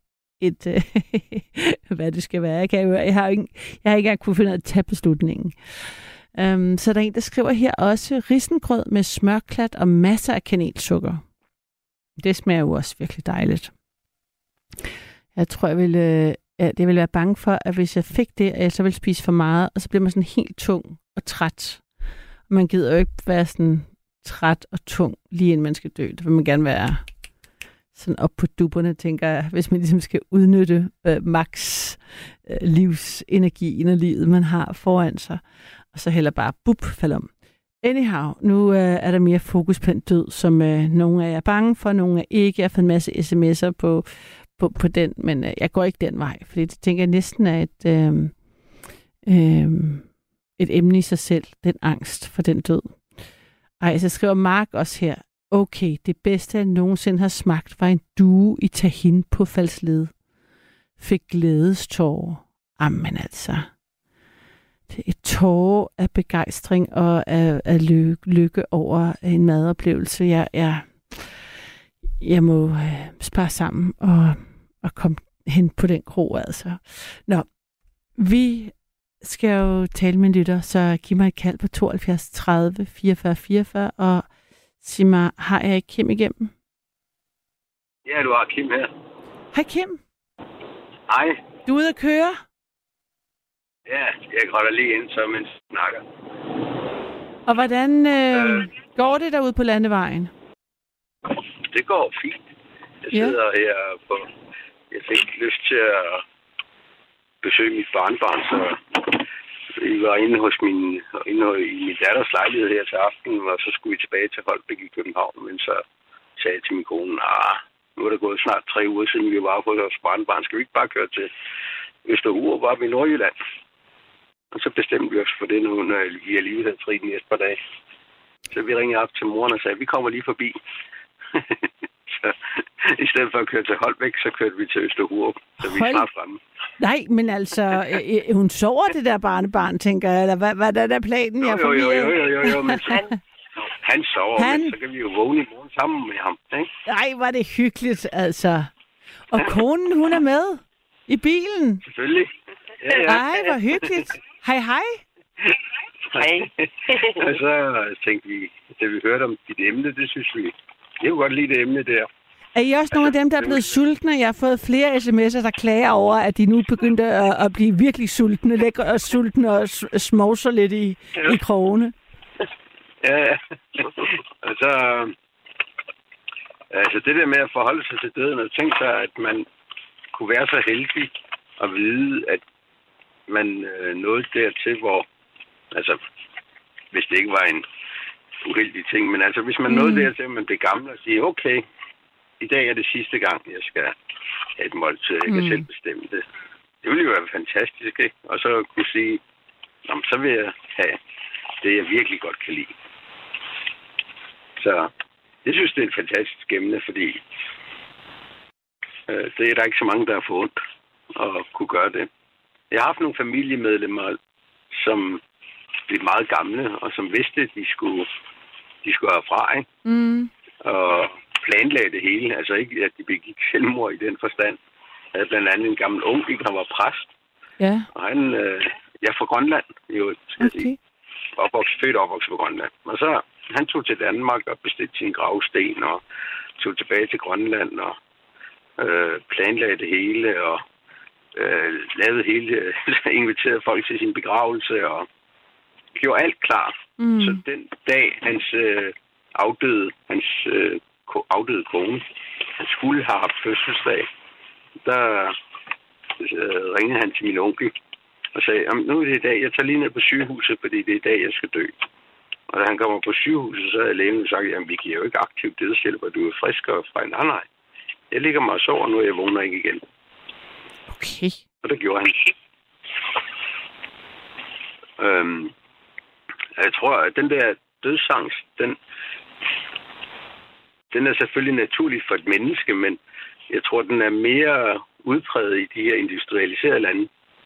hvad det skal være. Jeg har ikke engang kunne finde ud af at tage beslutningen. Så der er en, der skriver her også, risengrød med smørklat og masser af kanelsukker. Det smager jo også virkelig dejligt. Jeg tror, jeg ville være bange for, at hvis jeg fik det, at jeg så ville spise for meget, og så bliver man sådan helt tung og træt. Og man gider jo ikke være sådan træt og tung, lige inden man skal dø. Det vil man gerne være sådan op på dupperne, tænker jeg, hvis man ligesom skal udnytte max livsenergi i livet, man har foran sig, og så heller bare falde om. Anyhow, nu er der mere fokus på en død, som nogle af jer er bange for, nogle er ikke. Jeg har fået en masse sms'er på den, men jeg går ikke den vej, fordi det tænker jeg næsten er et emne i sig selv, den angst for den død. Så skriver Mark også her, okay, det bedste jeg nogensinde har smagt var en due i tahin på falsled. Fik glædestårer. Jamen altså, det er tårer af begejstring og af lykke over en madoplevelse. Jeg må spare sammen og komme hen på den krog, altså. Nå, vi skal jo tale med lytter, så giv mig et kald på 72 30 44 44 og sig mig, har jeg ikke Kim igennem? Ja, du har Kim her. Hej Kim. Hej. Du er ude at køre? Ja, jeg går der lige ind, så mens jeg snakker. Og hvordan går det derude på landevejen? Det går fint. Jeg sidder her på... Jeg fik lyst til at besøge mit barnebarn, så vi var inde i min datters lejlighed her til aften, og så skulle vi tilbage til Holbæk i København, men så sagde jeg til min kone, nu er det gået snart 3 uger siden, vi var på vores barnebarn. Skal vi ikke bare køre til Østerhur, var vi i Nordjylland? Og så bestemte vi os for det nu, når vi alligevel havde fri de næste par dage. Så vi ringede op til moren og sagde, vi kommer lige forbi. Så i stedet for at køre til Holbæk, så kørte vi til Østerhur, så vi er snart fremme. Nej, men altså, hun sover det der barnebarn, tænker jeg, eller hvad er der planen? Jo, men han sover, men så kan vi jo vågne i morgen sammen med ham, ikke? Nej, var det hyggeligt, altså. Og konen, hun er med i bilen? Selvfølgelig. Ja. Ej, hvor hyggeligt. Hej. Hej. Og så tænkte vi, da vi hørte om dit emne, det synes vi, jeg kunne godt lide det emne der. Er I også nogle af dem, der er blevet sultne? Jeg har fået flere sms'er, der klager over, at de nu begyndte at blive virkelig sultne, lækre og sultne og smovser lidt i krogene. Ja. Altså det der med at forholde sig til døden, og tænke sig, at man kunne være så heldig at vide, at man nåede dertil, hvor, altså, hvis det ikke var en uheldig ting, men altså, hvis man nåede dertil, at man blev gammel og siger, okay, i dag er det sidste gang, jeg skal have et måltid, jeg kan selv bestemme det. Det ville jo være fantastisk, ikke? Og så kunne sige, så vil jeg have det, jeg virkelig godt kan lide. Så jeg synes, det er et fantastisk emne, fordi det er der ikke så mange, der har fået ondt at kunne gøre det. Jeg har haft nogle familiemedlemmer, som blev meget gamle, og som vidste, at de skulle herfra, ikke? Og planlagde det hele. Altså ikke, at de begik selvmord i den forstand. Jeg havde blandt andet en gammel onkel, der var præst. Ja. Og han, fra Grønland, jo, født og opvokset på Grønland. Og så, han tog til Danmark og bestilte sin gravsten, og tog tilbage til Grønland, og planlagde det hele, og lavede hele, inviterede folk til sin begravelse, og gjorde alt klar. Så den dag, hans afdøde kone, han skulle have haft fødselsdag, der ringede han til min onkel og sagde, nu er det i dag, jeg tager lige ned på sygehuset, fordi det er i dag, jeg skal dø. Og da han kommer på sygehuset, så havde lægen sagt, jamen vi giver jo ikke aktiv dødshjælp, og du er frisk og fra en nej. Jeg ligger mig og sover nu, og jeg vågner ikke igen. Okay. Og det gjorde han. Jeg tror, at den der dødsangst, den er selvfølgelig naturlig for et menneske, men jeg tror, den er mere udpræget i de her industrialiserede lande.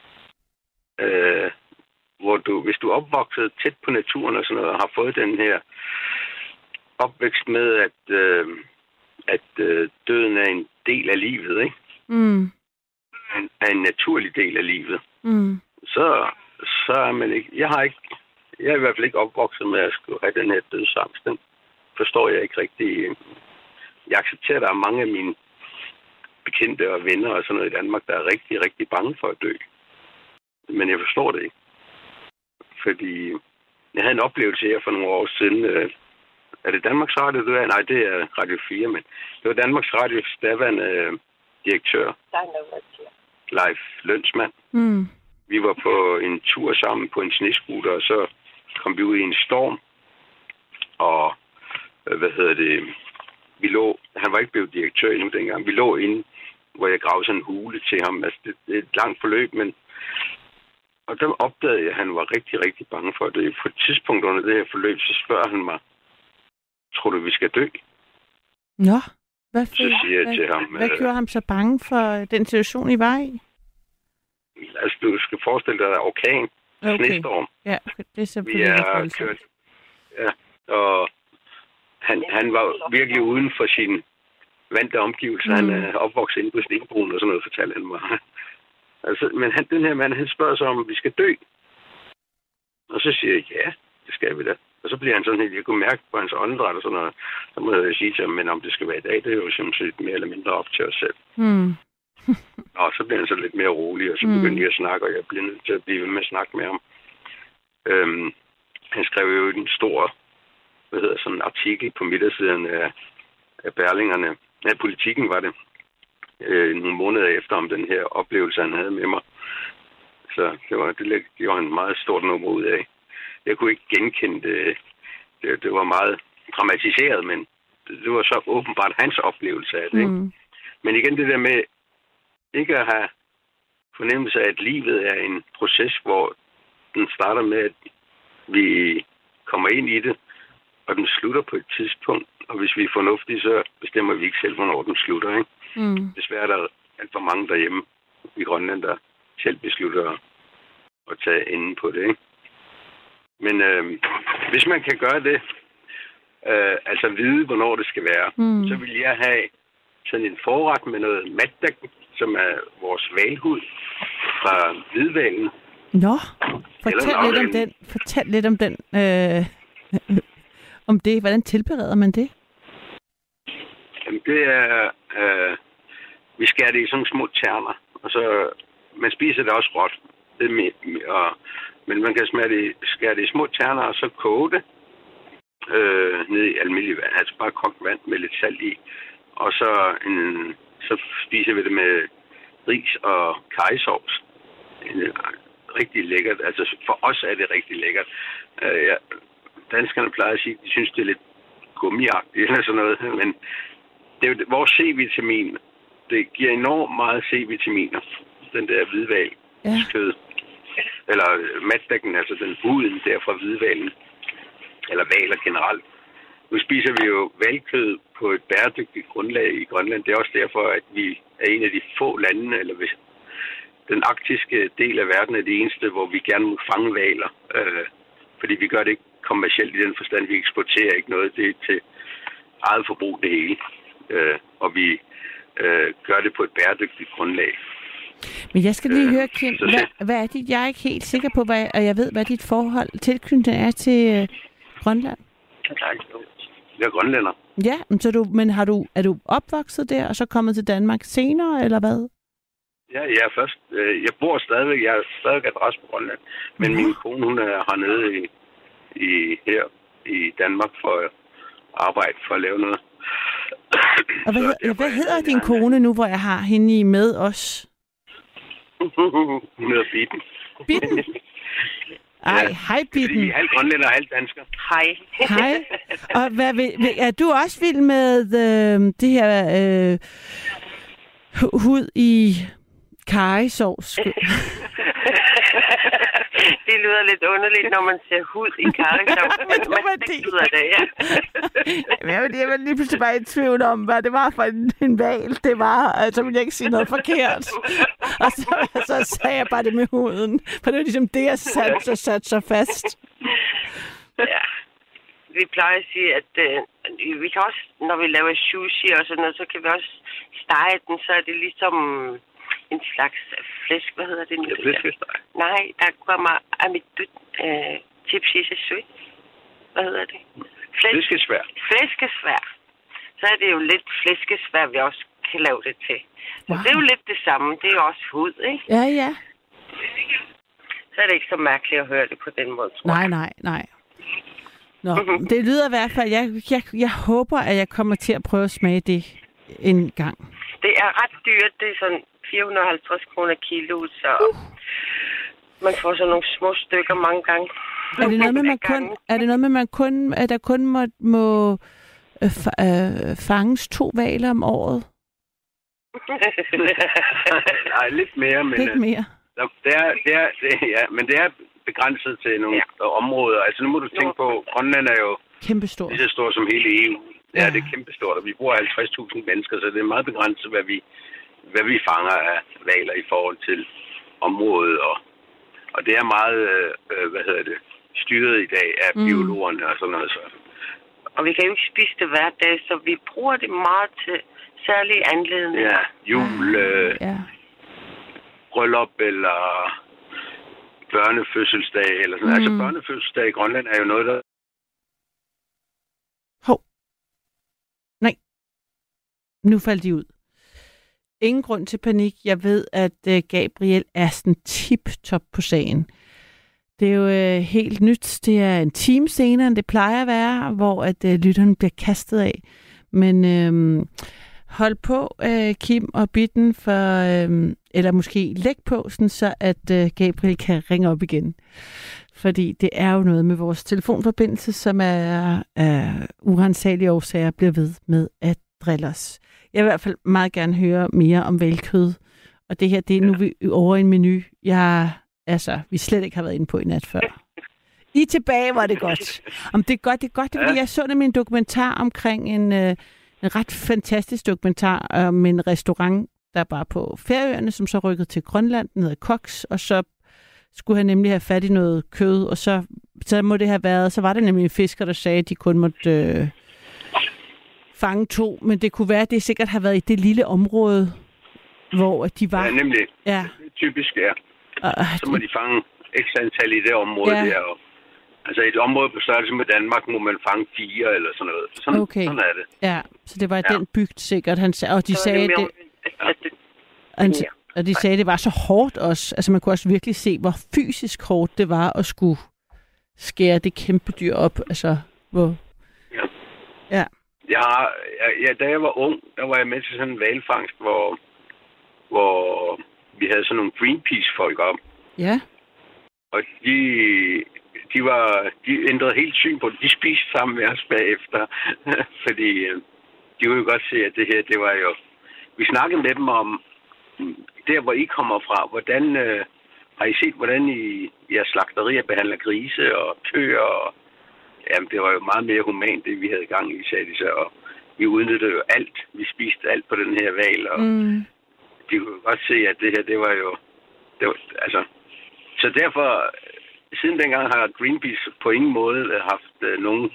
Hvor hvis du er opvokset tæt på naturen og sådan noget, og har fået den her opvækst med, at døden er en del af livet, ikke? Er en naturlig del af livet. Så er man ikke... Jeg er i hvert fald ikke opvokset med at skulle have den her dødsangst. Den forstår jeg ikke rigtig. Jeg accepterer, at der er mange af mine bekendte og venner og sådan noget i Danmark, der er rigtig, rigtig bange for at dø. Men jeg forstår det ikke. Fordi jeg havde en oplevelse her for nogle år siden. Er det Danmarks Radio, du er? Nej, det er Radio 4, men det var Danmarks Radios daværende direktør. Leif Lønsmand. Vi var på en tur sammen på en snescooter, og så kom vi ud i en storm. Og vi lå, han var ikke blevet direktør endnu dengang, vi lå inde, hvor jeg gravede sådan en hule til ham. Altså, det er et langt forløb, men... Og der opdagede jeg, at han var rigtig, rigtig bange for det. På et tidspunkt under det her forløb, så spørger han mig, tror du, vi skal dø? Nå, så siger jeg til ham... Hvad gjorde ham så bange for den situation, I var i? Altså, du skal forestille dig, at der er orkan. snestorm. Ja, okay. Det er simpelthen ikke kørt. Ja, og han var virkelig uden for sin vante omgivelser. Han er opvokset inde på Snekbroen og sådan noget, fortalte han mig. Altså, men den her mand, han spørger sig om vi skal dø. Og så siger jeg, ja, det skal vi da. Og så bliver han sådan helt, jeg kunne mærke på hans åndedræt og sådan noget. Så må jeg sige til ham, men om det skal være i dag, det er jo simpelthen mere eller mindre op til os selv. Og så bliver han så lidt mere rolig, og så begynder jeg at snakke, og jeg bliver nødt til at blive ved med at snakke med ham. Han skrev jo en stor, sådan en artikel på midtersiden af Berlingerne. Ja, Politikken var det. Nogle måneder efter om den her oplevelse, han havde med mig. Så det gjorde han meget stort nummer ud af. Jeg kunne ikke genkende det. Det var meget dramatiseret, men det var så åbenbart hans oplevelse af det. Ikke? Men igen det der med ikke at have fornemmelse af, at livet er en proces, hvor den starter med, at vi kommer ind i det, og den slutter på et tidspunkt. Og hvis vi er fornuftige, så bestemmer vi ikke selv, hvornår den slutter. Ikke? Desværre er der alt for mange derhjemme i Grønland, der selv beslutter at tage enden på det. Ikke? Men hvis man kan gøre det, altså vide, hvornår det skal være, så vil jeg have sådan en forret med noget matdag, som er vores hvalhud fra hvidhvalen. Nå, fortæl lidt om den. Om det. Hvordan tilbereder man det? Jamen, det er... vi skærer det i sådan små terner, og så... Man spiser det også råt. Men man kan skære det i små terner, og så koge det ned i almindelig vand. Altså bare kogt vand med lidt salt i. Og så spiser vi det med ris og karrysovs. Rigtig lækkert. Altså for os er det rigtig lækkert. Danskerne plejer at sige, at de synes, det er lidt gummiagtigt eller sådan noget. Men det er jo vores C-vitamin. Det giver enormt meget C-vitaminer. Den der hvidhval kød. Eller matdagen, altså den huden der fra hvidhvalen. Eller hvaler generelt. Nu spiser vi jo hvalkød på et bæredygtigt grundlag i Grønland. Det er også derfor, at vi er en af de få lande, eller den arktiske del af verden er det eneste, hvor vi gerne må fange hvaler. Fordi vi gør det ikke kommercielt i den forstand. Vi eksporterer ikke noget. Det er til eget forbrug det hele. Og vi gør det på et bæredygtigt grundlag. Men jeg skal lige høre, Kim, hvad er dit? Jeg er ikke helt sikker på, og jeg ved, hvad dit forhold tilknytning er til Grønland. Jeg er grønlænder. Ja, men er du opvokset der, og så kommet til Danmark senere, eller hvad? Ja, jeg er først. Jeg bor stadigvæk. Jeg er stadigvæk adresse på Grønland. Men min kone, hun er hernede her i Danmark for at arbejde, for at lave noget. Og hvad hedder din kone nu, hvor jeg har hende med os? Hun hedder Bitten. Bitten? Ej, hej Bitten. Vi er halvt grønlænder og halvt dansker. Hej. Hej. Og er du også vild med det her hud i karrysovs? Det lyder lidt underligt, når man ser hud i karrysovs, men man ikke ud af det, ja. Jeg var lige pludselig bare i tvivl om, hvad det var for en hval. Det var, altså ville jeg ikke sige noget forkert. Og så sagde jeg bare det med huden. For det var ligesom det, jeg satte sig fast. Ja. Vi plejer at sige, at vi kan også, når vi laver sushi og sådan noget, så kan vi også stege den, så er det ligesom en slags flæsk. Hvad hedder det nu? Ja, flæskesteg. Nej, der kommer amidut tipsisesø. Hvad hedder det? Flæskesvær. Flæskesvær. Så er det jo lidt flæskesvær, vi også kan lave det til. Så wow. Det er jo lidt det samme. Det er også hud, ikke? Ja, ja. Så er det ikke så mærkeligt at høre det på den måde, tror jeg. Nej. Nå, det lyder i hvert fald... Jeg håber, at jeg kommer til at prøve at smage det en gang. Det er ret dyrt. Det er sådan 450 kroner kilo, så man får sådan nogle små stykker mange gange. Er det noget med, at der kun må fanges 2 hvaler om året? Nej, lidt mere. Men, lidt mere? Men det er begrænset til nogle områder. Altså nu må du tænke på, Grønland er jo kæmpestort. Lige så stort som hele EU. Ja, det er kæmpestort, og vi bor 50.000 mennesker, så det er meget begrænset, hvad vi fanger af hvaler i forhold til området. Og Og det er meget, styret i dag af biologerne og sådan noget. Så. Og vi kan jo ikke spise det hver dag, så vi bruger det meget til særlige anledninger. Ja, jul, bryllup eller børnefødselsdag eller sådan. Altså børnefødselsdag i Grønland er jo noget, der... Nej. Nu faldt de ud. Ingen grund til panik. Jeg ved, at Gabriel er sådan tip-top på sagen. Det er jo helt nyt. Det er en time senere, end det plejer at være, hvor at lytteren bliver kastet af. Men hold på, Kim og Bitten, for, eller måske læg på, sådan så at Gabriel kan ringe op igen. Fordi det er jo noget med vores telefonforbindelse, som er urensagelige årsager bliver ved med at drille os. Jeg vil i hvert fald meget gerne høre mere om hvalkød. Og det her, det er nu vi over en menu, vi slet ikke har været inde på i nat før. I tilbage var det godt. Om det er godt, det er godt, fordi jeg så nemlig en dokumentar omkring en ret fantastisk dokumentar om en restaurant, der var på Færøerne, som så rykkede til Grønland, ned ad Koks, og så skulle han nemlig have fat i noget kød, og så må det have været, så var der nemlig en fisker, der sagde, at de kun måtte fange 2, men det kunne være, at det sikkert har været i det lille område, hvor de var. Ja, nemlig. Ja. Typisk, ja. Så må de fange x antal i det område der. Og, altså et område på størrelse med Danmark må man fange 4 eller sådan noget. Sådan er det. Ja, så det var i den bygd sikkert. Og de sagde det. Og de sagde, at det var så hårdt også. Altså man kunne også virkelig se, hvor fysisk hårdt det var at skulle skære det kæmpe dyr op. Altså, hvor... Ja. Da jeg var ung, der var jeg med til sådan en hvalfangst, hvor vi havde sådan nogle Greenpeace-folk op. Ja. Og de ændrede helt syn på det. De spiste sammen med os bagefter. Fordi de kunne jo godt se, at det her, det var jo... Vi snakkede med dem om, der hvor I kommer fra, hvordan har I set, hvordan I jeres slagterier behandler grise og køer og... Jamen, det var jo meget mere humant, det vi havde gang i, sagde de så. Og vi udnyttede jo alt. Vi spiste alt på den her hval, og de kunne godt se, at det her, det var jo... altså... Så derfor, siden dengang har Greenpeace på ingen måde haft nogen...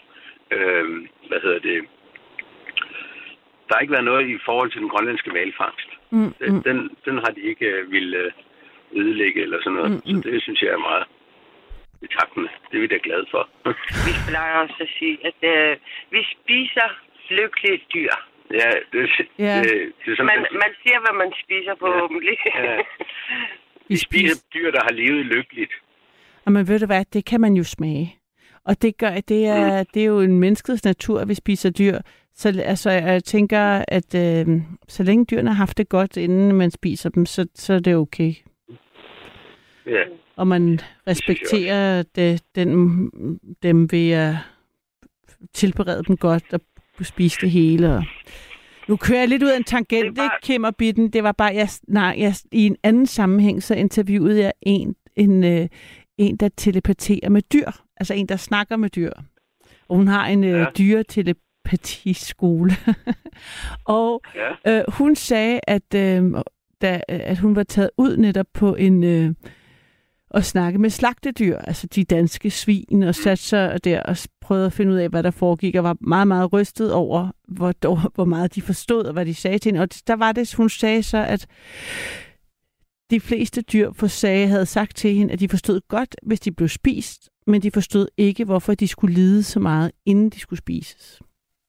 Der har ikke været noget i forhold til den grønlandske hvalfangst. Den har de ikke ville ødelægge eller sådan noget. Så det synes jeg er meget... betakkende. Det er vi da glade for. Vi plejer også at sige, at vi spiser lykkelige dyr. Ja, det er sådan, man siger, hvad man spiser på åbenligt. Ja. Vi spiser dyr, der har levet lykkeligt. Og man ved du hvad, det kan man jo smage. Og det er jo en menneskets natur, at vi spiser dyr. Så altså, jeg tænker, at så længe dyrene har haft det godt, inden man spiser dem, så er det okay. Ja. Og man respekterer dem ved at tilberede dem godt og spise det hele. Og nu kører jeg lidt ud af en tangent, ikke, Kim og Bitten? Det var bare, jeg i en anden sammenhæng, så interviewede jeg en der telepaterer med dyr. Altså en, der snakker med dyr. Og hun har en dyretelepatiskole. Og hun sagde, at hun var taget ud netop på en... og snakke med slagtedyr, altså de danske svin, og satte sig der og prøvede at finde ud af, hvad der foregik, og var meget, meget rystet over, hvor meget de forstod, og hvad de sagde til hende. Og der var det, hun sagde så, at de fleste dyr havde sagt til hende, at de forstod godt, hvis de blev spist, men de forstod ikke, hvorfor de skulle lide så meget, inden de skulle spises.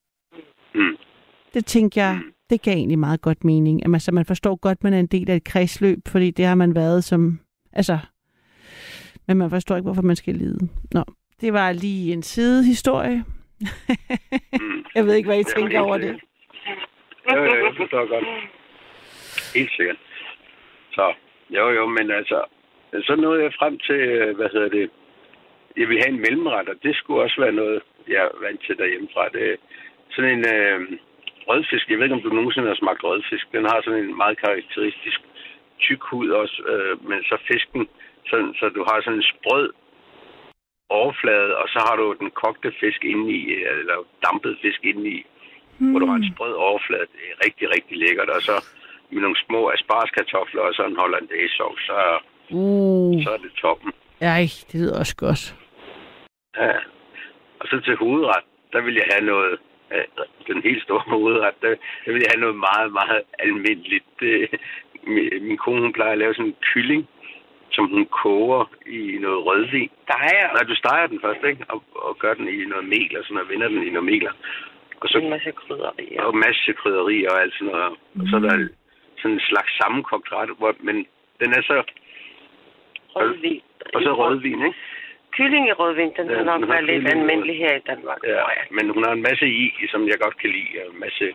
Det tænkte jeg, det gav egentlig meget godt mening. Altså, man forstår godt, at man er en del af et kredsløb, fordi det har man været som... Altså, men man forstår ikke, hvorfor man skal lide. Nå, det var lige en sidehistorie. Jeg ved ikke, hvad I tænker over det. Jeg forstår godt. Helt sikkert. Så, jo, men altså, så nåede jeg frem til, jeg ville have en mellemret, og det skulle også være noget, jeg er vant til derhjemmefra. Det er sådan en rødfisk. Jeg ved ikke, om du nogensinde har smagt rødfisk. Den har sådan en meget karakteristisk tyk hud også, men så fisken, så du har sådan en sprød overflade, og så har du den kogte fisk indeni, eller dampet fisk indeni, hvor du har en sprød overflade. Det er rigtig, rigtig lækkert. Og så med nogle små aspargeskartofler og så en hollandaisesauce, Så er det toppen. Ej, det lyder også godt. Ja. Og så til hovedret, der vil jeg have noget, den helt store hovedret, der vil jeg have noget meget, meget almindeligt. Min kone, hun plejer at lave sådan en kylling, som hun koger i noget rødvin. Nej, du steger den først, ikke? Og gør den i noget mel, og sådan noget, vender den i noget mel. Og så en masse krydderier. Og en masse krydderier og alt sådan noget. Og så er der sådan en slags sammenkogt ret, men den er så... Rødvin. Og så rødvin, ikke? Kylling i rødvin, den er nok være lidt almindelig her i Danmark. Ja, men hun har en masse som jeg godt kan lide. Og en masse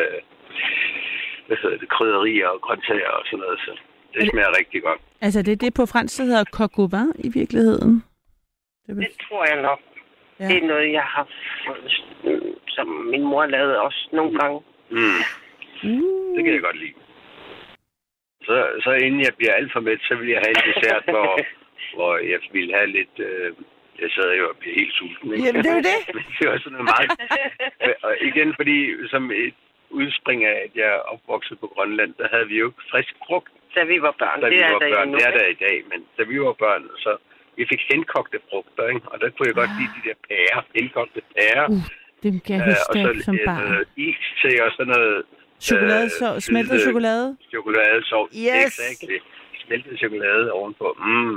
krydderier og grøntsager og sådan noget. Så det smager rigtig godt. Altså det på fransk, der hedder coq au vin i virkeligheden? Det tror jeg nok. Ja. Det er noget, jeg har fået, som min mor lavede også nogle gange. Det kan jeg godt lide. Så inden jeg bliver alt for mæt, så vil jeg have en dessert, hvor jeg vil have lidt... jeg sad jo og blev helt sulten. Ikke? Jamen, det er jo det. Det var sådan noget meget... Og igen, fordi som et udspring af, at jeg er opvokset på Grønland, der havde vi jo ikke frisk frugt. Da vi var børn. Det er der i dag, men da vi var børn, så vi fik henkogte frugter, ikke? Og der kunne jeg godt lide de der pærer, henkogte pærer. Dem kan jeg huske som barn. Og så is til og sådan noget... Chokoladesovs, smeltet chokolade? Chokoladesovs, yes! Exactly. Smeltet chokolade ovenpå.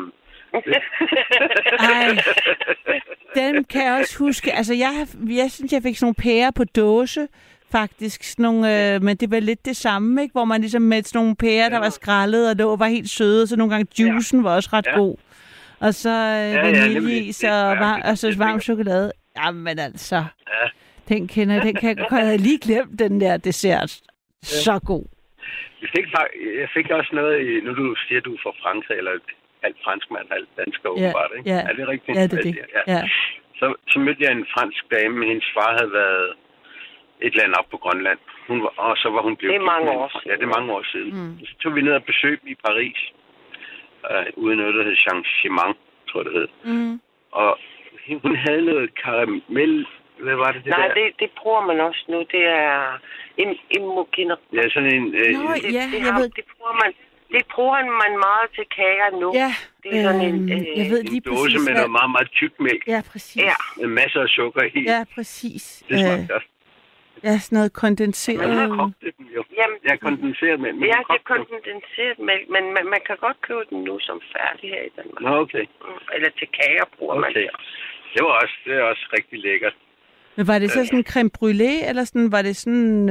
Ej, dem kan jeg også huske. Altså, jeg synes, jeg fik sådan nogle pærer på dåse, faktisk. Sådan nogle, men det var lidt det samme, ikke? Hvor man ligesom med sådan nogle pærer, der var skrællet, og det var helt søde, og så nogle gange juicen var også ret god. Og så vaniljeis og så varm chokolade. Jamen altså, den kan jeg lige glemme, den der dessert. Så god. Jeg fik også noget i, nu du siger, du er fra Frankrig, eller halvt franskmand, halvt dansker åbenbart, ikke? Ja. Er det rigtigt? Ja, det er det. Ja. Så mødte jeg en fransk dame, hendes far havde været et eller andet op på Grønland. Og så var hun blevet... Det er mange år siden. Ja, det er mange år siden. Så tog vi ned og besøgte i Paris, uden noget, der hed Changement, tror jeg, det hed. Og hun havde noget karamel... Hvad var det Nej, der? det bruger man også nu. Det er imoginer. Ja, sådan en... Det bruger man meget til kager nu. Ja, det er sådan jeg ved lige en dåse med noget meget, meget tyk mælk. Ja, præcis. Ja. Med masser af sukker i. Ja, præcis. Det smagte godt. Ja, sådan noget kondenseret. Man har kogt den jo. Jamen, det er kondenseret mælk. Ja, det er kondenseret mælk, men man kan godt købe den nu som færdig her i Danmark. Nå, okay. Eller til kager bruger man det. Det er også rigtig lækkert. Men var det så sådan en creme brûlée, eller sådan, var det sådan...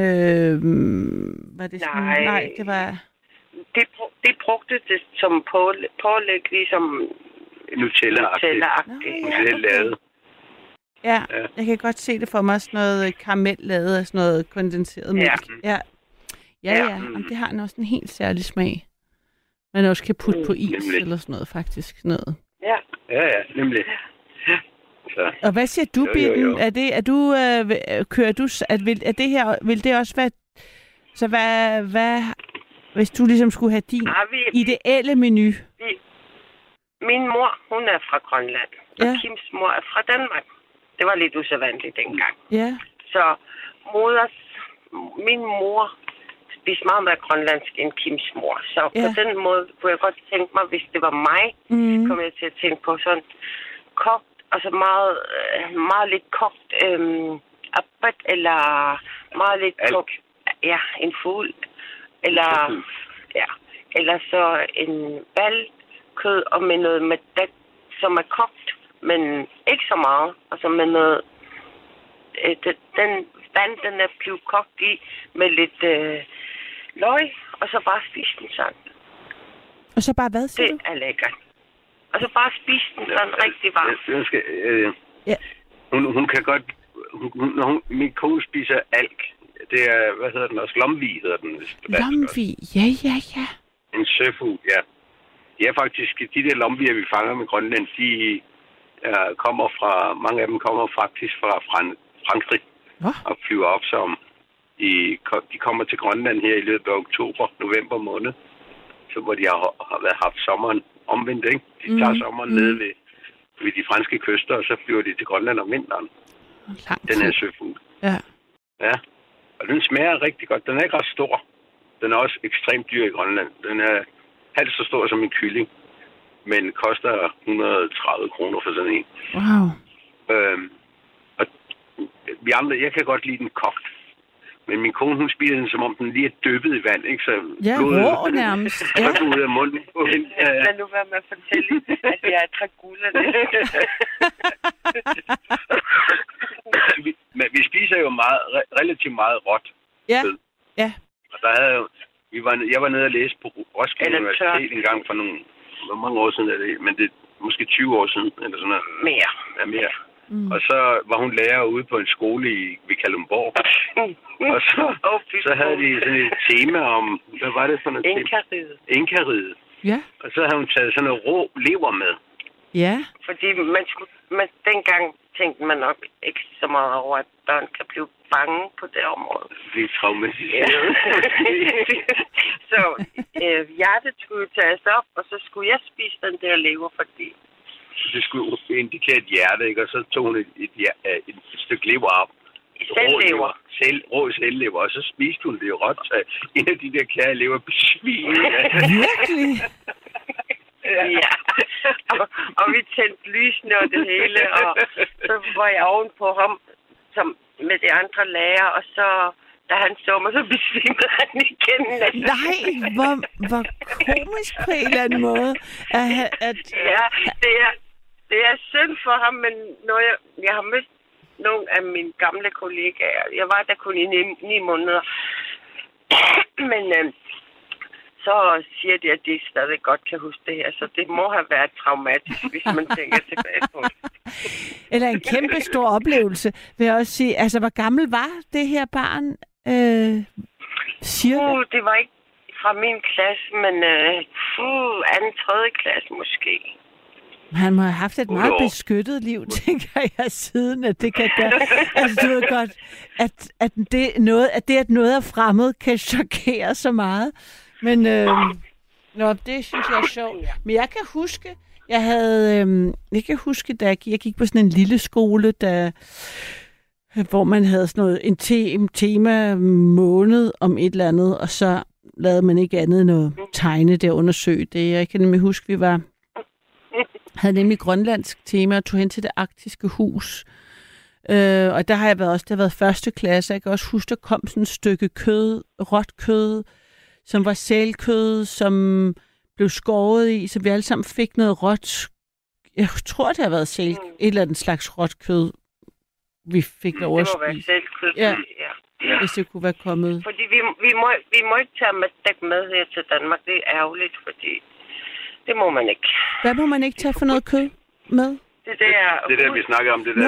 Nej, det var... Det brugte det som pålæg, ligesom Nutella-agtigt. Nutella-lavet. Ja, jeg kan godt se det for mig, sådan noget karamel lavet af sådan noget kondenseret mælk. Ja. Jamen, det har den også en helt særlig smag. Man også kan putte på is eller sådan noget, faktisk. Noget. Ja, nemlig. Så. Og hvad siger du, Bitten? Kører du, vil det også være, så hvad, hvis du ligesom skulle have din ideelle menu? Min mor, hun er fra Grønland, og Kims mor er fra Danmark. Det var lidt usædvanligt dengang. Ja. Så min mor spiste meget mere grønlandsk end Kims mor. Så på den måde kunne jeg godt tænke mig, hvis det var mig, kom jeg til at tænke på sådan kogt, altså meget lidt kogt appet, eller meget lidt kogt, en fugl, eller så en valkød, og med noget med det, som er kogt, men ikke så meget, altså med noget, den vand, den er blevet kogt i, med lidt løg, og så bare spise den sådan. Og så bare hvad, siger du? Det er lækkert. Og så bare spise den sådan rigtig varm. Hun kan godt... Min kone spiser alk. Det er, hvad hedder den også? Lomvi hedder den. Lomvi, ja. En søfugl, ja. Det er faktisk... De der lomvier, vi fanger med Grønland, de kommer fra... Mange af dem kommer faktisk fra Frankrig. Og flyver op som... De kommer til Grønland her i løbet af oktober-november måned. Så hvor de har haft sommeren omvendt, ikke? De tager sommeren nede ved de franske kyster, og så flyver de til Grønland om vinteren. Den her søfugl. Ja. Og den smager rigtig godt. Den er ikke ret stor. Den er også ekstremt dyr i Grønland. Den er halvt så stor som en kylling. men koster 130 kroner for sådan en. Wow. Og vi andre, jeg kan godt lide den kogt. Men min kone, hun spiser den, som om den lige er dyppet i vand, ikke? Så rå nærmest. Ja, ud af munden på hende. Lad nu være med at fortælle, at jeg er Dracula. Men vi spiser jo relativt meget råt. Ja. Ja. Og der havde jo, jeg var nede og læse på Roskilde Universitet en gang for hvor mange år siden er det, men det er måske 20 år siden, eller sådan noget. Mere. Ja, mere. Og så var hun lærer ude på en skole ved Kalundborg. Og så havde de sådan et tema om, hvad var det for noget? Inkariget. Ja. Og så havde hun taget sådan noget rå lever med. Ja. Fordi dengang tænkte man nok ikke så meget over, at børn kan blive bange på det område. Det er traumatiseret. Så hjertet skulle tages op, og så skulle jeg spise den der lever, fordi det skulle indikere et hjerte, ikke? Og så tog hun et stykke lever op. Selvlever. Rå selvlever. Og så spiste hun det jo råt. Så en af de der kære lever besvimede. Virkelig? Ja. Og vi tændte lysene og det hele. Og så var jeg ovenpå ham som med de andre lærere. Og så, da han så mig, så besvimede han igen. Nej, hvor komisk på en eller anden måde. Ja, det er synd for ham, men når jeg har mødt nogle af mine gamle kollegaer. Jeg var der kun i 9 måneder. Men så siger de, at de stadig godt kan huske det her. Så det må have været traumatisk, hvis man tænker tilbage på det. Eller en kæmpe stor oplevelse, vil jeg også sige. Altså, hvor gammel var det her barn? Det var ikke fra min klasse, men 2. 3. klasse måske. Han må have haft et meget beskyttet liv, tænker jeg, siden at det kan gøre. Altså, du ved godt, at noget er fremmed, kan chokere så meget. Men det synes jeg er sjovt. Men jeg kan huske, da jeg gik på sådan en lille skole, hvor man havde sådan noget en tema måned om et eller andet, og så lavede man ikke andet end noget tegne der, undersøge det. Jeg kan nemlig huske, vi havde nemlig grønlandsk tema og tog hen til det arktiske hus. Og der har jeg været første klasse. Jeg kan også huske, der kom sådan et stykke kød, råt kød, som var sælkød, som blev skåret i, så vi alle sammen fik noget råt. Jeg tror, det har været et eller andet slags råt kød, vi fik lov at spise. Det må være sælkød, ja. Hvis det kunne være kommet. Fordi vi må ikke tage med her til Danmark. Det er ærgerligt, fordi det må man ikke. Hvad må man ikke tage for noget kød med? Det der, vi snakker om, det der.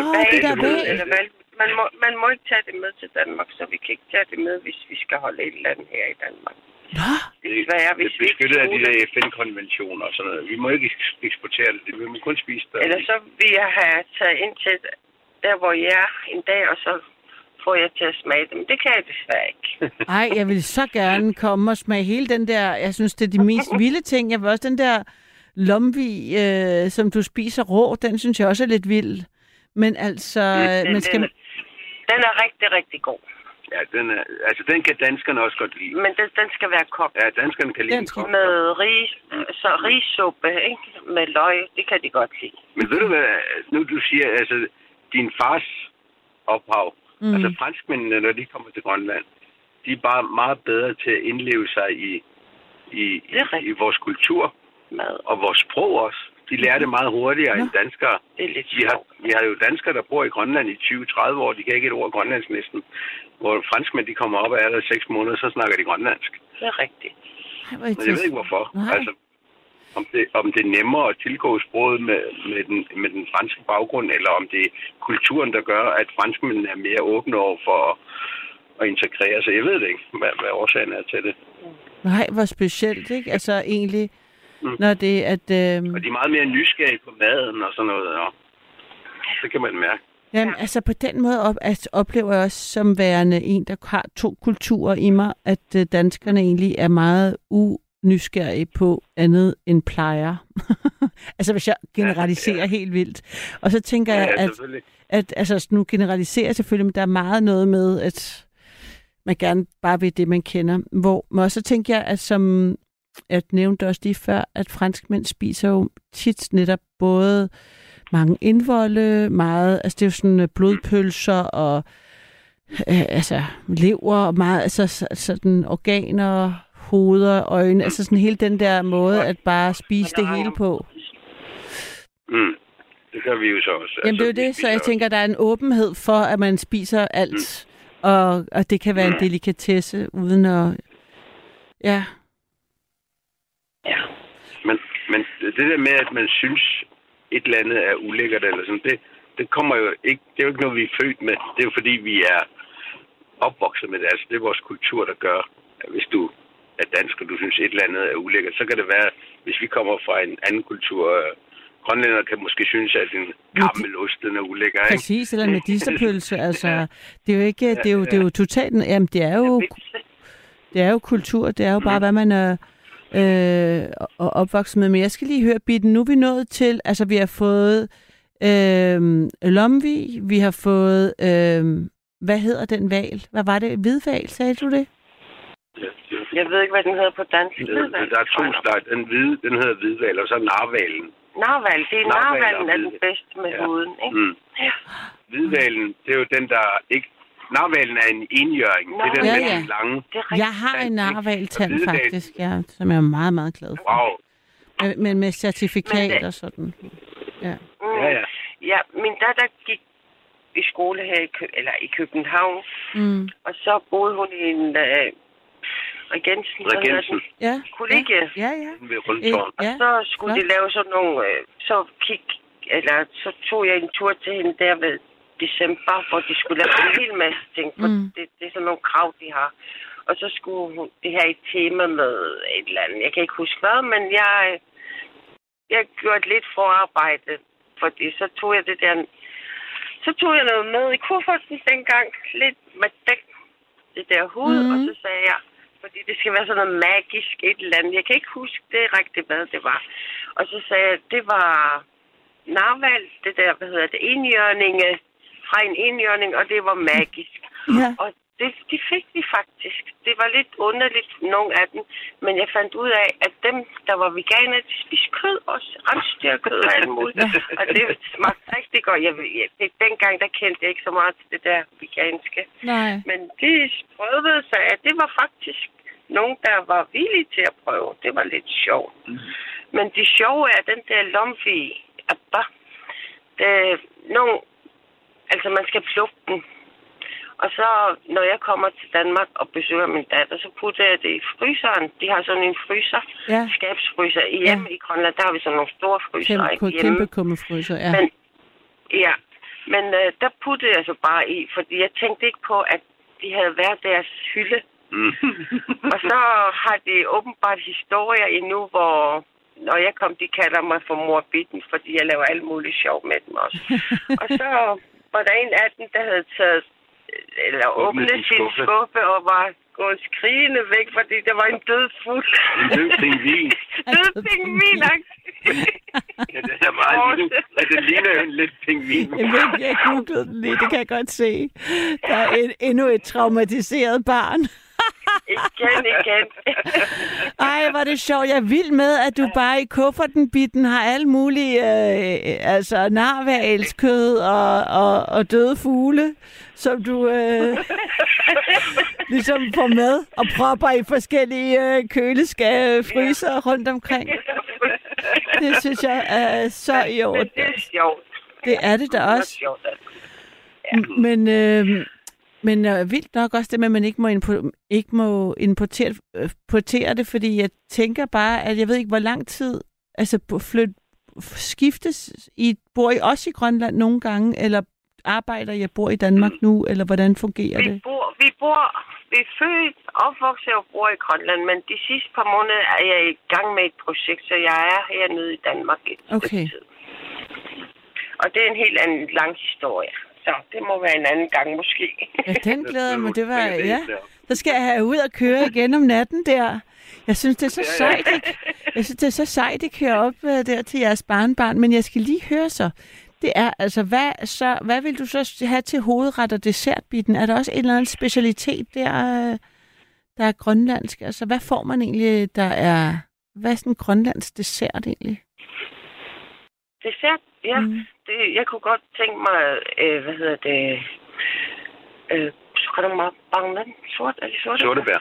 Man må ikke tage det med til Danmark, så vi kan ikke tage det med, hvis vi skal holde et eller andet her i Danmark. Nå? Det er beskyttet af de der FN-konventioner og sådan noget. Vi må ikke eksportere det. Vi må kun spise det. Eller så vil jeg have taget ind til der, hvor jeg er en dag, og så får jeg til at smage dem. Det kan jeg desværre ikke. Ej, jeg vil så gerne komme og smage hele den der, jeg synes, det er de mest vilde ting. Jeg vil også den der lomvig, som du spiser rå, den synes jeg også er lidt vild. Men altså... Den er rigtig, rigtig god. Ja, den kan danskerne også godt lide. Men den skal være kogt. Ja, danskerne kan lide den kogt. Med rissuppe, ikke? Med løg, det kan de godt lide. Men ved du hvad, nu du siger, altså, din fars ophav, altså franskmændene, når de kommer til Grønland, de er bare meget bedre til at indleve sig i vores kultur og vores sprog også. De lærer det meget hurtigere end danskere. Vi har jo danskere, der bor i Grønland i 20-30 år. De kan ikke et ord grønlandsk næsten. Hvor franskmænd, de kommer op af aller 6 måneder, så snakker de grønlandsk. Det er rigtigt. Men jeg ved ikke hvorfor. Altså, om det er nemmere at tilgå sproget med den franske baggrund, eller om det er kulturen, der gør, at franskmændene er mere åbne over for at integrere sig. Jeg ved det ikke, hvad årsagen er til det. Nej, hvor specielt, ikke? Altså egentlig... Når det at, Og de er meget mere nysgerrige på maden og sådan noget, og det kan man mærke. Jamen, altså på den måde oplever jeg også som værende en, der har 2 kulturer i mig, at danskerne egentlig er meget unysgerrige på andet end plejer. Altså hvis jeg generaliserer helt vildt. Og så tænker jeg, at altså nu generaliserer jeg selvfølgelig, men der er meget noget med, at man gerne bare vil det, man kender. Men så tænker jeg, at som jeg nævnte også lige før, at franskmænd spiser jo tit netop både mange indvolde, meget, altså det er jo sådan blodpølser og altså lever og meget, altså sådan organer, hoveder, øjne, altså sådan hele den der måde at bare spise det hele på. Det gør vi jo så også. Jamen det er jo det, så jeg tænker, der er en åbenhed for, at man spiser alt, og det kan være en delikatesse, uden at... Ja. Men det der med, at man synes, et eller andet er ulækkert, eller sådan, det kommer jo ikke... Det er jo ikke noget, vi er født med. Det er jo fordi, vi er opvokset med det. Altså, det er vores kultur, der gør, at hvis du er dansk, og du synes, et eller andet er ulækkert, så kan det være, hvis vi kommer fra en anden kultur... Grønlænder kan måske synes, at en karamelost er ulækker, ikke? Præcis, eller en medisterpølse, altså, det er jo ikke, det er jo totalt, jamen, det er jo kultur, det er jo bare, hvad man er opvokset med. Men jeg skal lige høre, Bitten, nu er vi nået til, altså, vi har fået lomvi, vi har fået, hvad hedder den hval? Hvad var det? Hvidhval, sagde du det? Jeg ved ikke, hvad den hedder på dansk. Der er to slags. Den hedder hvidhval, og så narvalen. Narval, det er narvalen er den bedste med huden, ikke? Ja. Hvidhvalen, det er jo den, der ikke... Narvalen er en enhjørring. Det er den med den lange. Jeg har en narvaltand, faktisk, som jeg er meget, meget glad for. Wow. Men med certifikat og sådan. Ja. Ja, min datter gik i skole her i København, og så boede hun i en... Regensen. Ja. Kollegie. Ja. Og så skulle de lave sådan nogle... Så tog jeg en tur til hende der ved december, hvor de skulle lave en hel masse ting. For det er sådan nogle krav, de har. Og så skulle hun det her et tema med et eller andet. Jeg kan ikke huske hvad, men jeg gjorde lidt forarbejde. Fordi så tog jeg det der... Så tog jeg noget med i kufferten dengang. Lidt med det der hud, og så sagde jeg... Fordi det skal være sådan noget magisk et eller andet. Jeg kan ikke huske det rigtigt, hvad det var. Og så sagde jeg, det var narval, det der, enhjørninge, fra en enhjørning, og det var magisk. Ja. Og det fik de faktisk. Det var lidt underligt, nogle af dem. Men jeg fandt ud af, at dem, der var veganer, de spiste kød også. Rensdyrkød og alt muligt. Og det smagte rigtig godt. Dengang, der kendte jeg ikke så meget til det der veganske. Nej. Men de prøvede sig, at det var faktisk nogen, der var villige til at prøve. Det var lidt sjovt. Men det sjove er, den der lomvi, altså man skal plukke den. Og så, når jeg kommer til Danmark og besøger min datter, så putter jeg det i fryseren. De har sådan en fryser, skabsfryser. Hjemme i Grønland, der har vi sådan nogle store fryser. Kæmpe kummefryser, ja. Men der puttede jeg så bare i, fordi jeg tænkte ikke på, at de havde været deres hylde. Og så har de åbenbart historier endnu, hvor... Når jeg kom, de kalder mig for mor Bitten, fordi jeg laver alt muligt sjov med dem også. Og så var der en af dem, der havde taget... Eller åbnet sin skuffe og var gået skrigende væk, fordi der var en død fugl. En død pingvin. Død pingvin, ja, det er meget lille. Ja, det ligner jo en lidt pingvin. Jeg googlede den lige, det kan jeg godt se. Der er endnu et traumatiseret barn. Igen. Ej, var det sjovt. Jeg er vild med, at du bare i kufferten, Bitten, har alle mulige narhvalskød og døde fugle, som du ligesom får med og propper i forskellige fryser rundt omkring. Det synes jeg er så i orden. Det er sjovt. Det er det da også. Men vildt nok også det med, at man ikke må importere det, fordi jeg tænker bare, at jeg ved ikke, hvor lang tid skiftes. Bor I også i Grønland nogle gange, eller arbejder I bor i Danmark nu, eller hvordan fungerer det? Vi er født, opvokset og bor i Grønland, men de sidste par måneder er jeg i gang med et projekt, så jeg er hernede i Danmark et stykke tid. Og det er en helt anden lang historie. Så det må være en anden gang måske. Ja, den glæder mig. Det var, så skal jeg have ud og køre igen om natten der. Jeg synes, det er så sejt. Jeg synes, det er så sejt, at køre op der til jeres barnbarn. Men jeg skal lige høre så. Det er altså, hvad vil du så have til hovedret og dessertbiten? Er der også en eller anden specialitet der er grønlandsk? Altså, hvad får man egentlig, hvad er sådan en grønlandsk dessert egentlig? Dessert? Ja. Jeg kunne godt tænke mig, så kan du meget bange Sortebær.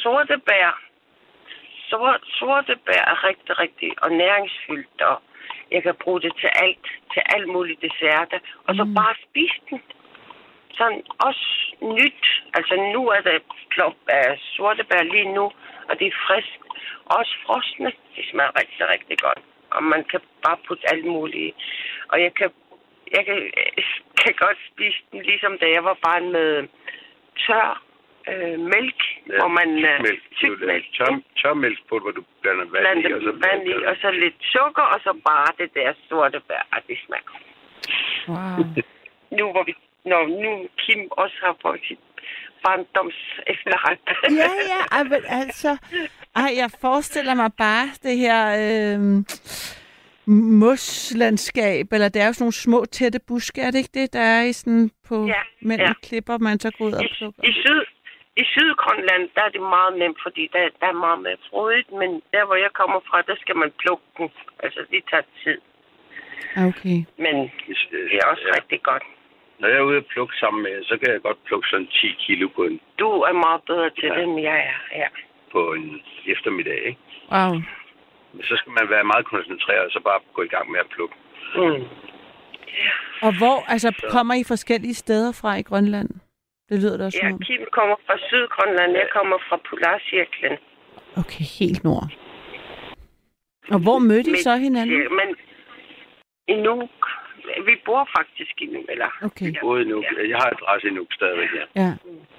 Sortebær er rigtig, rigtig og næringsfyldt, og jeg kan bruge det til alt muligt desserter, og så bare spise den. Sådan også nyt. Altså nu er der sortebær lige nu, og det er frisk. Også frosne. Det smager rigtig, rigtig godt. Og man kan bare putte alt muligt. Og jeg kan godt spise den, ligesom da jeg var barn med tør mælk. Ja, hvor man tykmælk. Tørmælk på, hvor du blander vand i. Og så lidt sukker, og så bare det der sortebær. Og det smager godt. Wow. Nu Kim også har fået sit barndoms efterret. Ja, men altså... jeg forestiller mig bare det her moslandskab, eller det er jo sådan nogle små, tætte buske, er det ikke det, der er i sådan på mellem klipper, man så går ud og plukker? I Sydgrønland, der er det meget nemt, fordi der er meget mere frodigt, men der, hvor jeg kommer fra, der skal man plukke den. Altså, det tager tid. Okay. Men det er også rigtig godt. Når jeg er ude og plukke sammen med, så kan jeg godt plukke sådan 10 kilo på en... Du er meget bedre til det, end jeg er, ja. På en eftermiddag, ikke? Wow. Så skal man være meget koncentreret, og så bare gå i gang med at plukke. Og kommer I forskellige steder fra i Grønland? Det lyder da også om. Kim kommer fra Sydgrønland, jeg kommer fra Polarcirklen. Okay, helt nord. Og hvor mødte I så hinanden? Men i Nuuk. Vi bor faktisk i Nuuk, eller? Okay. Vi bor i Nuuk. Jeg har adresse i Nuuk stadigvæk, ja.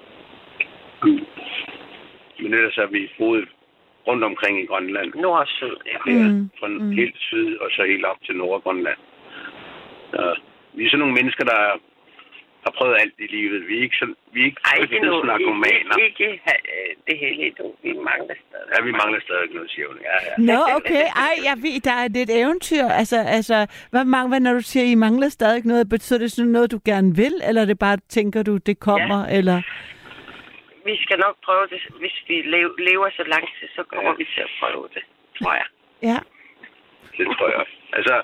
Men ellers har vi boet rundt omkring i Grønland. Nord og syd, ja. Fra helt syd og så helt op til Nordgrønland. Vi er sådan nogle mennesker, der har prøvet alt i livet. Vi er ikke narkomaner. Ikke det hele endnu. Vi mangler stadig. Ja, vi mangler stadig noget sjævning. Ja. Nå, okay. Der er lidt eventyr. Altså, hvad når du siger, I mangler stadig noget, betyder det sådan noget, du gerne vil? Eller er det bare, tænker du, det kommer? Ja. Eller... Vi skal nok prøve det. Hvis vi lever så lang tid, så kommer vi til at prøve det, tror jeg. Ja. Det tror jeg. Altså,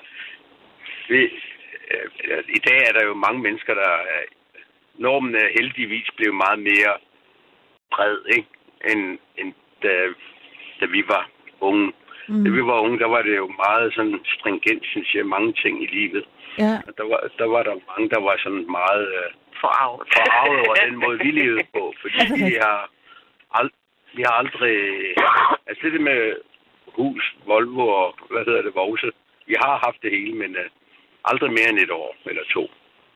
i dag er der jo mange mennesker, der... Normen er heldigvis blevet meget mere bred, ikke? End da vi var unge. Da vi var unge, der var det jo meget sådan stringent, synes jeg, mange ting i livet. Ja. Og der var der mange, der var sådan meget forarvet over den måde, vi levede på. Fordi vi har aldrig... Altså det med hus, Volvo og, Vose. Vi har haft det hele, men aldrig mere end 1 år eller 2.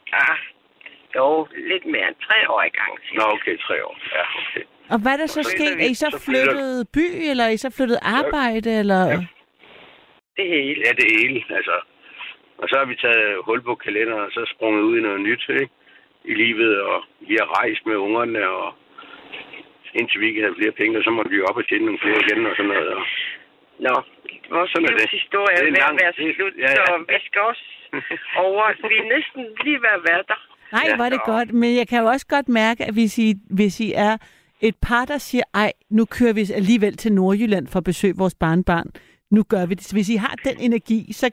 Jo, lidt mere end 3 år i gang. Nå, okay, 3 år. Ja, okay. Og hvad er der så sket? Er I så flyttet by, eller er I så flyttet arbejde, eller? Ja. Det hele. Ja, det hele, altså. Og så har vi taget hul på kalenderen, og så sprunget ud i noget nyt, ikke? I livet, og vi har rejst med ungerne, og indtil vi ikke havde flere penge, og så måtte vi op og tjene nogle flere igen, og sådan noget. Og... Nå, vores livshistorie er ved at være slut, så vi skal også over. Vi er næsten lige ved at være der. Nej, var det godt, men jeg kan jo også godt mærke, at hvis I er et par, der siger, nu kører vi alligevel til Nordjylland for at besøge vores barnbarn, nu gør vi det. Så hvis I har den energi, så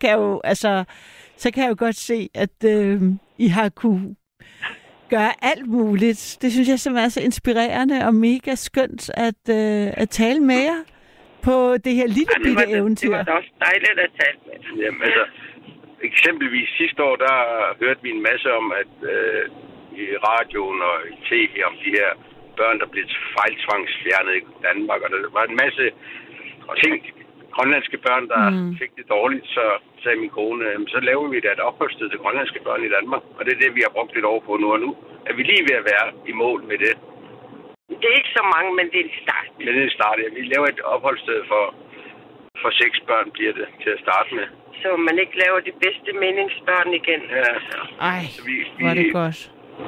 kan jeg jo godt se, at I har kunne gøre alt muligt. Det synes jeg simpelthen er så inspirerende og mega skønt at tale med jer på det her lille bitte eventyr. Det var da også dejligt at tale med. Jamen, altså, eksempelvis sidste år, der hørte vi en masse om, at i radioen og i tv om de her børn, der blev fejltvangsfjernet i Danmark, og der var en masse ting, grønlandske børn, der fik det dårligt, så sagde min kone, så laver vi da et opholdssted til grønlandske børn i Danmark, og det er det, vi har brugt lidt over på nu, og nu er vi lige ved at være i mål med det. Det er ikke så mange, men det er en start. Men det er en start, ja. Vi laver et opholdssted for 6 børn, bliver det til at starte med. Så man ikke laver de bedste meningsbørn igen. Ja. Ej, hvor er det godt.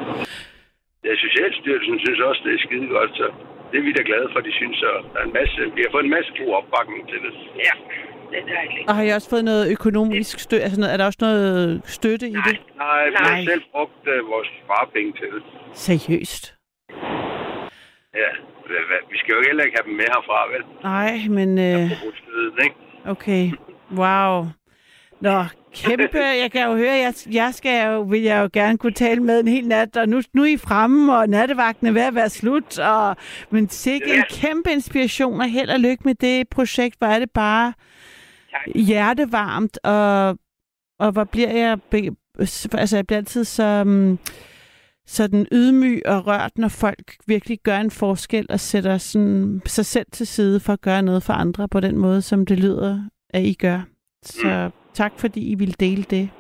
Ja, Socialstyrelsen synes også, det er skide godt, så det er vi da glade for, de synes. Og der er vi har fået en masse god opbakning til det. Ja, det er dejligt. Og har I også fået noget økonomisk støtte? Altså er der også noget støtte i det? Nej, vi har selv brugt vores sparepenge til det. Seriøst? Ja, vi skal jo heller ikke have dem med herfra, vel? Nej, men... Okay, wow. Nå, kæmpe. Jeg kan jo høre, vil jeg jo gerne kunne tale med en hel nat, og nu er I fremme, og nattevagten er ved at være slut, men sikkert en kæmpe inspiration, og held og lykke med det projekt, hvor er det bare hjertevarmt, og hvor bliver jeg... Altså, jeg bliver altid sådan ydmyg og rørt, når folk virkelig gør en forskel og sætter sådan sig selv til side for at gøre noget for andre på den måde, som det lyder, at I gør. Så tak, fordi I ville dele det.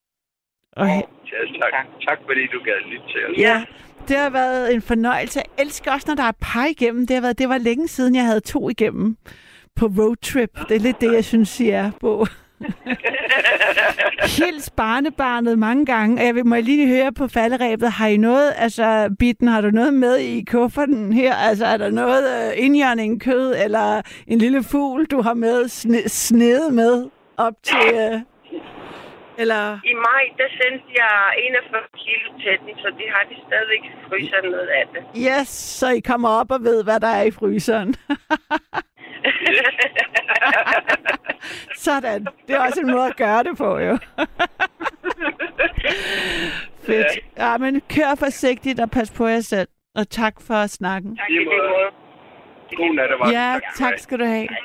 Tak, fordi du gad lytte til os. Ja, det har været en fornøjelse. Jeg elsker også, når der er par igennem. Det var længe siden, jeg havde 2 igennem på roadtrip. Det er lidt det, jeg synes, I er på. Hils barnebarnet mange gange. Jeg må lige høre på falderæbet. Har I noget, altså Bitten, har du noget med i kufferten her? Altså er der noget indjørning, kød eller en lille fugl, du har med snedet med op til... Eller... I maj, der sendte jeg 41 kilo til den, så de har de stadigvæk i fryseren noget af det. Yes, så I kommer op og ved, hvad der er i fryseren. Sådan. Det er også en måde at gøre det på, jo. Fedt. Ja, men kør forsigtigt og pas på jer selv. Og tak for snakken. Tak i lige måde. God nat. Ja, tak skal du have.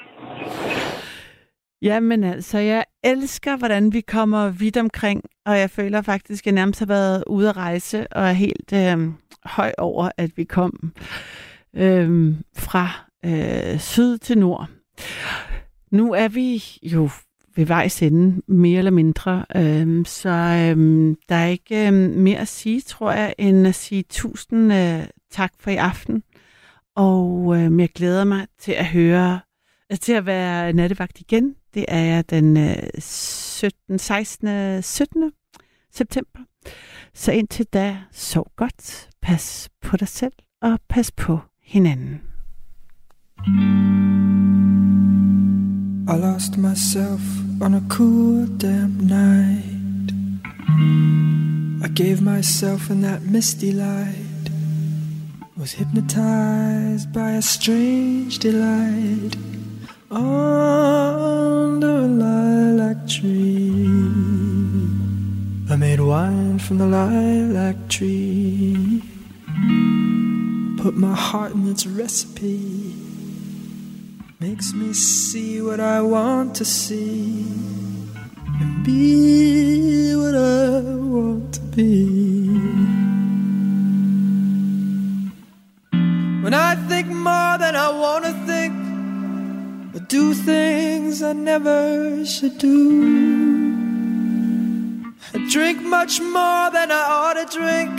Jamen altså, jeg elsker, hvordan vi kommer vidt omkring, og jeg føler faktisk, at jeg nærmest har været ude at rejse, og er helt høj over, at vi kom fra syd til nord. Nu er vi jo ved vejs ende, mere eller mindre, så der er ikke mere at sige, tror jeg, end at sige 1000 tak for i aften, og jeg glæder mig til at høre, til at være nattevagt igen. Det er jeg den 17. september. Så indtil da, sov godt, pas på dig selv og pas på hinanden. I lost myself on a cool damp night. I gave myself in that misty light. Was hypnotized by a strange delight. Under a lilac tree, I made wine from the lilac tree. Put my heart in its recipe. Makes me see what I want to see and be what I want to be. When I think more than I want to think, I do things I never should do. I drink much more than I ought to drink,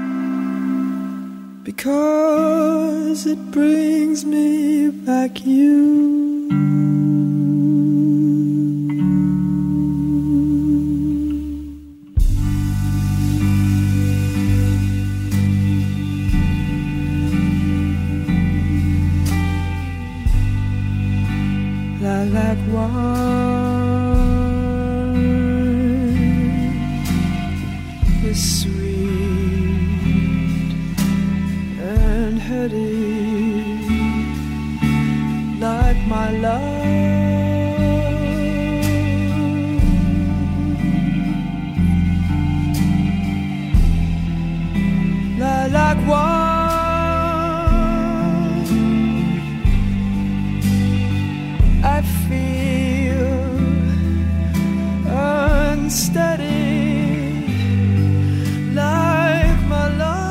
because it brings me back you. Lilac wine is sweet and heady, like my love. Lilac wine, I feel unsteady, like my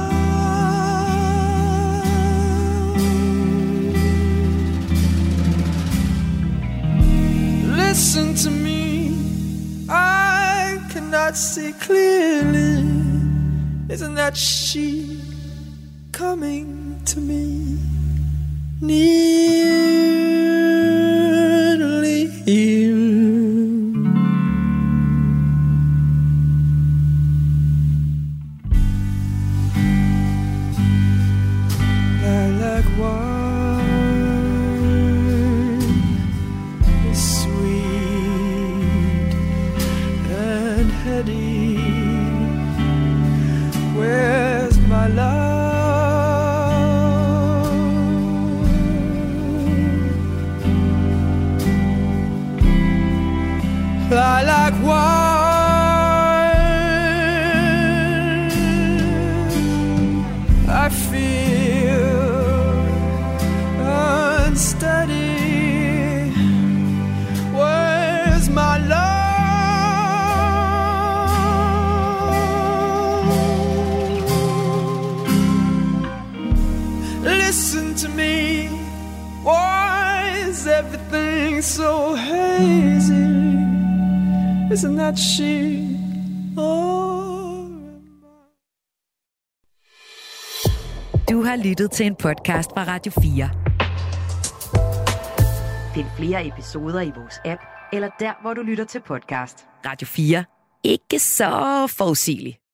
love. Listen to me, I cannot see clearly. Isn't that she coming to me? Nearly here. Lilac wine is sweet and heady. Where's my love? why I feel unsteady. Where's my love? Listen to me. Why is everything so hazy? Isn't that she? Du har lyttet til en podcast fra Radio 4. Find flere episoder i vores app, eller der, hvor du lytter til podcast. Radio 4. Ikke så forudsigeligt.